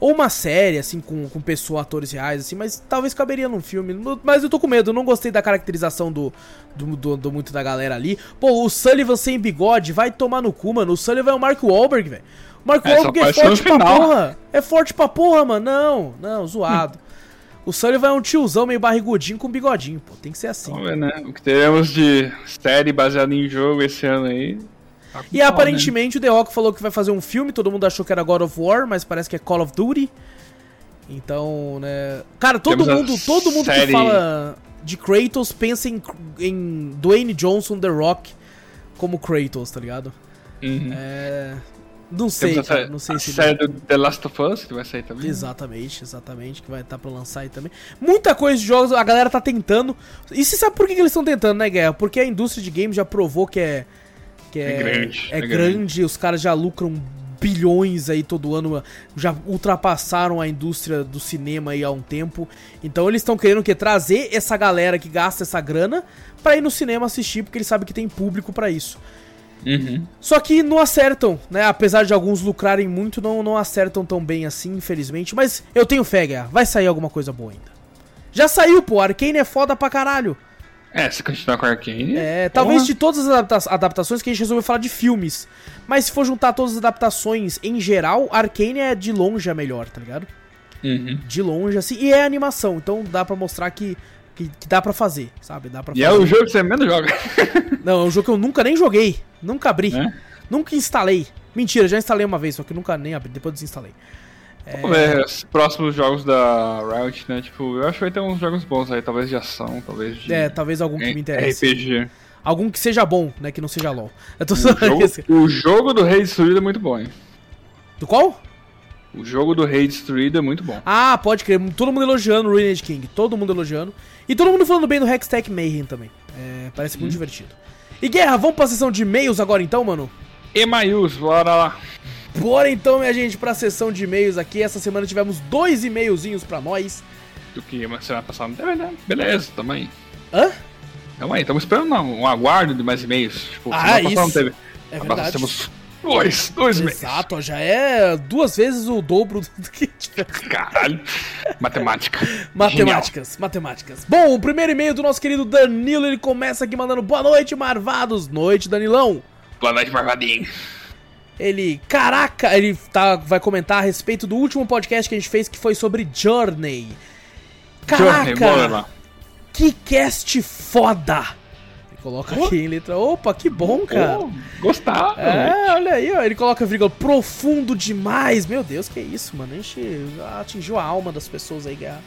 Ou uma série, assim, com pessoas, atores reais, assim, mas talvez caberia num filme. Mas eu tô com medo, eu não gostei da caracterização do muito da galera ali. Pô, o Sullivan sem bigode vai tomar no cu, mano. O Sullivan é o Mark Wahlberg, velho. O Mark Wahlberg é forte pra porra. É forte pra porra, mano. Não, zoado. O Sullivan é um tiozão meio barrigudinho com bigodinho, pô. Tem que ser assim. Vamos ver, né? O que teremos de série baseada em jogo esse ano aí. E aparentemente o The Rock falou que vai fazer um filme, todo mundo achou que era God of War, mas parece que é Call of Duty. Então, né... Cara, todo mundo que fala de Kratos pensa em Dwayne Johnson, The Rock, como Kratos, tá ligado? Não sei, cara, não sei se... A série do The Last of Us, que vai sair também. Exatamente, que vai estar pra lançar aí também. Muita coisa de jogos, a galera tá tentando. E você sabe por que eles estão tentando, né, Guerra? Porque a indústria de games já provou que é grande, os caras já lucram bilhões aí todo ano, já ultrapassaram a indústria do cinema aí há um tempo. Então eles estão querendo trazer essa galera que gasta essa grana pra ir no cinema assistir, porque eles sabem que tem público pra isso. Só que não acertam, né? Apesar de alguns lucrarem muito, não acertam tão bem assim, infelizmente. Mas eu tenho fé, Guerra, vai sair alguma coisa boa ainda. Já saiu, pô, Arcane é foda pra caralho. Se continuar com a Arcane... talvez de todas as adaptações que a gente resolveu falar de filmes. Mas se for juntar todas as adaptações em geral, Arcane é de longe a melhor, tá ligado? De longe, assim, e é animação. Então dá pra mostrar que dá pra fazer, sabe? Dá pra fazer. É o jogo que você menos joga. Não, é um jogo que eu nunca nem joguei. Nunca abri. Nunca instalei. Mentira, já instalei uma vez, só que nunca nem abri. Depois desinstalei. Vamos ver os próximos jogos da Riot, né? Tipo, eu acho que vai ter uns jogos bons aí. Talvez de ação, talvez de... talvez algum que me interesse. RPG. Algum que seja bom, né? Que não seja LOL. Eu tô o jogo do Rei Destruído é muito bom, hein? Do qual? O jogo do Rei Destruído é muito bom. Ah, pode crer. Todo mundo elogiando o Ruined King. Todo mundo elogiando. E todo mundo falando bem do Hextech Mayhem também. Parece muito divertido. E Guerra, vamos pra sessão de e-mails agora então, mano? E-mails, bora lá. Bora então, minha gente, pra sessão de e-mails aqui. Essa semana tivemos 2 e-mailzinhos pra nós. Do que uma semana passada não teve, né? Beleza, tamo aí. Tamo aí, estamos esperando um aguardo de mais e-mails. Tipo, semana passada não teve. É verdade. Temos dois e-mails. Exato, já é 2 vezes o dobro do que tivemos. Caralho. Matemática. Matemáticas. Bom, o primeiro e-mail do nosso querido Danilo, ele começa aqui mandando boa noite, marvados. Noite, Danilão. Boa noite, marvadinho. Ele vai comentar a respeito do último podcast que a gente fez, que foi sobre Journey. Caraca, que cast foda! Ele coloca aqui em letra... Opa, que bom, cara. Gostava. Olha aí, ó. Ele coloca, vírgula, profundo demais. Meu Deus, que isso, mano. A gente atingiu a alma das pessoas aí, Guerra.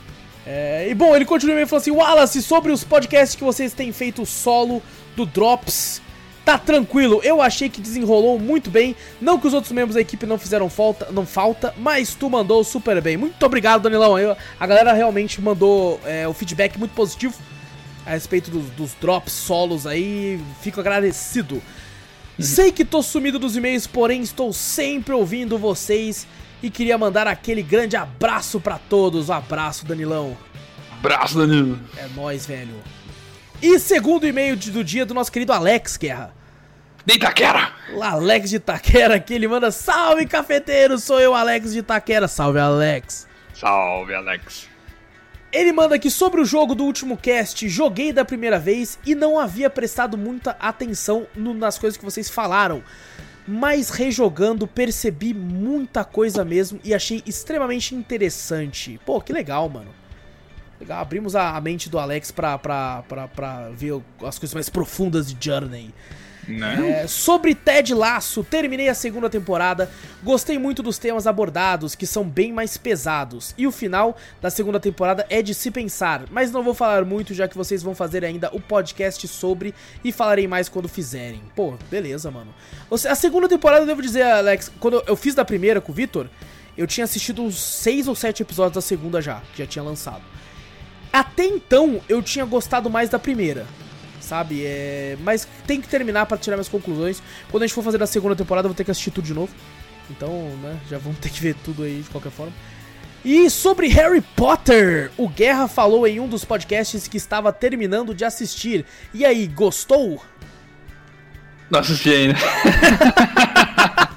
E bom, ele continua e falou assim: Wallace, sobre os podcasts que vocês têm feito solo do Drops... Tá tranquilo, eu achei que desenrolou muito bem. Não que os outros membros da equipe não fizeram falta, mas tu mandou super bem. Muito obrigado, Danilão. A galera realmente mandou o feedback muito positivo a respeito dos drops solos aí. Fico agradecido. Sei que tô sumido dos e-mails, porém estou sempre ouvindo vocês e queria mandar aquele grande abraço pra todos. Um abraço, Danilão. Abraço, Danilo. É nóis, velho. E segundo e-mail do dia do nosso querido Alex Guerra. De Itaquera. Alex de Itaquera aqui, ele manda: salve, cafeteiro, sou eu, Alex de Itaquera. Salve, Alex. Salve, Alex. Ele manda aqui sobre o jogo do último cast. Joguei da primeira vez e não havia prestado muita atenção nas coisas que vocês falaram. Mas rejogando percebi muita coisa mesmo e achei extremamente interessante. Pô, que legal, mano. Legal, abrimos a mente do Alex pra ver as coisas mais profundas de Journey. Sobre Ted Lasso, terminei a 2ª temporada, gostei muito dos temas abordados, que são bem mais pesados, e o final da 2ª temporada é de se pensar, mas não vou falar muito, já que vocês vão fazer ainda o podcast sobre, e falarei mais quando fizerem. Pô, beleza, mano. A 2ª temporada, eu devo dizer, Alex, quando eu fiz da primeira com o Vitor, eu tinha assistido uns 6 ou 7 episódios da segunda que já tinha lançado. Até então, eu tinha gostado mais da primeira, sabe? Mas tem que terminar pra tirar minhas conclusões. Quando a gente for fazer a 2ª temporada, eu vou ter que assistir tudo de novo. Então, né, já vamos ter que ver tudo aí de qualquer forma. E sobre Harry Potter, o Guerra falou em um dos podcasts que estava terminando de assistir. E aí, gostou? Não assisti ainda.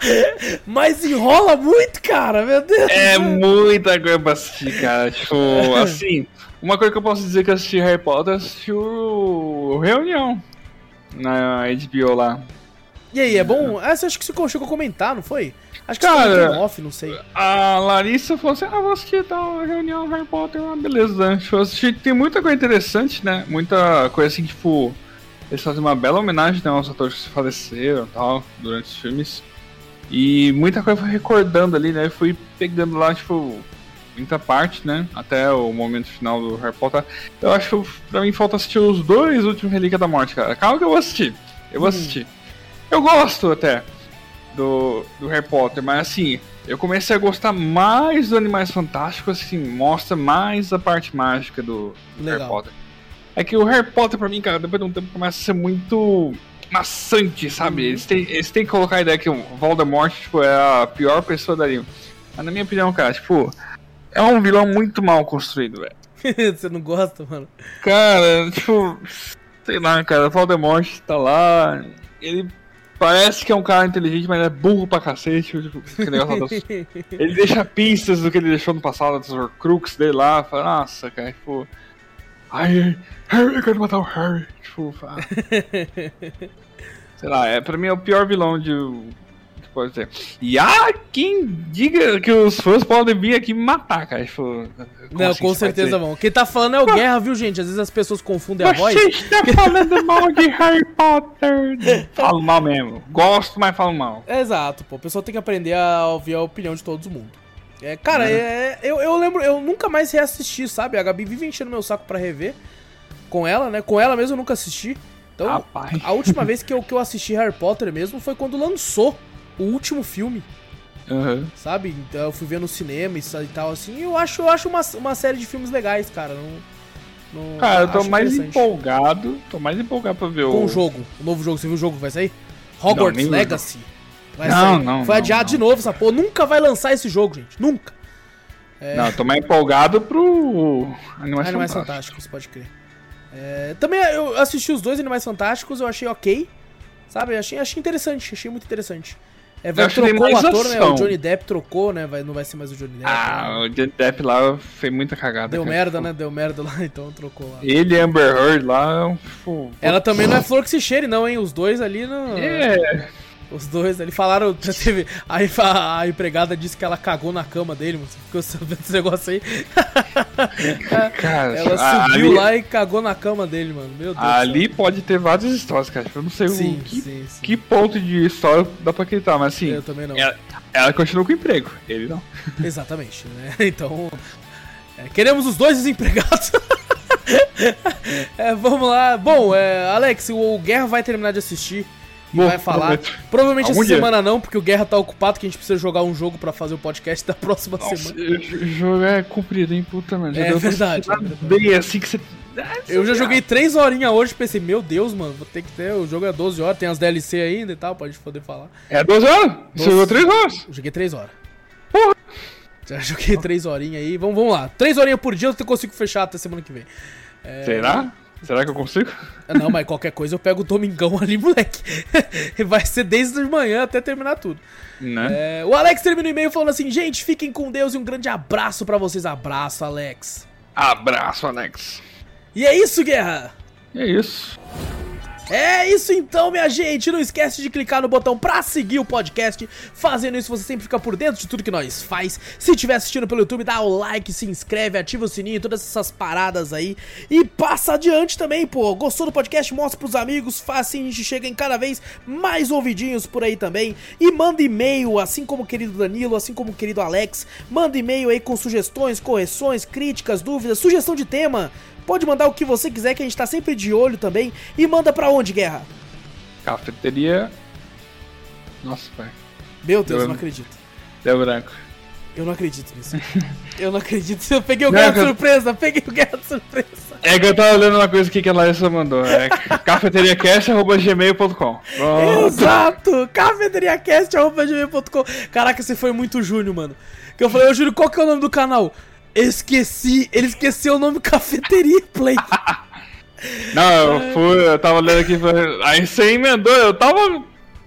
Mas enrola muito, cara, meu Deus. É muita coisa pra assistir, cara. Tipo, assim, uma coisa que eu posso dizer que eu assisti Harry Potter, eu assisti o Reunião na HBO lá. E aí, é bom? Essa acho que você chegou a comentar, não foi? Acho que Cara, você comentou off, não sei. A Larissa falou assim, vou assistir tal Reunião Harry Potter, beleza, né? Tipo, eu assisti, tem muita coisa interessante, né? Muita coisa assim, tipo, eles fazem uma bela homenagem, né, aos atores que faleceram e tal, durante os filmes. E muita coisa foi recordando ali, né? Eu fui pegando lá, tipo, muita parte, né? Até o momento final do Harry Potter. Eu acho que pra mim falta assistir os 2 últimos Relíquias da Morte, cara. Calma que eu vou assistir. Eu vou assistir. Eu gosto até do Harry Potter, mas assim, eu comecei a gostar mais dos Animais Fantásticos, assim, mostra mais a parte mágica do Harry Potter. É que o Harry Potter, pra mim, cara, depois de um tempo começa a ser muito maçante, sabe? Eles têm que colocar a ideia que o Voldemort, tipo, é a pior pessoa dali. Mas na minha opinião, cara, tipo, é um vilão muito mal construído, velho. Você não gosta, mano? Cara, tipo, sei lá, cara, o Voldemort tá lá, ele parece que é um cara inteligente, mas é burro pra cacete. Tipo, ele deixa pistas do que ele deixou no passado, dos Horcrux dele lá, fala, nossa, cara, tipo... Ai, Harry, eu quero matar o Harry. Tipo, sei lá, pra mim é o pior vilão que pode ter. E há quem diga que os fãs podem vir aqui me matar, cara. Tipo, não, com certeza vão. Quem tá falando é o Guerra, viu, gente? Às vezes as pessoas confundem a voz. Você está falando mal de Harry Potter. Falo mal mesmo. Gosto, mas falo mal. Exato, pô. O pessoal tem que aprender a ouvir a opinião de todo mundo. Cara, eu lembro, eu nunca mais reassisti, sabe? A Gabi vive enchendo meu saco pra rever com ela, né? Com ela mesmo eu nunca assisti. Então, rapaz, a última vez que eu assisti Harry Potter mesmo foi quando lançou o último filme. Sabe? Então eu fui ver no cinema e tal, assim. E eu acho uma série de filmes legais, cara. Cara, eu tô mais empolgado. Pra ver com o jogo. O novo jogo. Você viu o jogo que vai sair? Hogwarts Legacy. Foi adiado de novo essa porra. Nunca vai lançar esse jogo, gente. Nunca. Não, tô mais empolgado pro Animais Fantásticos, pode crer. Também eu assisti os 2 Animais Fantásticos, eu achei ok. Sabe? Achei interessante, achei muito interessante. Trocou o ator, né? O Johnny Depp trocou, né? Não vai ser mais o Johnny Depp. O Johnny Depp lá fez muita cagada. Deu merda, né? Deu merda lá, então trocou lá. Ele e Amber Heard lá... Ela também não é flor que se cheire, não, hein? Os dois ali não... Os dois, eles falaram, teve. Aí a empregada disse que ela cagou na cama dele, mano. Você ficou sabendo desse negócio aí? Cara, ela subiu lá e cagou na cama dele, mano. Meu Deus. Ali pode ter várias histórias, cara. Eu não sei que ponto de história dá pra acreditar, mas assim. Eu também não. Ela continua com o emprego, ele não. Exatamente, né? Então. Queremos os dois desempregados. Vamos lá. Bom, Alex, o Guerra vai terminar de assistir. E vai falar. Provavelmente essa semana não, porque o Guerra tá ocupado, que a gente precisa jogar um jogo pra fazer o podcast da próxima semana. O jogo é comprido, hein, puta, mano. É verdade. Bem assim que você... Eu já joguei 3 horinhas hoje, pensei, meu Deus, mano, vou ter que ter. O jogo é 12 horas, tem as DLC ainda e tal, pode poder falar. É 12 horas? Você jogou 3 horas? Eu joguei 3 horas. Porra! Já joguei 3 horinhas aí. Vamos lá. 3 horinhas por dia eu consigo fechar até semana que vem. Será? Será que eu consigo? Não, mas qualquer coisa eu pego o domingão ali, moleque. Vai ser desde de manhã até terminar tudo. Né? O Alex termina o e-mail falando assim: gente, fiquem com Deus e um grande abraço pra vocês. Abraço, Alex. Abraço, Alex. E é isso, Guerra. É isso. É isso então, minha gente. Não esquece de clicar no botão pra seguir o podcast. Fazendo isso, você sempre fica por dentro de tudo que nós faz. Se estiver assistindo pelo YouTube, dá o like, se inscreve, ativa o sininho, todas essas paradas aí. E passa adiante também, pô. Gostou do podcast? Mostra pros amigos. Faz assim, a gente chega em cada vez mais ouvidinhos por aí também. E manda e-mail, assim como o querido Danilo, assim como o querido Alex. Manda e-mail aí com sugestões, correções, críticas, dúvidas, sugestão de tema. Pode mandar o que você quiser, que a gente tá sempre de olho também. E manda pra onde, Guerra? Cafeteria... Nossa, pai. Meu Deus, eu não acredito. Deu branco. Eu não acredito nisso. Eu não acredito. Eu peguei o Guerra de surpresa. É que eu tava olhando uma coisa aqui que a Larissa mandou. cafeteriacast@gmail.com. Exato! cafeteriacast@gmail.com. Caraca, você foi muito Júnior, mano. Que eu falei, ô Júnior, qual que é o nome do canal? Ele esqueceu o nome Cafeteria Play. Não, eu tava olhando aqui, aí você emendou, eu tava...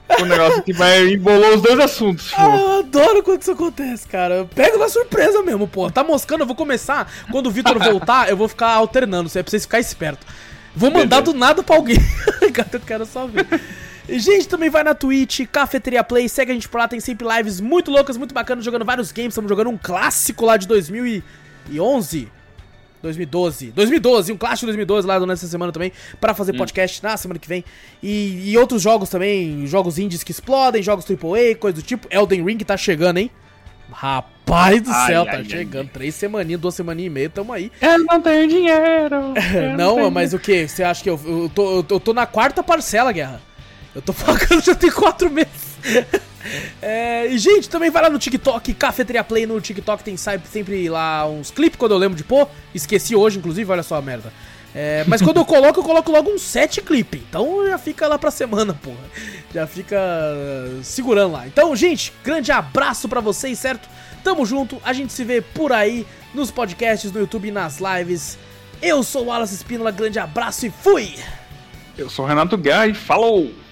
O negócio que vai embolou os dois assuntos. Pô. Eu adoro quando isso acontece, cara. Pega na surpresa mesmo, pô. Tá moscando, eu vou começar. Quando o Vitor voltar, eu vou ficar alternando. Isso é pra vocês ficarem espertos. Vou mandar do nada pra alguém. Eu quero só ver. E, gente, também vai na Twitch, Cafeteria Play. Segue a gente por lá, tem sempre lives muito loucas, muito bacanas, jogando vários games. Estamos jogando um clássico lá de 2011. 2012, um clássico de 2012 lá nessa semana também, pra fazer podcast na semana que vem. E outros jogos também, jogos indies que explodem, jogos AAA, coisa do tipo. Elden Ring tá chegando, hein? Rapaz do céu, tá chegando. 3 semaninhas, 2 semaninhas e meia, tamo aí. Eu não tenho dinheiro. Não, mas o que? Você acha que eu tô na 4ª parcela, Guerra? Eu tô pagando já tem 4 meses. E, gente, também vai lá no TikTok, Cafeteria Play no TikTok, tem sempre lá uns clipes quando eu lembro de pôr. Esqueci hoje, inclusive, olha só a merda. Mas quando eu coloco logo uns 7 clipes. Então já fica lá pra semana, porra. Já fica segurando lá. Então, gente, grande abraço pra vocês, certo? Tamo junto, a gente se vê por aí nos podcasts, no YouTube e nas lives. Eu sou o Wallace Espínola, grande abraço e fui! Eu sou o Renato Guerra e falou!